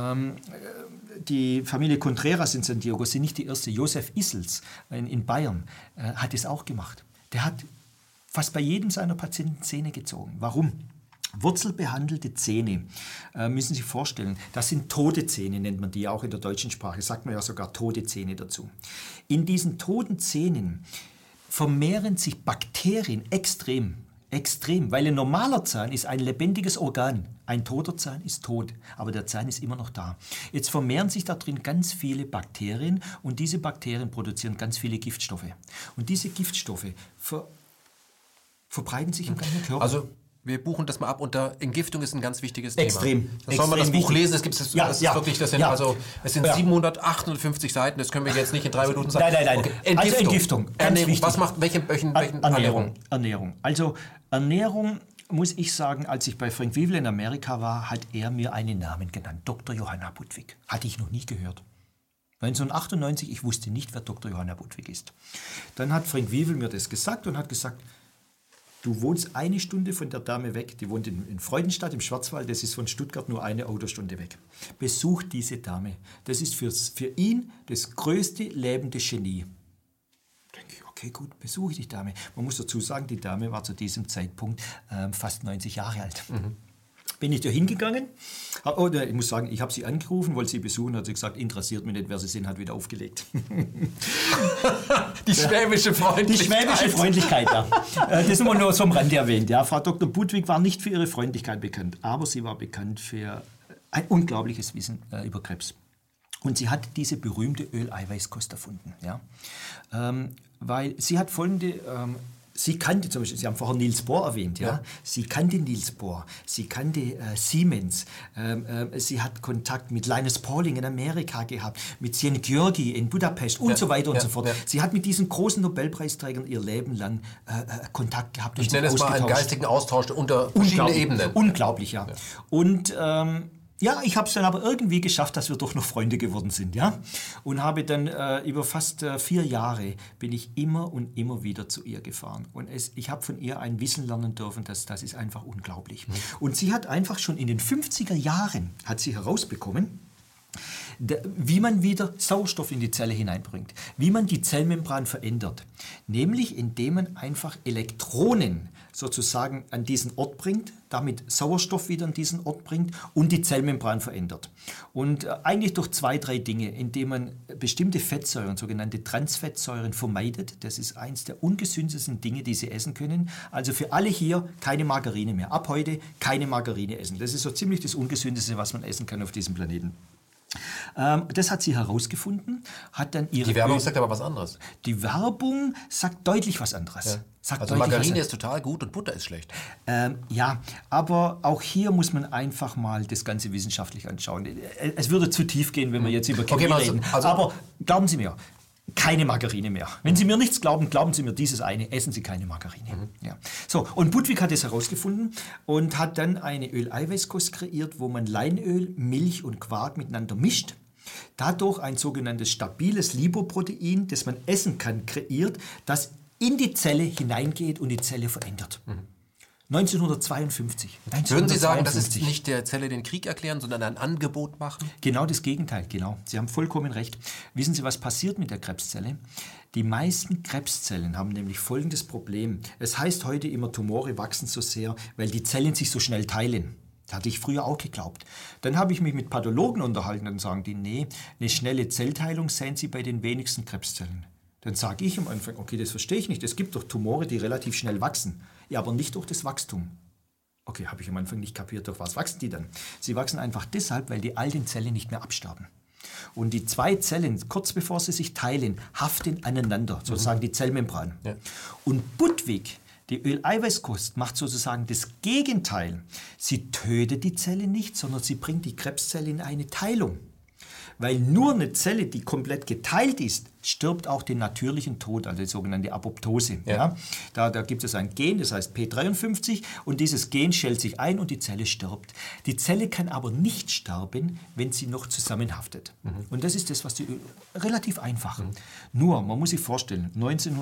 Die Familie Contreras in San Diego sind nicht die erste. Josef Issels in Bayern hat es auch gemacht. Der hat fast bei jedem seiner Patienten Zähne gezogen. Warum? Wurzelbehandelte Zähne, müssen Sie sich vorstellen, das sind tote Zähne, nennt man die auch in der deutschen Sprache, sagt man ja sogar tote Zähne dazu. In diesen toten Zähnen vermehren sich Bakterien extrem, weil ein normaler Zahn ist ein lebendiges Organ. Ein toter Zahn ist tot, aber der Zahn ist immer noch da. Jetzt vermehren sich da drin ganz viele Bakterien und diese Bakterien produzieren ganz viele Giftstoffe. Und diese Giftstoffe verbreiten sich im ganzen Körper. Also wir buchen das mal ab unter Entgiftung ist ein ganz wichtiges Thema. Extrem. Das soll man das Buch lesen, es gibt es wirklich, das sind 758 Seiten, das können wir jetzt nicht in 3 Minuten sagen. Nein. Okay. Also Entgiftung. Ernährung. Was macht welche Ernährung. Also Ernährung, muss ich sagen, als ich bei Frank Wivel in Amerika war, hat er mir einen Namen genannt, Dr. Johanna Budwig. Hatte ich noch nie gehört. 1998, ich wusste nicht, wer Dr. Johanna Budwig ist. Dann hat Frank Wivel mir das gesagt und hat gesagt, du wohnst 1 Stunde von der Dame weg, die wohnt in Freudenstadt im Schwarzwald, das ist von Stuttgart nur 1 Autostunde weg. Besuch diese Dame, das ist für ihn das größte lebende Genie. Denke ich, okay, gut, besuche ich die Dame. Man muss dazu sagen, die Dame war zu diesem Zeitpunkt fast 90 Jahre alt. Bin ich da hingegangen, ich muss sagen, ich habe sie angerufen, wollte sie besuchen, hat sie gesagt, interessiert mich nicht, wer sie sind, hat wieder aufgelegt. Die schwäbische Freundlichkeit. Die schwäbische Freundlichkeit, ja. Das nur noch so am Rande erwähnt. Ja. Frau Dr. Budwig war nicht für ihre Freundlichkeit bekannt, aber sie war bekannt für ein unglaubliches Wissen über Krebs. Und sie hat diese berühmte Öleiweißkost erfunden. Ja. Weil sie hat folgende... Sie kannte zum Beispiel, Sie haben vorher Niels Bohr erwähnt, ja? Sie kannte Niels Bohr, sie kannte Siemens, sie hat Kontakt mit Linus Pauling in Amerika gehabt, mit Szent-Györgyi in Budapest und so weiter und so fort. Sie hat mit diesen großen Nobelpreisträgern ihr Leben lang Kontakt gehabt. Ich nenne es mal einen geistigen Austausch unter verschiedenen Ebenen. Unglaublich, ja. Und ja, ich habe es dann aber irgendwie geschafft, dass wir doch noch Freunde geworden sind, ja. Und habe dann über fast 4 Jahre bin ich immer und immer wieder zu ihr gefahren. Und ich habe von ihr ein Wissen lernen dürfen, das ist einfach unglaublich. Und sie hat einfach schon in den 50er Jahren, hat sie herausbekommen, wie man wieder Sauerstoff in die Zelle hineinbringt, wie man die Zellmembran verändert. Nämlich indem man einfach Elektronen sozusagen an diesen Ort bringt, damit Sauerstoff wieder an diesen Ort bringt und die Zellmembran verändert. Und eigentlich durch 2, 3 Dinge, indem man bestimmte Fettsäuren, sogenannte Transfettsäuren, vermeidet. Das ist eins der ungesündesten Dinge, die Sie essen können. Also für alle hier keine Margarine mehr. Ab heute keine Margarine essen. Das ist so ziemlich das Ungesündeste, was man essen kann auf diesem Planeten. Das hat sie herausgefunden, hat dann ihre... Die Werbung sagt aber was anderes. Die Werbung sagt deutlich was anderes. Ja. Sagt also Margarine ist total gut und Butter ist schlecht. Ja, aber auch hier muss man einfach mal das Ganze wissenschaftlich anschauen. Es würde zu tief gehen, wenn wir jetzt über Chemie reden. Aber glauben Sie mir, keine Margarine mehr. Wenn Sie mir nichts glauben, glauben Sie mir dieses eine, essen Sie keine Margarine. Ja. So, und Budwig hat es herausgefunden und hat dann eine Öleiweißkost kreiert, wo man Leinöl, Milch und Quark miteinander mischt. Dadurch ein sogenanntes stabiles Lipoprotein, das man essen kann, kreiert, das in die Zelle hineingeht und die Zelle verändert. 1952. Würden Sie sagen, das ist nicht der Zelle den Krieg erklären, sondern ein Angebot machen? Genau das Gegenteil, genau. Sie haben vollkommen recht. Wissen Sie, was passiert mit der Krebszelle? Die meisten Krebszellen haben nämlich folgendes Problem. Es heißt heute immer, Tumore wachsen so sehr, weil die Zellen sich so schnell teilen. Das hatte ich früher auch geglaubt. Dann habe ich mich mit Pathologen unterhalten und sagen die, nee, eine schnelle Zellteilung sehen Sie bei den wenigsten Krebszellen. Dann sage ich am Anfang, okay, das verstehe ich nicht. Es gibt doch Tumore, die relativ schnell wachsen. Ja, aber nicht durch das Wachstum. Okay, habe ich am Anfang nicht kapiert, durch was wachsen die dann? Sie wachsen einfach deshalb, weil die alten Zellen nicht mehr absterben. Und die zwei Zellen, kurz bevor sie sich teilen, haften aneinander, sozusagen die Zellmembran. Ja. Und Budwig, die Öleiweißkost, macht sozusagen das Gegenteil. Sie tötet die Zelle nicht, sondern sie bringt die Krebszelle in eine Teilung. Weil nur eine Zelle, die komplett geteilt ist, stirbt auch den natürlichen Tod, also die sogenannte Apoptose. Ja. Da gibt es ein Gen, das heißt P53, und dieses Gen schält sich ein und die Zelle stirbt. Die Zelle kann aber nicht sterben, wenn sie noch zusammenhaftet. Und das ist das, was relativ einfach. Nur, man muss sich vorstellen,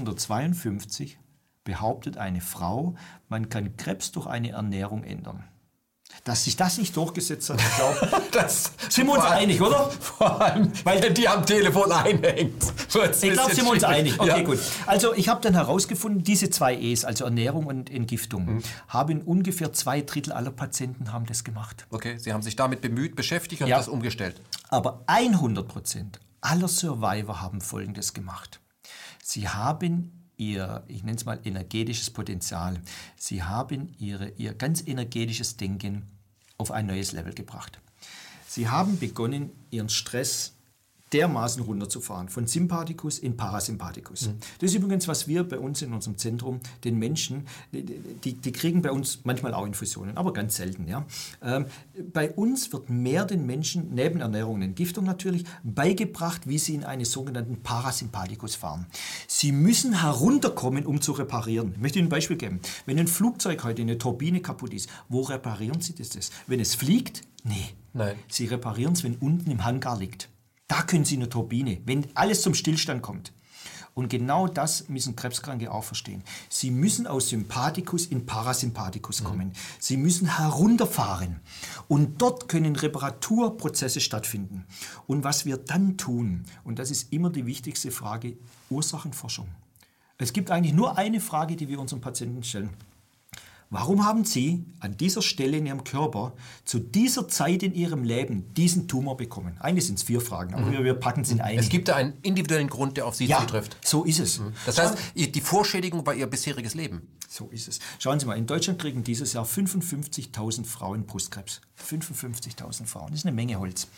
1952 behauptet eine Frau, man kann Krebs durch eine Ernährung ändern. Dass sich das nicht durchgesetzt hat, ich glaube, sind wir uns einig, oder? Vor allem, weil die am Telefon einhängt. Ich glaube, sind wir uns einig. Okay, gut. Also ich habe dann herausgefunden, diese zwei E's, also Ernährung und Entgiftung, haben ungefähr 2/3 aller Patienten haben das gemacht. Okay, Sie haben sich damit bemüht, beschäftigt und das umgestellt. Aber 100% aller Survivor haben Folgendes gemacht. Sie haben ihr, ich nenne es mal, energetisches Potenzial. Sie haben ihr ganz energetisches Denken auf ein neues Level gebracht. Sie haben begonnen, ihren Stress dermaßen runterzufahren, von Sympathikus in Parasympathikus. Das ist übrigens, was wir bei uns in unserem Zentrum den Menschen, die kriegen bei uns manchmal auch Infusionen, aber ganz selten. Ja. Bei uns wird mehr den Menschen, neben Ernährung und Entgiftung natürlich, beigebracht, wie sie in einen sogenannten Parasympathikus fahren. Sie müssen herunterkommen, um zu reparieren. Ich möchte Ihnen ein Beispiel geben. Wenn ein Flugzeug heute eine Turbine kaputt ist, wo reparieren Sie das? Wenn es fliegt? Nee. Nein. Sie reparieren es, wenn unten im Hangar liegt. Da können Sie eine Turbine, wenn alles zum Stillstand kommt. Und genau das müssen Krebskranke auch verstehen. Sie müssen aus Sympathikus in Parasympathikus kommen. Sie müssen herunterfahren. Und dort können Reparaturprozesse stattfinden. Und was wir dann tun, und das ist immer die wichtigste Frage, Ursachenforschung. Es gibt eigentlich nur eine Frage, die wir unseren Patienten stellen. Warum haben Sie an dieser Stelle in Ihrem Körper zu dieser Zeit in Ihrem Leben diesen Tumor bekommen? Eigentlich sind es 4 Fragen, aber wir packen es in eine. Es gibt da einen individuellen Grund, der auf Sie zutrifft. So ist es. Das heißt, die Vorschädigung war Ihr bisheriges Leben. So ist es. Schauen Sie mal, in Deutschland kriegen dieses Jahr 55.000 Frauen Brustkrebs. 55.000 Frauen, das ist eine Menge Holz.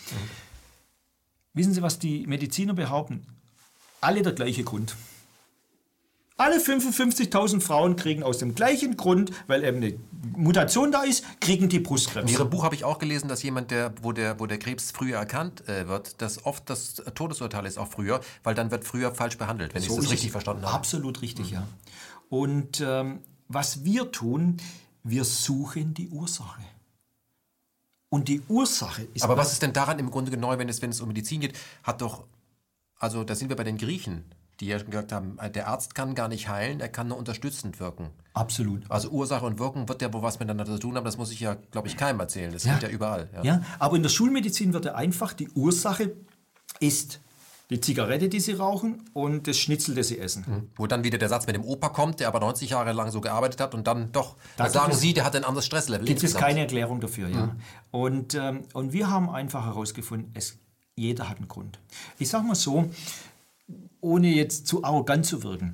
Wissen Sie, was die Mediziner behaupten? Alle der gleiche Grund. Alle 55.000 Frauen kriegen aus dem gleichen Grund, weil eben eine Mutation da ist, kriegen die Brustkrebs. In Ihrem Buch habe ich auch gelesen, dass jemand, wo der Krebs früher erkannt wird, dass oft das Todesurteil ist auch früher, weil dann wird früher falsch behandelt, wenn ich das richtig verstanden habe. Absolut richtig, ja. Und was wir tun, wir suchen die Ursache. Und die Ursache ist... Aber was ist denn daran im Grunde genau, wenn es um Medizin geht, also da sind wir bei den Griechen, die ja gesagt haben, der Arzt kann gar nicht heilen, er kann nur unterstützend wirken. Absolut. Also Ursache und Wirkung wird ja wohl was miteinander zu tun haben, das muss ich ja, glaube ich, keinem erzählen. Das geht ja überall. Ja, aber in der Schulmedizin wird ja einfach, die Ursache ist die Zigarette, die Sie rauchen und das Schnitzel, das Sie essen. Wo dann wieder der Satz mit dem Opa kommt, der aber 90 Jahre lang so gearbeitet hat und dann doch, da sagen Sie, der hat ein anderes Stresslevel. Gibt es keine Erklärung dafür, ja. Und wir haben einfach herausgefunden, jeder hat einen Grund. Ich sage mal so, ohne jetzt zu arrogant zu wirken,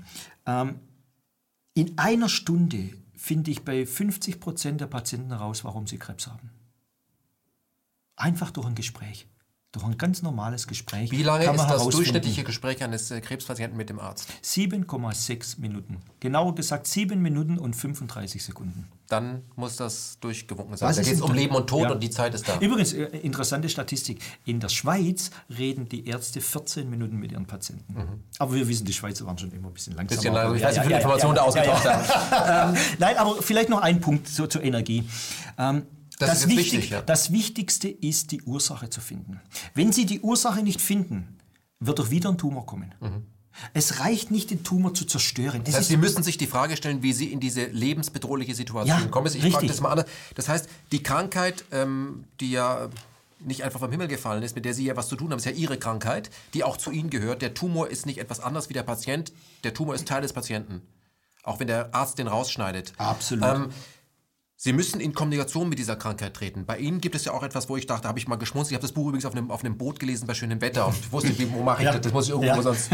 in einer Stunde finde ich bei 50% der Patienten heraus, warum sie Krebs haben. Einfach durch ein Gespräch. Durch ein ganz normales Gespräch. Wie lange ist das durchschnittliche Gespräch eines Krebspatienten mit dem Arzt? 7,6 Minuten. Genauer gesagt 7 Minuten und 35 Sekunden. dann muss das durchgewunken sein. Was Da ist geht es um denn- Leben und Tod Ja. und die Zeit ist da. Übrigens, interessante Statistik. In der Schweiz reden die Ärzte 14 Minuten mit ihren Patienten. Aber wir wissen, die Schweizer waren schon immer ein bisschen langsamer. Bisschen langsam. Ich weiß nicht, wie viele Informationen da ausgetaucht haben. Nein, aber vielleicht noch ein Punkt zur Energie. Das ist jetzt wichtig, ja. Das Wichtigste ist, die Ursache zu finden. Wenn Sie die Ursache nicht finden, wird doch wieder ein Tumor kommen. Es reicht nicht, den Tumor zu zerstören. Das heißt, Sie müssen sich die Frage stellen, wie Sie in diese lebensbedrohliche Situation Ja, kommen. Ich frage richtig. das mal anders. Das heißt, die Krankheit, die ja nicht einfach vom Himmel gefallen ist, mit der Sie ja was zu tun haben, ist ja Ihre Krankheit, die auch zu Ihnen gehört. Der Tumor ist nicht etwas anderes wie der Patient. Der Tumor ist Teil des Patienten. Auch wenn der Arzt den rausschneidet. Absolut. Sie müssen in Kommunikation mit dieser Krankheit treten. Bei Ihnen gibt es ja auch etwas, wo ich dachte, habe ich mal geschmunzelt. Ich habe das Buch übrigens auf einem Boot gelesen bei schönem Wetter und wusste, wo mache ich das? Das muss ich irgendwo sonst.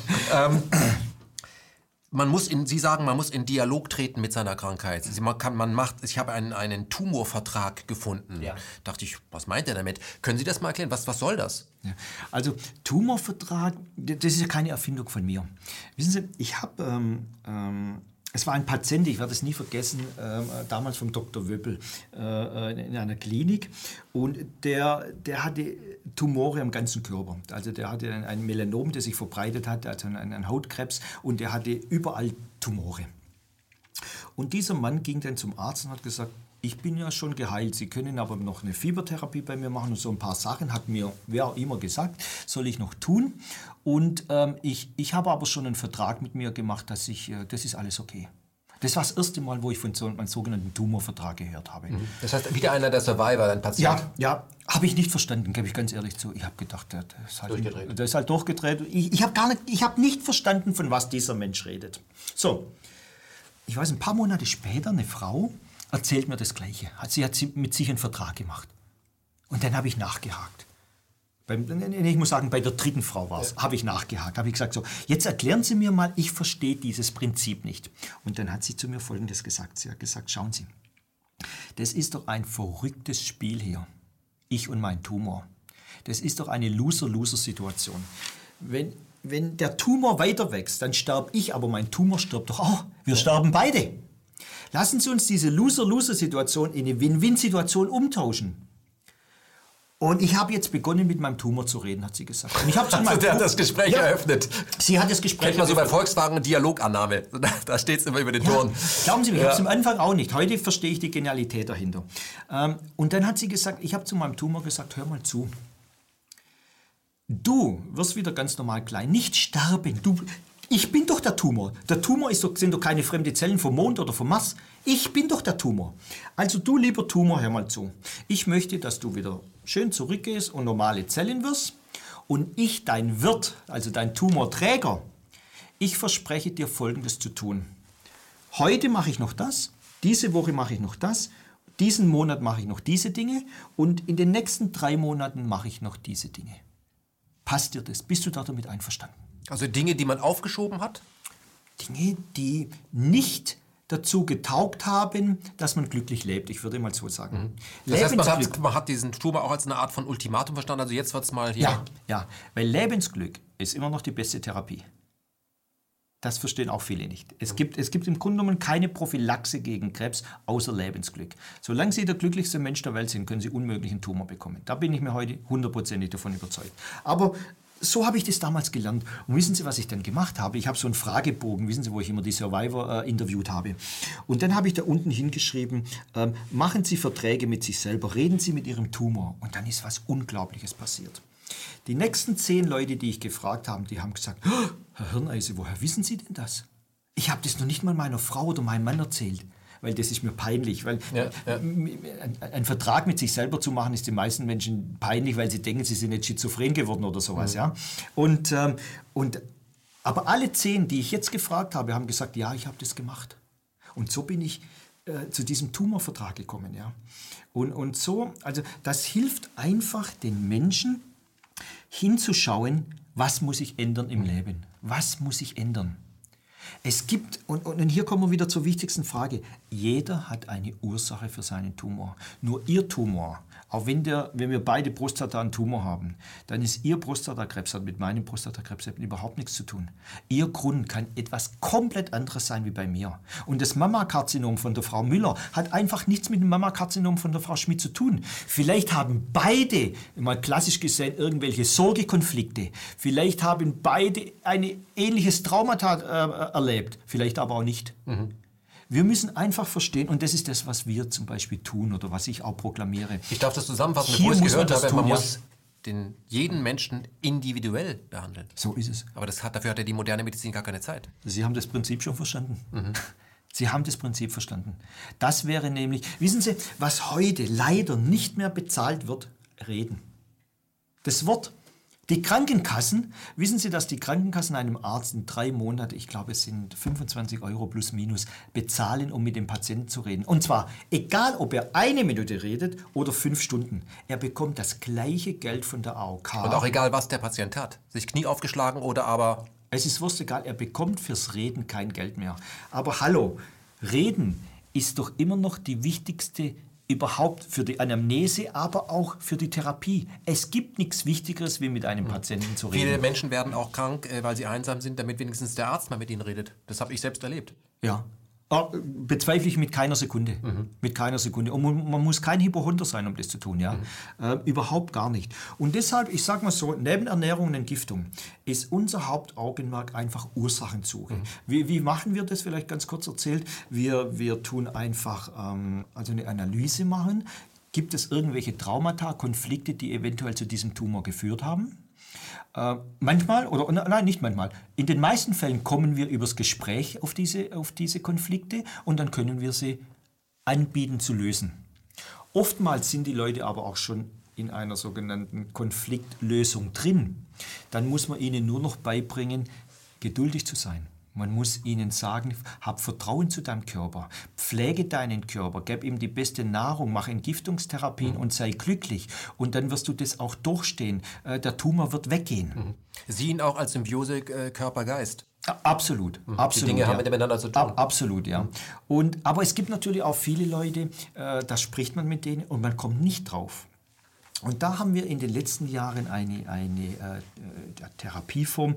Sie sagen, man muss in Dialog treten mit seiner Krankheit. Ich habe einen Tumorvertrag gefunden. Ja. Dachte ich, was meint er damit? Können Sie das mal erklären? Was soll das? Ja. Also Tumorvertrag, das ist ja keine Erfindung von mir. Wissen Sie, ich habe, es war ein Patient, ich werde es nie vergessen, damals vom Dr. Wöppel in einer Klinik und der hatte Tumore am ganzen Körper. Also der hatte ein Melanom, das sich verbreitet hat, also einen Hautkrebs und der hatte überall Tumore. Und dieser Mann ging dann zum Arzt und hat gesagt, ich bin ja schon geheilt, Sie können aber noch eine Fiebertherapie bei mir machen und so ein paar Sachen, hat mir wer auch immer gesagt, soll ich noch tun. Und ich habe aber schon einen Vertrag mit mir gemacht, das ist alles okay. Das war das erste Mal, wo ich von so einem sogenannten Tumorvertrag gehört habe. Das heißt, wieder einer der Survivor, ein Patient. Ja, habe ich nicht verstanden, gebe ich ganz ehrlich zu. Ich habe gedacht, der ist halt durchgedreht. Ich habe nicht verstanden, von was dieser Mensch redet. So, ich weiß, ein paar Monate später, eine Frau erzählt mir das Gleiche. Sie hat mit sich einen Vertrag gemacht. Und dann habe ich nachgehakt. Ich muss sagen, bei der dritten Frau war es, habe ich nachgehakt. Habe ich gesagt, so, jetzt erklären Sie mir mal, ich verstehe dieses Prinzip nicht. Und dann hat sie zu mir Folgendes gesagt. Sie hat gesagt, schauen Sie, das ist doch ein verrücktes Spiel hier. Ich und mein Tumor. Das ist doch eine Loser-Loser-Situation. Wenn der Tumor weiter wächst, dann sterbe ich, aber mein Tumor stirbt doch auch. Wir sterben beide. Lassen Sie uns diese Loser-Loser-Situation in eine Win-Win-Situation umtauschen. Und ich habe jetzt begonnen, mit meinem Tumor zu reden, hat sie gesagt. Und ich habe Der hat das Gespräch eröffnet. Sie hat das Gespräch Kennt man so bei Volkswagen Dialogannahme. Da steht es immer über den Ton. Glauben Sie mir, ich habe es am Anfang auch nicht. Heute verstehe ich die Genialität dahinter. Und dann hat sie gesagt, ich habe zu meinem Tumor gesagt, hör mal zu. Du wirst wieder ganz normal klein, nicht sterben. Ich bin doch der Tumor. Der Tumor sind doch keine fremden Zellen vom Mond oder vom Mars. Ich bin doch der Tumor. Also du, lieber Tumor, hör mal zu. Ich möchte, dass du wieder schön zurückgehst und normale Zellen wirst. Und ich, dein Wirt, also dein Tumorträger, ich verspreche dir Folgendes zu tun. Heute mache ich noch das, diese Woche mache ich noch das, diesen Monat mache ich noch diese Dinge und in den nächsten 3 Monaten mache ich noch diese Dinge. Passt dir das? Bist du damit einverstanden? Also Dinge, die man aufgeschoben hat? Dinge, die nicht dazu getaugt haben, dass man glücklich lebt. Ich würde mal so sagen. Das heißt, man hat diesen Tumor auch als eine Art von Ultimatum verstanden. Also jetzt wird es mal hier... Ja, weil Lebensglück ist immer noch die beste Therapie. Das verstehen auch viele nicht. Es gibt im Grunde genommen keine Prophylaxe gegen Krebs, außer Lebensglück. Solange Sie der glücklichste Mensch der Welt sind, können Sie unmöglich einen Tumor bekommen. Da bin ich mir heute 100% davon überzeugt. Aber so habe ich das damals gelernt. Und wissen Sie, was ich dann gemacht habe? Ich habe so einen Fragebogen, wissen Sie, wo ich immer die Survivor interviewt habe. Und dann habe ich da unten hingeschrieben, machen Sie Verträge mit sich selber, reden Sie mit Ihrem Tumor. Und dann ist was Unglaubliches passiert. Die nächsten 10 Leute, die ich gefragt habe, die haben gesagt, oh, Herr Hirneise, woher wissen Sie denn das? Ich habe das noch nicht mal meiner Frau oder meinem Mann erzählt, weil das ist mir peinlich. Weil ein Vertrag mit sich selber zu machen, ist den meisten Menschen peinlich, weil sie denken, sie sind jetzt schizophren geworden oder sowas. Ja? Aber alle 10, die ich jetzt gefragt habe, haben gesagt, ja, ich habe das gemacht. Und so bin ich zu diesem Tumorvertrag gekommen. Ja? Und so, also das hilft einfach den Menschen, hinzuschauen, was muss ich ändern im Leben? Was muss ich ändern? Es gibt, und hier kommen wir wieder zur wichtigsten Frage, jeder hat eine Ursache für seinen Tumor. Nur Ihr Tumor, auch wenn wir beide Prostata einen Tumor haben, dann ist Ihr Prostatakrebs hat mit meinem Prostatakrebs überhaupt nichts zu tun. Ihr Grund kann etwas komplett anderes sein wie bei mir. Und das Mammakarzinom von der Frau Müller hat einfach nichts mit dem Mammakarzinom von der Frau Schmidt zu tun. Vielleicht haben beide, mal klassisch gesehen, irgendwelche Sorgekonflikte. Vielleicht haben beide ein ähnliches Traumata erlebt. Vielleicht aber auch nicht. Wir müssen einfach verstehen, und das ist das, was wir zum Beispiel tun oder was ich auch proklamiere. Ich darf das zusammenfassen, Hier bevor ich es muss man gehört das habe, man tun, ja. muss jeden Menschen individuell behandeln. So ist es. Aber dafür hat ja die moderne Medizin gar keine Zeit. Sie haben das Prinzip schon verstanden. Sie haben das Prinzip verstanden. Das wäre nämlich, wissen Sie, was heute leider nicht mehr bezahlt wird, reden. Das Wort. Die Krankenkassen, wissen Sie, dass die Krankenkassen einem Arzt in 3 Monaten, ich glaube es sind 25 € plus minus, bezahlen, um mit dem Patienten zu reden. Und zwar egal, ob er 1 Minute redet oder 5 Stunden. Er bekommt das gleiche Geld von der AOK. Und auch egal, was der Patient hat. Sich Knie aufgeschlagen oder aber... Es ist wurscht egal, er bekommt fürs Reden kein Geld mehr. Aber hallo, Reden ist doch immer noch die wichtigste überhaupt für die Anamnese, aber auch für die Therapie. Es gibt nichts Wichtigeres, wie mit einem Patienten zu reden. Viele Menschen werden auch krank, weil sie einsam sind, damit wenigstens der Arzt mal mit ihnen redet. Das habe ich selbst erlebt. Ja. Bezweifle ich mit keiner Sekunde. Mit keiner Sekunde. Und man muss kein Hypochonder sein, um das zu tun. Ja? Überhaupt gar nicht. Und deshalb, ich sage mal so, neben Ernährung und Entgiftung ist unser Hauptaugenmerk einfach Ursachensuche. Wie machen wir das? Vielleicht ganz kurz erzählt. Wir tun einfach also eine Analyse machen. Gibt es irgendwelche Traumata, Konflikte, die eventuell zu diesem Tumor geführt haben? Manchmal, oder nein, nicht manchmal, in den meisten Fällen kommen wir übers Gespräch auf diese Konflikte und dann können wir sie anbieten zu lösen. Oftmals sind die Leute aber auch schon in einer sogenannten Konfliktlösung drin. Dann muss man ihnen nur noch beibringen, geduldig zu sein. Man muss ihnen sagen, hab Vertrauen zu deinem Körper, pflege deinen Körper, gib ihm die beste Nahrung, mach Entgiftungstherapien und sei glücklich. Und dann wirst du das auch durchstehen. Der Tumor wird weggehen. Sie ihn auch als Symbiose Körper-Geist. Absolut, absolut. Die Dinge haben ja. miteinander zu tun. Absolut, ja. Aber es gibt natürlich auch viele Leute, da spricht man mit denen und man kommt nicht drauf. Und da haben wir in den letzten Jahren eine Therapieform,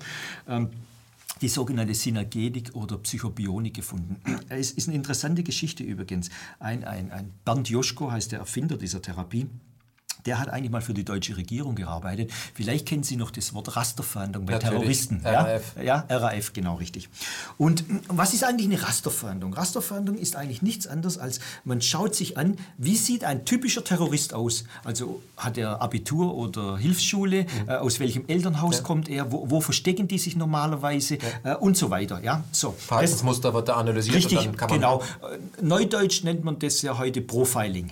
die sogenannte Synergetik oder Psychobionik gefunden. Es ist eine interessante Geschichte übrigens. Ein Bernd Joschko heißt der Erfinder dieser Therapie. Der hat eigentlich mal für die deutsche Regierung gearbeitet. Vielleicht kennen Sie noch das Wort Rasterfahndung bei Terroristen. RAF. Ja, RAF, genau richtig. Und was ist eigentlich eine Rasterfahndung? Rasterfahndung ist eigentlich nichts anderes als, man schaut sich an, wie sieht ein typischer Terrorist aus? Also hat er Abitur oder Hilfsschule? Aus welchem Elternhaus kommt er? Wo verstecken die sich normalerweise? Und so weiter. Ja, so. Verhaltensmuster wird da analysiert. Richtig, und dann kann man genau. Neudeutsch nennt man das ja heute Profiling.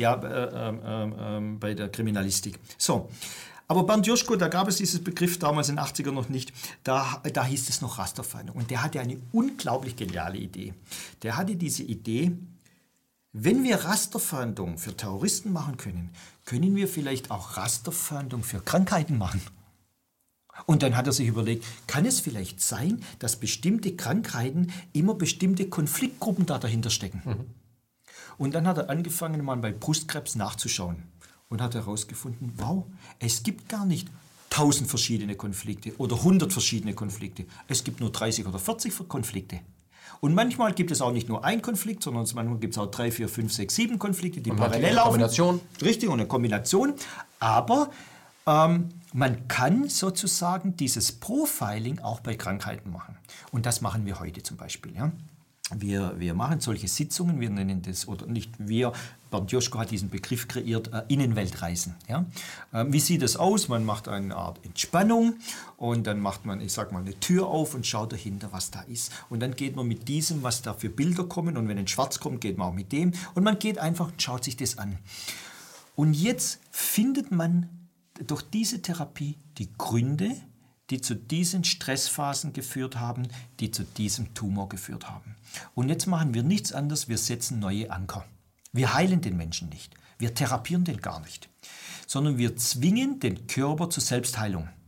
Bei der Kriminalistik. So, aber Bernd Joschko, da gab es diesen Begriff damals in den 80ern noch nicht, da hieß es noch Rasterfahndung. Und der hatte eine unglaublich geniale Idee. Der hatte diese Idee, wenn wir Rasterfahndung für Terroristen machen können, können wir vielleicht auch Rasterfahndung für Krankheiten machen. Und dann hat er sich überlegt, kann es vielleicht sein, dass bestimmte Krankheiten immer bestimmte Konfliktgruppen dahinter stecken? Und dann hat er angefangen, mal bei Brustkrebs nachzuschauen. Und hat herausgefunden, wow, es gibt gar nicht 1000 verschiedene Konflikte oder 100 verschiedene Konflikte. Es gibt nur 30 oder 40 Konflikte. Und manchmal gibt es auch nicht nur einen Konflikt, sondern manchmal gibt es auch 3, 4, 5, 6, 7 Konflikte, die parallel laufen. Kombination. Richtig, und eine Kombination. Aber man kann sozusagen dieses Profiling auch bei Krankheiten machen. Und das machen wir heute zum Beispiel. Ja? Wir machen solche Sitzungen, wir nennen das, oder nicht wir, Bernd Joschko hat diesen Begriff kreiert, Innenweltreisen. Ja? Wie sieht das aus? Man macht eine Art Entspannung und dann macht man, ich sag mal, eine Tür auf und schaut dahinter, was da ist. Und dann geht man mit diesem, was da für Bilder kommen, und wenn ein Schwarz kommt, geht man auch mit dem. Und man geht einfach und schaut sich das an. Und jetzt findet man durch diese Therapie die Gründe, die zu diesen Stressphasen geführt haben, die zu diesem Tumor geführt haben. Und jetzt machen wir nichts anderes, wir setzen neue Anker. Wir heilen den Menschen nicht, wir therapieren den gar nicht, sondern wir zwingen den Körper zur Selbstheilung.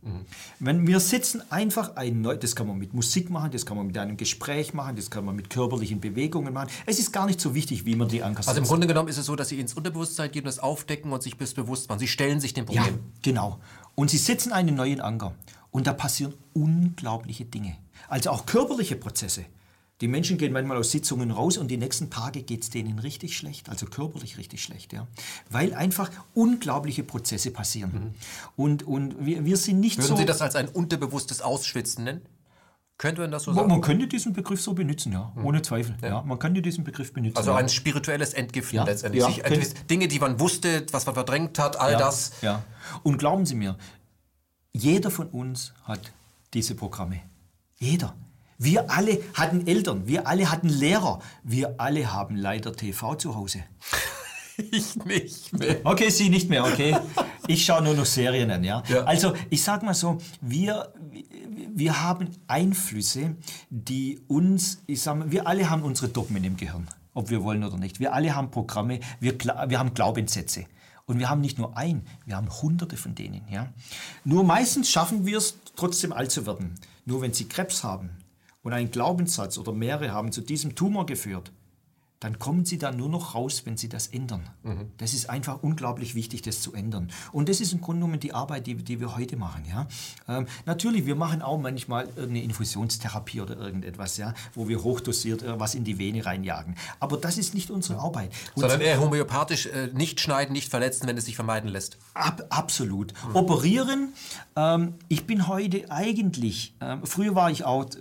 Wenn wir setzen einfach das kann man mit Musik machen, das kann man mit einem Gespräch machen, das kann man mit körperlichen Bewegungen machen. Es ist gar nicht so wichtig, wie man die Anker setzt. Also im Grunde genommen ist es so, dass Sie ins Unterbewusstsein gehen, das aufdecken und sich bewusst machen. Sie stellen sich dem Problem. Ja, genau. Und Sie setzen einen neuen Anker. Und da passieren unglaubliche Dinge. Also auch körperliche Prozesse. Die Menschen gehen manchmal aus Sitzungen raus und die nächsten Tage geht es denen richtig schlecht, also körperlich richtig schlecht, ja, weil einfach unglaubliche Prozesse passieren. Und wir sind nicht Würden so... Sie das als ein unterbewusstes Ausschwitzen nennen? Könnte man das so sagen? Man könnte diesen Begriff so benutzen, ja, ohne Zweifel. Ja. Man könnte diesen Begriff benutzen. Also ein spirituelles Entgiften Ja. letztendlich. Ja. Dinge, die man wusste, was man verdrängt hat, all Ja. das. Ja. Und glauben Sie mir, jeder von uns hat diese Programme. Jeder. Wir alle hatten Eltern, wir alle hatten Lehrer, wir alle haben leider TV zu Hause. Ich nicht mehr. Okay, Sie nicht mehr, okay. Ich schaue nur noch Serien an, ja. Also, ich sag mal so, wir haben Einflüsse, die uns, wir alle haben unsere Dogmen im Gehirn, ob wir wollen oder nicht. Wir alle haben Programme, wir haben Glaubenssätze. Und wir haben nicht nur wir haben hunderte von denen, ja. Nur meistens schaffen wir es, trotzdem alt zu werden. Nur wenn Sie Krebs haben und einen Glaubenssatz oder mehrere haben zu diesem Tumor geführt, dann kommen Sie da nur noch raus, wenn Sie das ändern. Das ist einfach unglaublich wichtig, das zu ändern. Und das ist im Grunde genommen die Arbeit, die wir heute machen. Ja? Natürlich, wir machen auch manchmal eine Infusionstherapie oder irgendetwas, ja, wo wir hochdosiert was in die Vene reinjagen. Aber das ist nicht unsere Arbeit. Sondern eher homöopathisch, nicht schneiden, nicht verletzen, wenn es sich vermeiden lässt. Absolut. Operieren, ich bin heute eigentlich, früher war ich auch,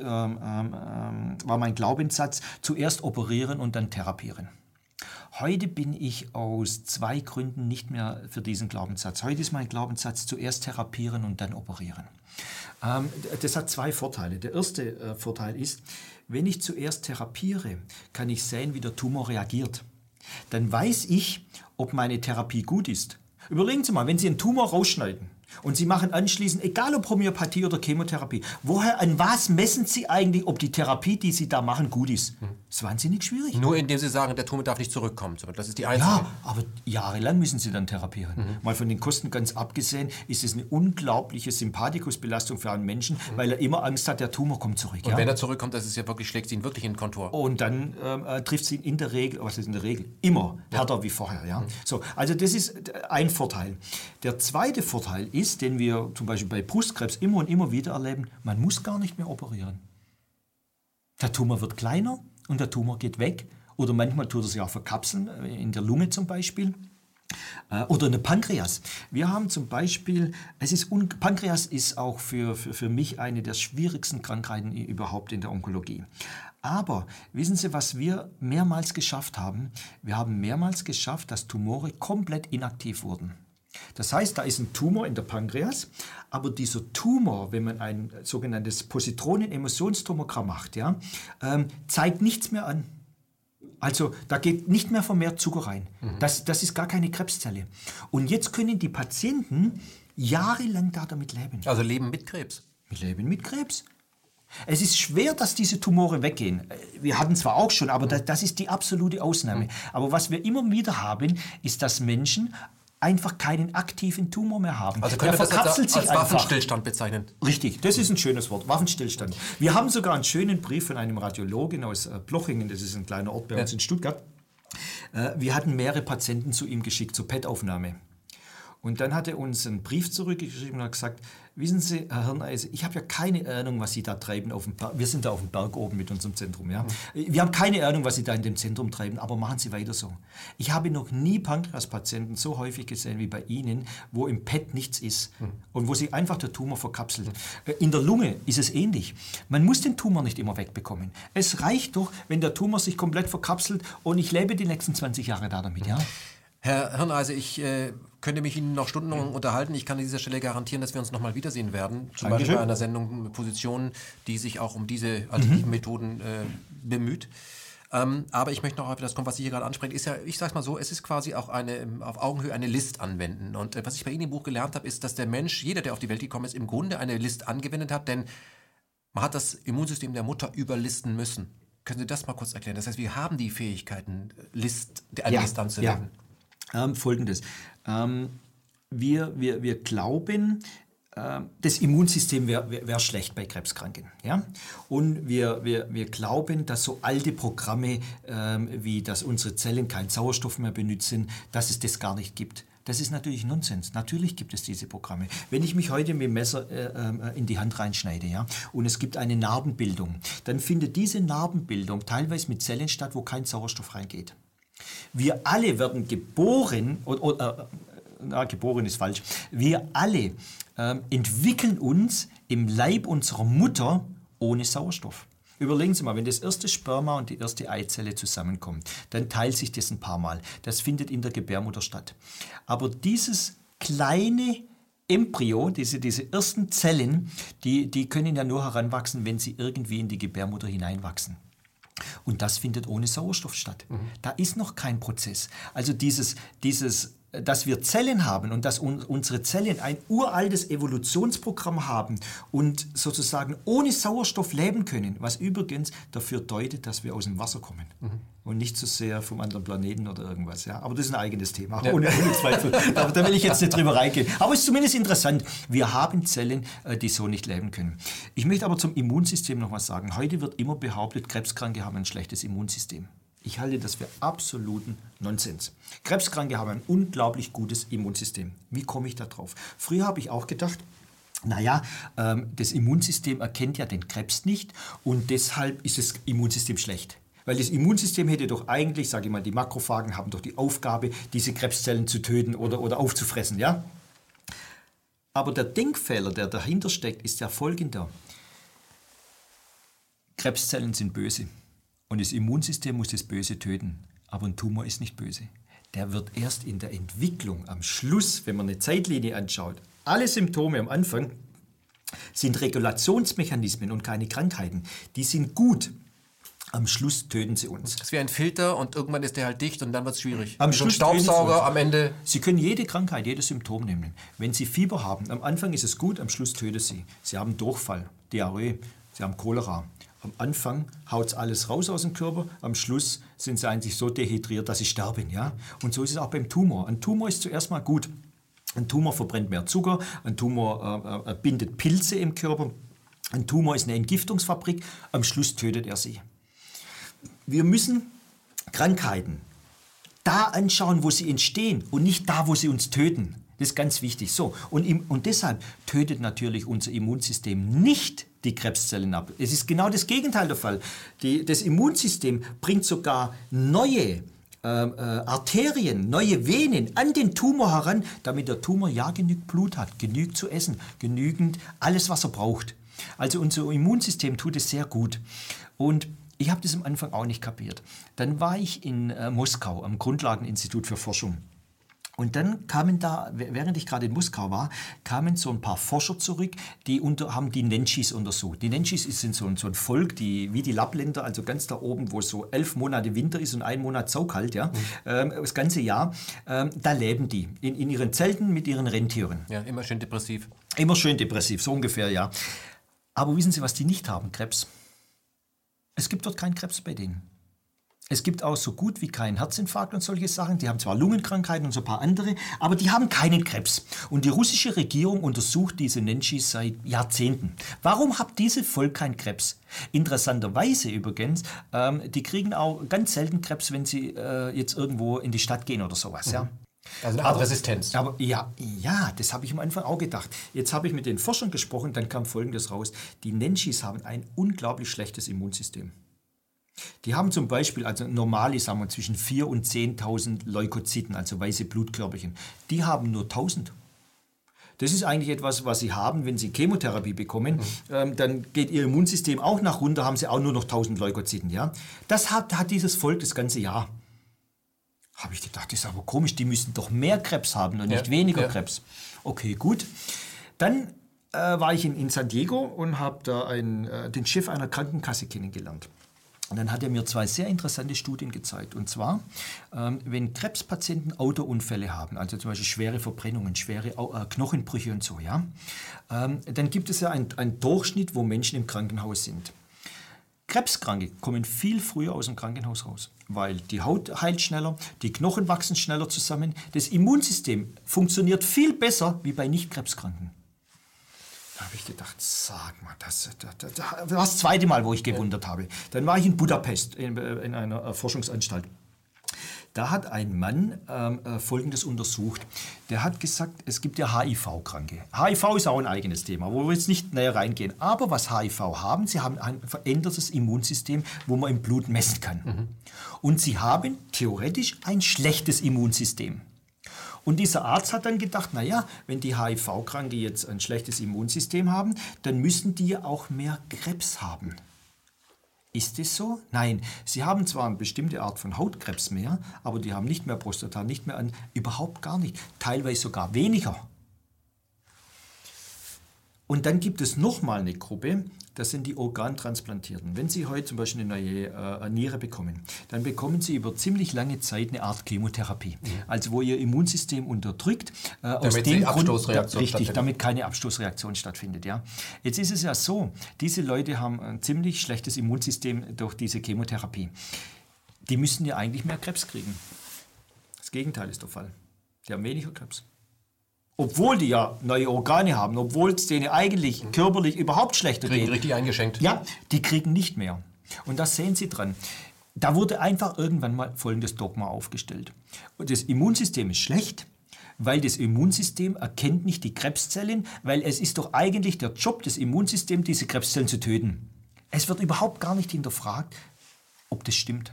war mein Glaubenssatz, zuerst operieren und dann therapieren. Heute bin ich aus 2 Gründen nicht mehr für diesen Glaubenssatz. Heute ist mein Glaubenssatz, zuerst therapieren und dann operieren. Das hat 2 Vorteile. Der erste Vorteil ist, wenn ich zuerst therapiere, kann ich sehen, wie der Tumor reagiert. Dann weiß ich, ob meine Therapie gut ist. Überlegen Sie mal, wenn Sie einen Tumor rausschneiden und Sie machen anschließend, egal ob Homöopathie oder Chemotherapie, an was messen Sie eigentlich, ob die Therapie, die Sie da machen, gut ist? Das ist wahnsinnig schwierig. Nur indem Sie sagen, der Tumor darf nicht zurückkommen. Das ist die einzige. Ja, aber jahrelang müssen Sie dann therapieren. Mal von den Kosten ganz abgesehen, ist es eine unglaubliche Sympathikusbelastung für einen Menschen, weil er immer Angst hat, der Tumor kommt zurück. Und wenn er zurückkommt, das ist ja wirklich, schlägt Sie ihn wirklich in den Kontur. Und dann trifft sie ihn in der Regel, was ist in der Regel? Immer härter wie vorher. Ja? So, also das ist ein Vorteil. Der zweite Vorteil ist, den wir zum Beispiel bei Brustkrebs immer und immer wieder erleben, man muss gar nicht mehr operieren. Der Tumor wird kleiner und der Tumor geht weg. Oder manchmal tut er sich auch verkapseln, in der Lunge zum Beispiel. Oder eine Pankreas. Wir haben zum Beispiel, Pankreas ist auch für mich eine der schwierigsten Krankheiten überhaupt in der Onkologie. Aber wissen Sie, was wir mehrmals geschafft haben? Wir haben mehrmals geschafft, dass Tumore komplett inaktiv wurden. Das heißt, da ist ein Tumor in der Pankreas, aber dieser Tumor, wenn man ein sogenanntes Positronen-Emissionstomogramm macht, ja, zeigt nichts mehr an. Also da geht nicht mehr vermehrt Zucker rein. Das ist gar keine Krebszelle. Und jetzt können die Patienten jahrelang damit leben. Also leben mit Krebs. Wir leben mit Krebs. Es ist schwer, dass diese Tumore weggehen. Wir hatten zwar auch schon, aber das ist die absolute Ausnahme. Aber was wir immer wieder haben, ist, dass Menschen einfach keinen aktiven Tumor mehr haben. Also können wir das als sich Waffenstillstand bezeichnen? Richtig, das ist ein schönes Wort, Waffenstillstand. Wir haben sogar einen schönen Brief von einem Radiologen aus Plochingen, das ist ein kleiner Ort bei uns in Stuttgart. Wir hatten mehrere Patienten zu ihm geschickt zur PET-Aufnahme. Und dann hat er uns einen Brief zurückgeschrieben und hat gesagt, wissen Sie, Herr Hirneise, ich habe ja keine Ahnung, was Sie da treiben auf dem Berg. Wir sind da auf dem Berg oben mit unserem Zentrum. Ja? Wir haben keine Ahnung, was Sie da in dem Zentrum treiben, aber machen Sie weiter so. Ich habe noch nie Pankreaspatienten so häufig gesehen wie bei Ihnen, wo im PET nichts ist und wo sich einfach der Tumor verkapselt. In der Lunge ist es ähnlich. Man muss den Tumor nicht immer wegbekommen. Es reicht doch, wenn der Tumor sich komplett verkapselt und ich lebe die nächsten 20 Jahre damit. Ja? Herr Hirneise, ich könnte mich Ihnen noch stundenlang unterhalten. Ich kann an dieser Stelle garantieren, dass wir uns noch mal wiedersehen werden. Zum Beispiel bei einer Sendung Positionen, die sich auch um diese alternativen Methoden bemüht. Aber ich möchte noch auf das kommen, was Sie hier gerade ansprechen. Ist ja, ich sage mal so, es ist quasi auch auf Augenhöhe eine List anwenden. Und was ich bei Ihnen im Buch gelernt habe, ist, dass der Mensch, jeder, der auf die Welt gekommen ist, im Grunde eine List angewendet hat, denn man hat das Immunsystem der Mutter überlisten müssen. Können Sie das mal kurz erklären? Das heißt, wir haben die Fähigkeiten, eine List anzuwenden. Folgendes. Wir glauben, das Immunsystem wär schlecht bei Krebskranken. Ja? Und wir glauben, dass so alte Programme, wie dass unsere Zellen keinen Sauerstoff mehr benutzen, dass es das gar nicht gibt. Das ist natürlich Nonsens. Natürlich gibt es diese Programme. Wenn ich mich heute mit dem Messer in die Hand reinschneide, ja, und es gibt eine Narbenbildung, dann findet diese Narbenbildung teilweise mit Zellen statt, wo kein Sauerstoff reingeht. Wir alle werden geboren, geboren ist falsch, wir alle entwickeln uns im Leib unserer Mutter ohne Sauerstoff. Überlegen Sie mal, wenn das erste Sperma und die erste Eizelle zusammenkommt, dann teilt sich das ein paar Mal. Das findet in der Gebärmutter statt. Aber dieses kleine Embryo, diese ersten Zellen, die können ja nur heranwachsen, wenn sie irgendwie in die Gebärmutter hineinwachsen. Und das findet ohne Sauerstoff statt. Da ist noch kein Prozess. Also dass wir Zellen haben und dass unsere Zellen ein uraltes Evolutionsprogramm haben und sozusagen ohne Sauerstoff leben können, was übrigens dafür deutet, dass wir aus dem Wasser kommen und nicht so sehr vom anderen Planeten oder irgendwas. Ja? Aber das ist ein eigenes Thema, ohne Zweifel. Aber da will ich jetzt nicht drüber reingehen. Aber es ist zumindest interessant, wir haben Zellen, die so nicht leben können. Ich möchte aber zum Immunsystem noch was sagen. Heute wird immer behauptet, Krebskranke haben ein schlechtes Immunsystem. Ich halte das für absoluten Nonsens. Krebskranke haben ein unglaublich gutes Immunsystem. Wie komme ich da drauf? Früher habe ich auch gedacht, das Immunsystem erkennt ja den Krebs nicht und deshalb ist das Immunsystem schlecht. Weil das Immunsystem hätte doch eigentlich, sage ich mal, die Makrophagen haben doch die Aufgabe, diese Krebszellen zu töten oder aufzufressen. Ja? Aber der Denkfehler, der dahinter steckt, ist ja folgender. Krebszellen sind böse. Und das Immunsystem muss das Böse töten. Aber ein Tumor ist nicht böse. Der wird erst in der Entwicklung, am Schluss, wenn man eine Zeitlinie anschaut, alle Symptome am Anfang sind Regulationsmechanismen und keine Krankheiten. Die sind gut. Am Schluss töten sie uns. Das ist wie ein Filter und irgendwann ist der halt dicht und dann wird es schwierig. Am Schluss Staubsauger am Ende. Sie können jede Krankheit, jedes Symptom nehmen. Wenn Sie Fieber haben, am Anfang ist es gut, am Schluss tötet Sie. Sie haben Durchfall, Diarrhoe, Sie haben Cholera. Am Anfang haut es alles raus aus dem Körper, am Schluss sind sie eigentlich so dehydriert, dass sie sterben. Ja? Und so ist es auch beim Tumor. Ein Tumor ist zuerst mal gut. Ein Tumor verbrennt mehr Zucker, ein Tumor bindet Pilze im Körper, ein Tumor ist eine Entgiftungsfabrik, am Schluss tötet er sie. Wir müssen Krankheiten da anschauen, wo sie entstehen und nicht da, wo sie uns töten. Das ist ganz wichtig. So, und deshalb tötet natürlich unser Immunsystem nicht die Krebszellen ab. Es ist genau das Gegenteil der Fall. Das Immunsystem bringt sogar neue Arterien, neue Venen an den Tumor heran, damit der Tumor ja genügend Blut hat, genügend zu essen, genügend alles, was er braucht. Also unser Immunsystem tut es sehr gut. Und ich habe das am Anfang auch nicht kapiert. Dann war ich in Moskau am Grundlageninstitut für Forschung. Und dann kamen da, während ich gerade in Moskau war, kamen so ein paar Forscher zurück, die haben die Nenschis untersucht. Die Nenschis sind so ein Volk, wie die Lappländer, also ganz da oben, wo so 11 Monate Winter ist und 1 Monat saukalt, ja, das ganze Jahr. Da leben die in ihren Zelten mit ihren Rentieren. Ja, immer schön depressiv. Immer schön depressiv, so ungefähr, ja. Aber wissen Sie, was die nicht haben? Krebs. Es gibt dort keinen Krebs bei denen. Es gibt auch so gut wie keinen Herzinfarkt und solche Sachen. Die haben zwar Lungenkrankheiten und so ein paar andere, aber die haben keinen Krebs. Und die russische Regierung untersucht diese Nenschis seit Jahrzehnten. Warum hat dieses Volk keinen Krebs? Interessanterweise übrigens, die kriegen auch ganz selten Krebs, wenn sie jetzt irgendwo in die Stadt gehen oder sowas. Ja? Also eine Art Resistenz. Aber ja, das habe ich am Anfang auch gedacht. Jetzt habe ich mit den Forschern gesprochen, dann kam Folgendes raus. Die Nenschis haben ein unglaublich schlechtes Immunsystem. Die haben zum Beispiel, also normal, sagen wir, zwischen 4.000 und 10.000 Leukozyten, also weiße Blutkörperchen. Die haben nur 1.000. Das ist eigentlich etwas, was sie haben, wenn sie Chemotherapie bekommen. Dann geht ihr Immunsystem auch nach runter, haben sie auch nur noch 1.000 Leukozyten. Ja? Das hat dieses Volk das ganze Jahr. Habe ich gedacht, das ist aber komisch, die müssen doch mehr Krebs haben und nicht weniger Krebs. Okay, gut. Dann war ich in San Diego und habe da den Chef einer Krankenkasse kennengelernt. Und dann hat er mir 2 sehr interessante Studien gezeigt. Und zwar, wenn Krebspatienten Autounfälle haben, also zum Beispiel schwere Verbrennungen, schwere Knochenbrüche und so, ja, dann gibt es ja einen Durchschnitt, wo Menschen im Krankenhaus sind. Krebskranke kommen viel früher aus dem Krankenhaus raus, weil die Haut heilt schneller, die Knochen wachsen schneller zusammen. Das Immunsystem funktioniert viel besser wie bei Nicht-Krebskranken. Da habe ich gedacht, sag mal, das war das zweite Mal, wo ich gewundert habe. Dann war ich in Budapest in einer Forschungsanstalt. Da hat ein Mann Folgendes untersucht. Der hat gesagt, es gibt ja HIV-Kranke. HIV ist auch ein eigenes Thema, wo wir jetzt nicht näher reingehen. Aber was HIV haben, sie haben ein verändertes Immunsystem, wo man im Blut messen kann. Und sie haben theoretisch ein schlechtes Immunsystem. Und dieser Arzt hat dann gedacht, naja, wenn die HIV-Kranke jetzt ein schlechtes Immunsystem haben, dann müssen die ja auch mehr Krebs haben. Ist es so? Nein, sie haben zwar eine bestimmte Art von Hautkrebs mehr, aber die haben nicht mehr Prostata, nicht mehr überhaupt gar nicht, teilweise sogar weniger. Und dann gibt es nochmal eine Gruppe, das sind die Organtransplantierten. Wenn Sie heute zum Beispiel eine neue Niere bekommen, dann bekommen Sie über ziemlich lange Zeit eine Art Chemotherapie. Also wo Ihr Immunsystem unterdrückt. Damit die Abstoßreaktion stattfindet. Damit keine Abstoßreaktion stattfindet. Ja. Jetzt ist es ja so, diese Leute haben ein ziemlich schlechtes Immunsystem durch diese Chemotherapie. Die müssen ja eigentlich mehr Krebs kriegen. Das Gegenteil ist der Fall. Die haben weniger Krebs. Obwohl die ja neue Organe haben, obwohl es denen eigentlich körperlich überhaupt schlechter geht. Kriegen richtig eingeschenkt. Ja, die kriegen nicht mehr. Und das sehen Sie dran. Da wurde einfach irgendwann mal folgendes Dogma aufgestellt. Und das Immunsystem ist schlecht, weil das Immunsystem erkennt nicht die Krebszellen, weil es ist doch eigentlich der Job des Immunsystems, diese Krebszellen zu töten. Es wird überhaupt gar nicht hinterfragt, ob das stimmt.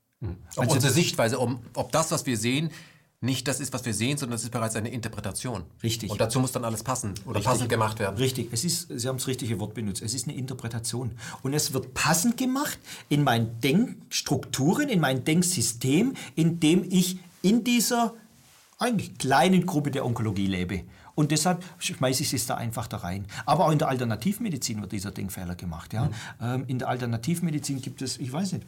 Also unsere Sichtweise, ob das, was wir sehen, nicht das ist, was wir sehen, sondern es ist bereits eine Interpretation. Richtig. Und dazu muss dann alles passen oder passend gemacht werden. Richtig. Sie haben das richtige Wort benutzt. Es ist eine Interpretation. Und es wird passend gemacht in meinen Denkstrukturen, in mein Denksystem, in dem ich in dieser eigentlich kleinen Gruppe der Onkologie lebe. Und deshalb schmeiße ich es da einfach da rein. Aber auch in der Alternativmedizin wird dieser Denkfehler gemacht. Ja? In der Alternativmedizin gibt es, ich weiß nicht,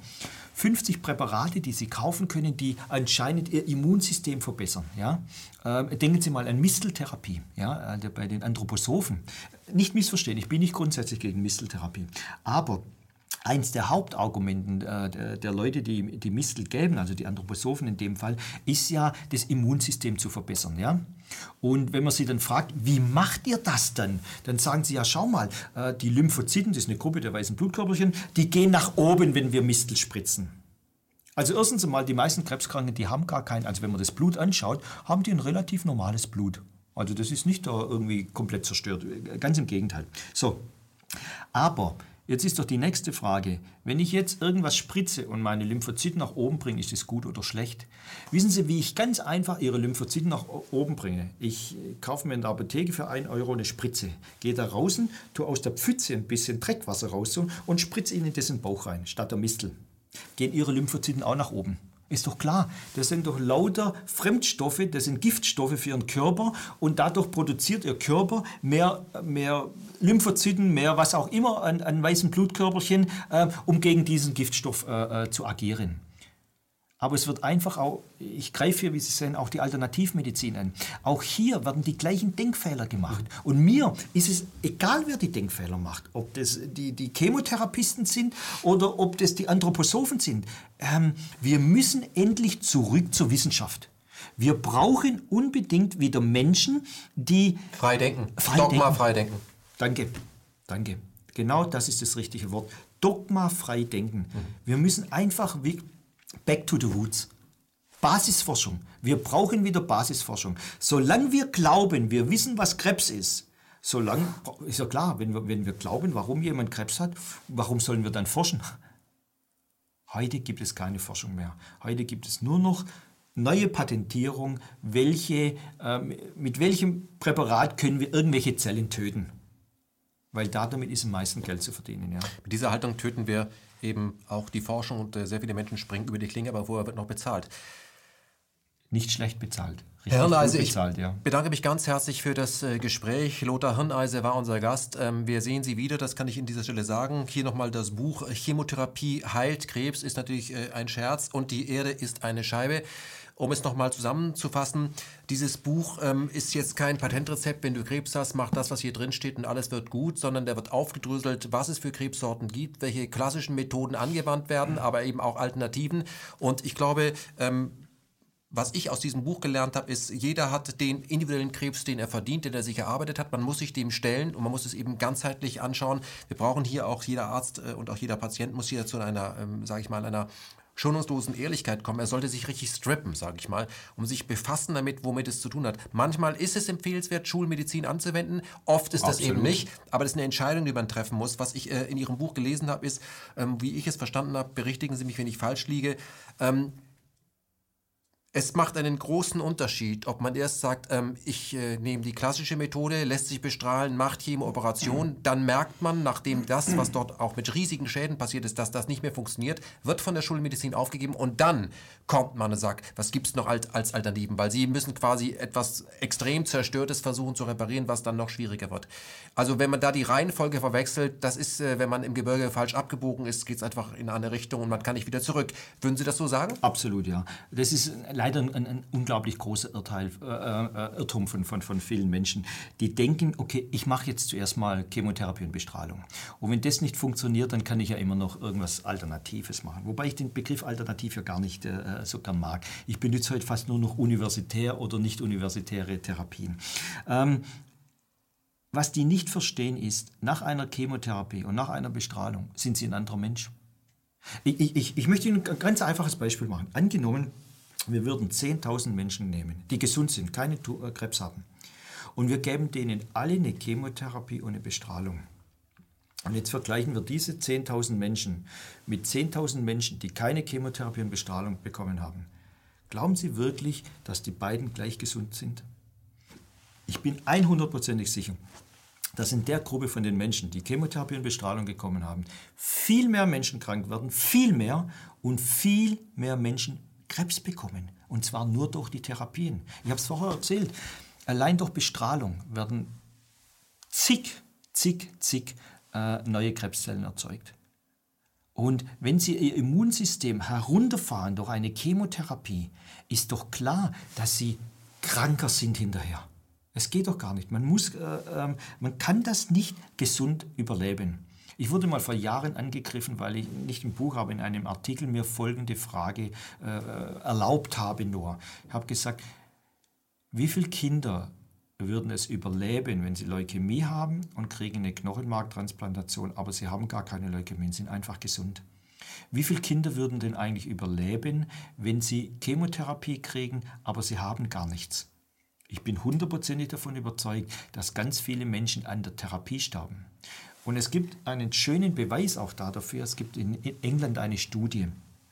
50 Präparate, die Sie kaufen können, die anscheinend Ihr Immunsystem verbessern. Ja? Denken Sie mal an Misteltherapie, ja? Also bei den Anthroposophen. Nicht missverstehen, ich bin nicht grundsätzlich gegen Misteltherapie. Aber eins der Hauptargumenten der Leute, die Mistel geben, also die Anthroposophen in dem Fall, ist ja, das Immunsystem zu verbessern. Ja? Und wenn man sie dann fragt, wie macht ihr das dann? Dann sagen sie, ja schau mal, die Lymphozyten, das ist eine Gruppe der weißen Blutkörperchen, die gehen nach oben, wenn wir Mistel spritzen. Also erstens einmal, die meisten Krebskranken, die haben gar keinen, also wenn man das Blut anschaut, haben die ein relativ normales Blut. Also das ist nicht da irgendwie komplett zerstört, ganz im Gegenteil. So, aber jetzt ist doch die nächste Frage, wenn ich jetzt irgendwas spritze und meine Lymphozyten nach oben bringe, ist das gut oder schlecht? Wissen Sie, wie ich ganz einfach Ihre Lymphozyten nach oben bringe? Ich kaufe mir in der Apotheke für 1 Euro eine Spritze, gehe da raus, tue aus der Pfütze ein bisschen Dreckwasser raus und spritze Ihnen das in den Bauch rein, statt der Mistel. Gehen Ihre Lymphozyten auch nach oben? Ist doch klar, das sind doch lauter Fremdstoffe, das sind Giftstoffe für Ihren Körper und dadurch produziert Ihr Körper mehr Lymphozyten, mehr was auch immer an weißen Blutkörperchen, um gegen diesen Giftstoff zu agieren. Aber es wird einfach auch, ich greife hier, wie Sie sehen, auch die Alternativmedizin an. Auch hier werden die gleichen Denkfehler gemacht. Und mir ist es egal, wer die Denkfehler macht. Ob das die Chemotherapisten sind oder ob das die Anthroposophen sind. Wir müssen endlich zurück zur Wissenschaft. Wir brauchen unbedingt wieder Menschen, die frei denken. Dogmafrei denken. Danke. Genau das ist das richtige Wort. Dogmafrei denken. Wir müssen einfach back to the roots. Basisforschung. Wir brauchen wieder Basisforschung. Solange wir glauben, wir wissen, was Krebs ist, solange ist ja klar, wenn wir glauben, warum jemand Krebs hat, warum sollen wir dann forschen? Heute gibt es keine Forschung mehr. Heute gibt es nur noch neue Patentierung, mit welchem Präparat können wir irgendwelche Zellen töten. Weil damit ist am meisten Geld zu verdienen. Ja. Mit dieser Haltung töten wir eben auch die Forschung und sehr viele Menschen springen über die Klinge, aber vorher wird noch bezahlt. Nicht schlecht bezahlt. Herr Hirneise, ich bedanke mich ganz herzlich für das Gespräch. Lothar Hirneise war unser Gast. Wir sehen Sie wieder, das kann ich an dieser Stelle sagen. Hier nochmal das Buch Chemotherapie heilt Krebs, ist natürlich ein Scherz und die Erde ist eine Scheibe. Um es nochmal zusammenzufassen, dieses Buch ist jetzt kein Patentrezept, wenn du Krebs hast, mach das, was hier drin steht und alles wird gut, sondern der wird aufgedröselt, was es für Krebssorten gibt, welche klassischen Methoden angewandt werden, aber eben auch Alternativen. Und ich glaube, was ich aus diesem Buch gelernt habe, ist, jeder hat den individuellen Krebs, den er verdient, den er sich erarbeitet hat. Man muss sich dem stellen und man muss es eben ganzheitlich anschauen. Wir brauchen hier auch, jeder Arzt und auch jeder Patient muss hier zu einer, sage ich mal, einer schonungslosen Ehrlichkeit kommen. Er sollte sich richtig strippen, sage ich mal, um sich befassen damit, womit es zu tun hat. Manchmal ist es empfehlenswert, Schulmedizin anzuwenden. Oft ist das eben nicht. Aber das ist eine Entscheidung, die man treffen muss. Was ich in Ihrem Buch gelesen habe, ist, wie ich es verstanden habe, berichtigen Sie mich, wenn ich falsch liege, es macht einen großen Unterschied, ob man erst sagt, ich nehme die klassische Methode, lässt sich bestrahlen, macht Chemooperation, dann merkt man, nachdem das, was dort auch mit riesigen Schäden passiert ist, dass das nicht mehr funktioniert, wird von der Schulmedizin aufgegeben und dann kommt man und sagt, was gibt es noch als Alternativen, weil sie müssen quasi etwas extrem Zerstörtes versuchen zu reparieren, was dann noch schwieriger wird. Also wenn man da die Reihenfolge verwechselt, das ist, wenn man im Gebirge falsch abgebogen ist, geht es einfach in eine andere Richtung und man kann nicht wieder zurück. Würden Sie das so sagen? Absolut, ja. Das ist leider ein unglaublich großer Irrtum von vielen Menschen, die denken, okay, ich mache jetzt zuerst mal Chemotherapie und Bestrahlung. Und wenn das nicht funktioniert, dann kann ich ja immer noch irgendwas Alternatives machen. Wobei ich den Begriff Alternativ ja gar nicht so gern mag. Ich benutze heute fast nur noch universitär oder nicht universitäre Therapien. Was die nicht verstehen ist, nach einer Chemotherapie und nach einer Bestrahlung sind sie ein anderer Mensch. Ich möchte Ihnen ein ganz einfaches Beispiel machen. Angenommen, wir würden 10.000 Menschen nehmen, die gesund sind, keine Krebs haben. Und wir geben denen alle eine Chemotherapie und eine Bestrahlung. Und jetzt vergleichen wir diese 10.000 Menschen mit 10.000 Menschen, die keine Chemotherapie und Bestrahlung bekommen haben. Glauben Sie wirklich, dass die beiden gleich gesund sind? Ich bin 100%ig sicher, dass in der Gruppe von den Menschen, die Chemotherapie und Bestrahlung bekommen haben, viel mehr Menschen krank werden, viel mehr Menschen Krebs bekommen. Und zwar nur durch die Therapien. Ich habe es vorher erzählt. Allein durch Bestrahlung werden zig neue Krebszellen erzeugt. Und wenn Sie Ihr Immunsystem herunterfahren durch eine Chemotherapie, ist doch klar, dass Sie kranker sind hinterher. Es geht doch gar nicht. Man kann das nicht gesund überleben. Ich wurde mal vor Jahren angegriffen, weil ich nicht im Buch, aber in einem Artikel mir folgende Frage erlaubt habe nur. Ich habe gesagt, wie viele Kinder würden es überleben, wenn sie Leukämie haben und kriegen eine Knochenmarktransplantation, aber sie haben gar keine Leukämie, sind einfach gesund. Wie viele Kinder würden denn eigentlich überleben, wenn sie Chemotherapie kriegen, aber sie haben gar nichts? Ich bin 100%ig davon überzeugt, dass ganz viele Menschen an der Therapie sterben. Und es gibt einen schönen Beweis auch dafür. Es gibt in England eine Studie.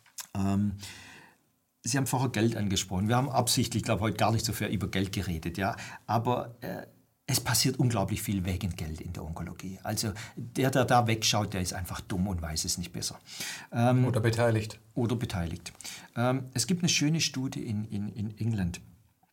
Sie haben vorher Geld angesprochen. Wir haben absichtlich, glaube heute gar nicht so viel über Geld geredet. Ja? Aber es passiert unglaublich viel wegen Geld in der Onkologie. Also der da wegschaut, der ist einfach dumm und weiß es nicht besser. Oder beteiligt. Es gibt eine schöne Studie in England.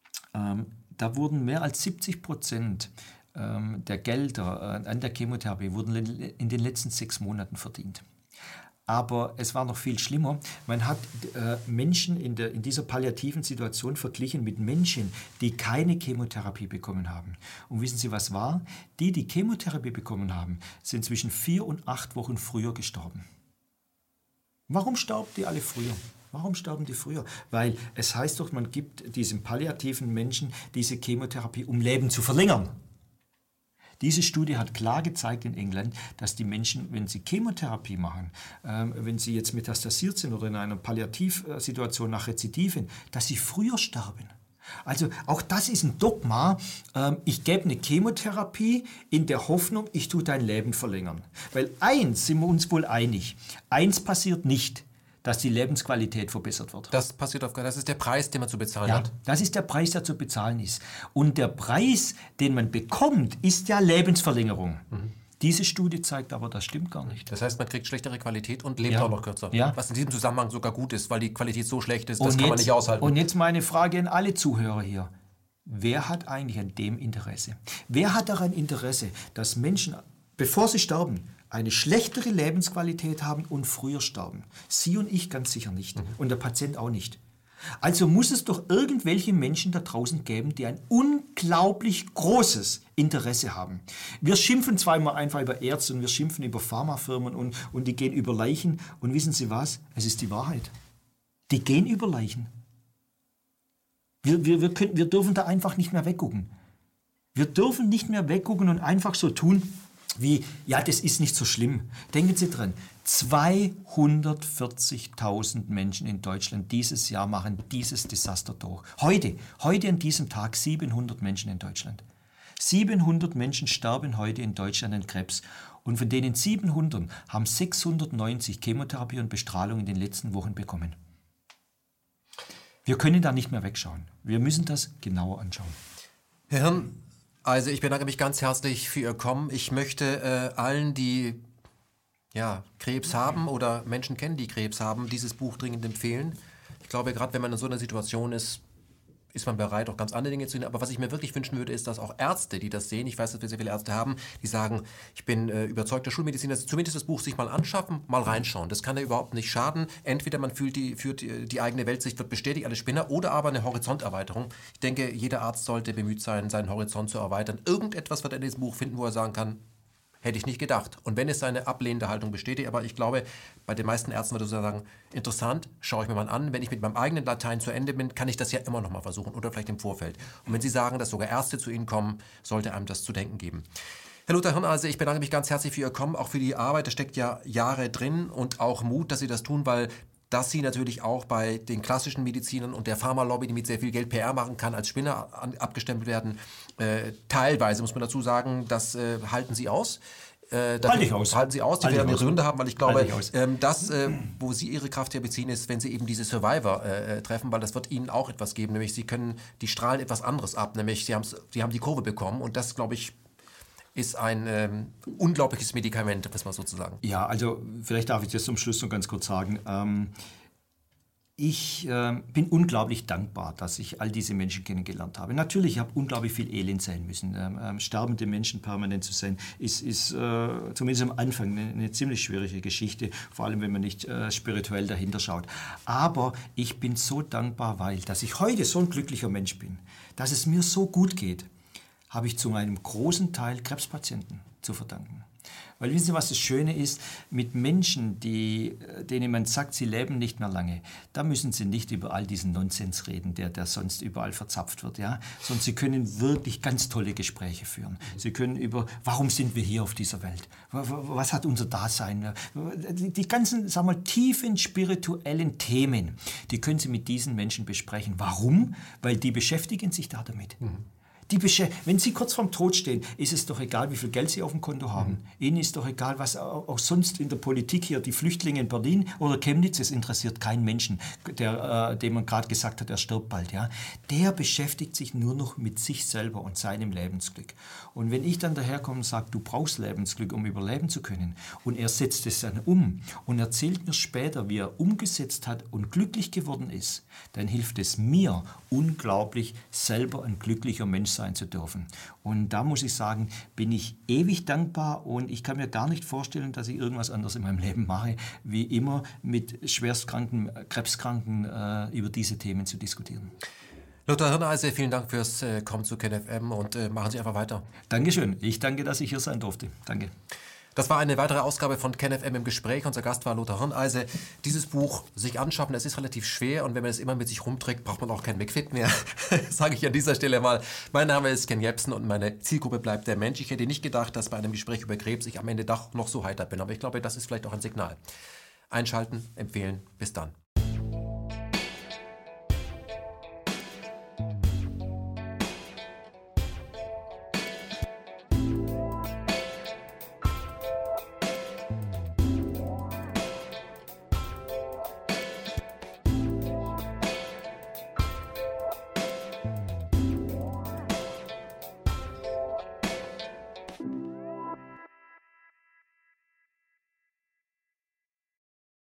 Da wurden mehr als 70% der Gelder an der Chemotherapie wurden in den letzten 6 Monaten verdient. Aber es war noch viel schlimmer. Man hat Menschen in dieser palliativen Situation verglichen mit Menschen, die keine Chemotherapie bekommen haben. Und wissen Sie, was war? Die Chemotherapie bekommen haben, sind zwischen 4 und 8 Wochen früher gestorben. Warum starben die alle früher? Warum sterben die früher? Weil es heißt doch, man gibt diesem palliativen Menschen diese Chemotherapie, um Leben zu verlängern. Diese Studie hat klar gezeigt in England, dass die Menschen, wenn sie Chemotherapie machen, wenn sie jetzt metastasiert sind oder in einer Palliativsituation nach Rezidiven, dass sie früher sterben. Also auch das ist ein Dogma. Ich gebe eine Chemotherapie in der Hoffnung, ich tue dein Leben verlängern. Weil eins sind wir uns wohl einig, eins passiert nicht, dass die Lebensqualität verbessert wird. Das ist der Preis, den man zu bezahlen hat. Das ist der Preis, der zu bezahlen ist. Und der Preis, den man bekommt, ist ja Lebensverlängerung. Mhm. Diese Studie zeigt aber, das stimmt gar nicht. Das heißt, man kriegt schlechtere Qualität und lebt auch noch kürzer. Ja. Was in diesem Zusammenhang sogar gut ist, weil die Qualität so schlecht ist, das kann man nicht aushalten. Und jetzt meine Frage an alle Zuhörer hier. Wer hat eigentlich an dem Interesse? Wer hat daran Interesse, dass Menschen, bevor sie sterben, eine schlechtere Lebensqualität haben und früher sterben? Sie und ich ganz sicher nicht. Und der Patient auch nicht. Also muss es doch irgendwelche Menschen da draußen geben, die ein unglaublich großes Interesse haben. Wir schimpfen zwar immer einfach über Ärzte und wir schimpfen über Pharmafirmen und die gehen über Leichen. Und wissen Sie was? Es ist die Wahrheit. Die gehen über Leichen. Wir dürfen da einfach nicht mehr weggucken. Wir dürfen nicht mehr weggucken und einfach so tun, wie, ja, das ist nicht so schlimm. Denken Sie dran, 240.000 Menschen in Deutschland dieses Jahr machen dieses Desaster durch. Heute an diesem Tag 700 Menschen in Deutschland. 700 Menschen sterben heute in Deutschland an Krebs. Und von denen 700 haben 690 Chemotherapie und Bestrahlung in den letzten Wochen bekommen. Wir können da nicht mehr wegschauen. Wir müssen das genauer anschauen. Herr Hirn, also ich bedanke mich ganz herzlich für Ihr Kommen. Ich möchte allen, die Krebs haben oder Menschen kennen, die Krebs haben, dieses Buch dringend empfehlen. Ich glaube, gerade wenn man in so einer Situation ist, ist man bereit, auch ganz andere Dinge zu tun. Aber was ich mir wirklich wünschen würde, ist, dass auch Ärzte, die das sehen, ich weiß, dass wir sehr viele Ärzte haben, die sagen, ich bin überzeugter Schulmediziner, dass sie zumindest das Buch sich mal anschaffen, mal reinschauen. Das kann ja überhaupt nicht schaden. Entweder man führt die eigene Weltsicht, wird bestätigt, alle Spinner, oder aber eine Horizonterweiterung. Ich denke, jeder Arzt sollte bemüht sein, seinen Horizont zu erweitern. Irgendetwas wird er in diesem Buch finden, wo er sagen kann, hätte ich nicht gedacht. Und wenn es seine ablehnende Haltung bestätigt, aber ich glaube, bei den meisten Ärzten würde ich sagen, interessant, schaue ich mir mal an. Wenn ich mit meinem eigenen Latein zu Ende bin, kann ich das ja immer noch mal versuchen oder vielleicht im Vorfeld. Und wenn Sie sagen, dass sogar Ärzte zu Ihnen kommen, sollte einem das zu denken geben. Herr Lothar Hirnalser, ich bedanke mich ganz herzlich für Ihr Kommen, auch für die Arbeit. Da steckt ja Jahre drin und auch Mut, dass Sie das tun, weil dass Sie natürlich auch bei den klassischen Medizinern und der Pharmalobby, die mit sehr viel Geld PR machen kann, als Spinner abgestempelt werden. Teilweise muss man dazu sagen, das halten Sie aus. Halte ich aus. Halten Sie aus, die werden Ihre Gründe haben, weil ich glaube, das, wo Sie Ihre Kraft her beziehen, ist, wenn Sie eben diese Survivor treffen, weil das wird Ihnen auch etwas geben, nämlich die strahlen etwas anderes ab, nämlich Sie haben die Kurve bekommen und das, glaube ich, ist ein unglaubliches Medikament, muss man sozusagen. Ja, also vielleicht darf ich das zum Schluss noch ganz kurz sagen. Ich bin unglaublich dankbar, dass ich all diese Menschen kennengelernt habe. Natürlich, ich habe unglaublich viel Elend sein müssen. Sterbende Menschen permanent zu sein, ist zumindest am Anfang eine ziemlich schwierige Geschichte, vor allem wenn man nicht spirituell dahinter schaut. Aber ich bin so dankbar, dass ich heute so ein glücklicher Mensch bin, dass es mir so gut geht, habe ich zu einem großen Teil Krebspatienten zu verdanken. Weil wissen Sie, was das Schöne ist? Mit Menschen, denen man sagt, sie leben nicht mehr lange, da müssen Sie nicht über all diesen Nonsens reden, der sonst überall verzapft wird, ja? Sondern Sie können wirklich ganz tolle Gespräche führen. Sie können über, warum sind wir hier auf dieser Welt? Was hat unser Dasein? Die ganzen, sagen wir mal, tiefen spirituellen Themen, die können Sie mit diesen Menschen besprechen. Warum? Weil die beschäftigen sich da damit. Wenn Sie kurz vorm Tod stehen, ist es doch egal, wie viel Geld Sie auf dem Konto haben. Ihnen ist doch egal, was auch sonst in der Politik hier, die Flüchtlinge in Berlin oder Chemnitz, es interessiert keinen Menschen, dem man gerade gesagt hat, er stirbt bald. Ja? Der beschäftigt sich nur noch mit sich selber und seinem Lebensglück. Und wenn ich dann daherkomme und sage, du brauchst Lebensglück, um überleben zu können, und er setzt es dann um und erzählt mir später, wie er umgesetzt hat und glücklich geworden ist, dann hilft es mir unglaublich, selber ein glücklicher Mensch sein zu dürfen. Und da muss ich sagen, bin ich ewig dankbar und ich kann mir gar nicht vorstellen, dass ich irgendwas anderes in meinem Leben mache, wie immer mit schwerstkranken, Krebskranken über diese Themen zu diskutieren. Lothar Hirnalser, vielen Dank fürs Kommen zu KenFM und machen Sie einfach weiter. Dankeschön. Ich danke, dass ich hier sein durfte. Danke. Das war eine weitere Ausgabe von KenFM im Gespräch. Unser Gast war Lothar Hirnalser. Dieses Buch sich anschaffen, das ist relativ schwer und wenn man es immer mit sich rumträgt, braucht man auch kein McFit mehr. Sage ich an dieser Stelle mal. Mein Name ist Ken Jepsen und meine Zielgruppe bleibt der Mensch. Ich hätte nicht gedacht, dass bei einem Gespräch über Krebs ich am Ende doch noch so heiter bin, aber ich glaube, das ist vielleicht auch ein Signal. Einschalten, empfehlen. Bis dann.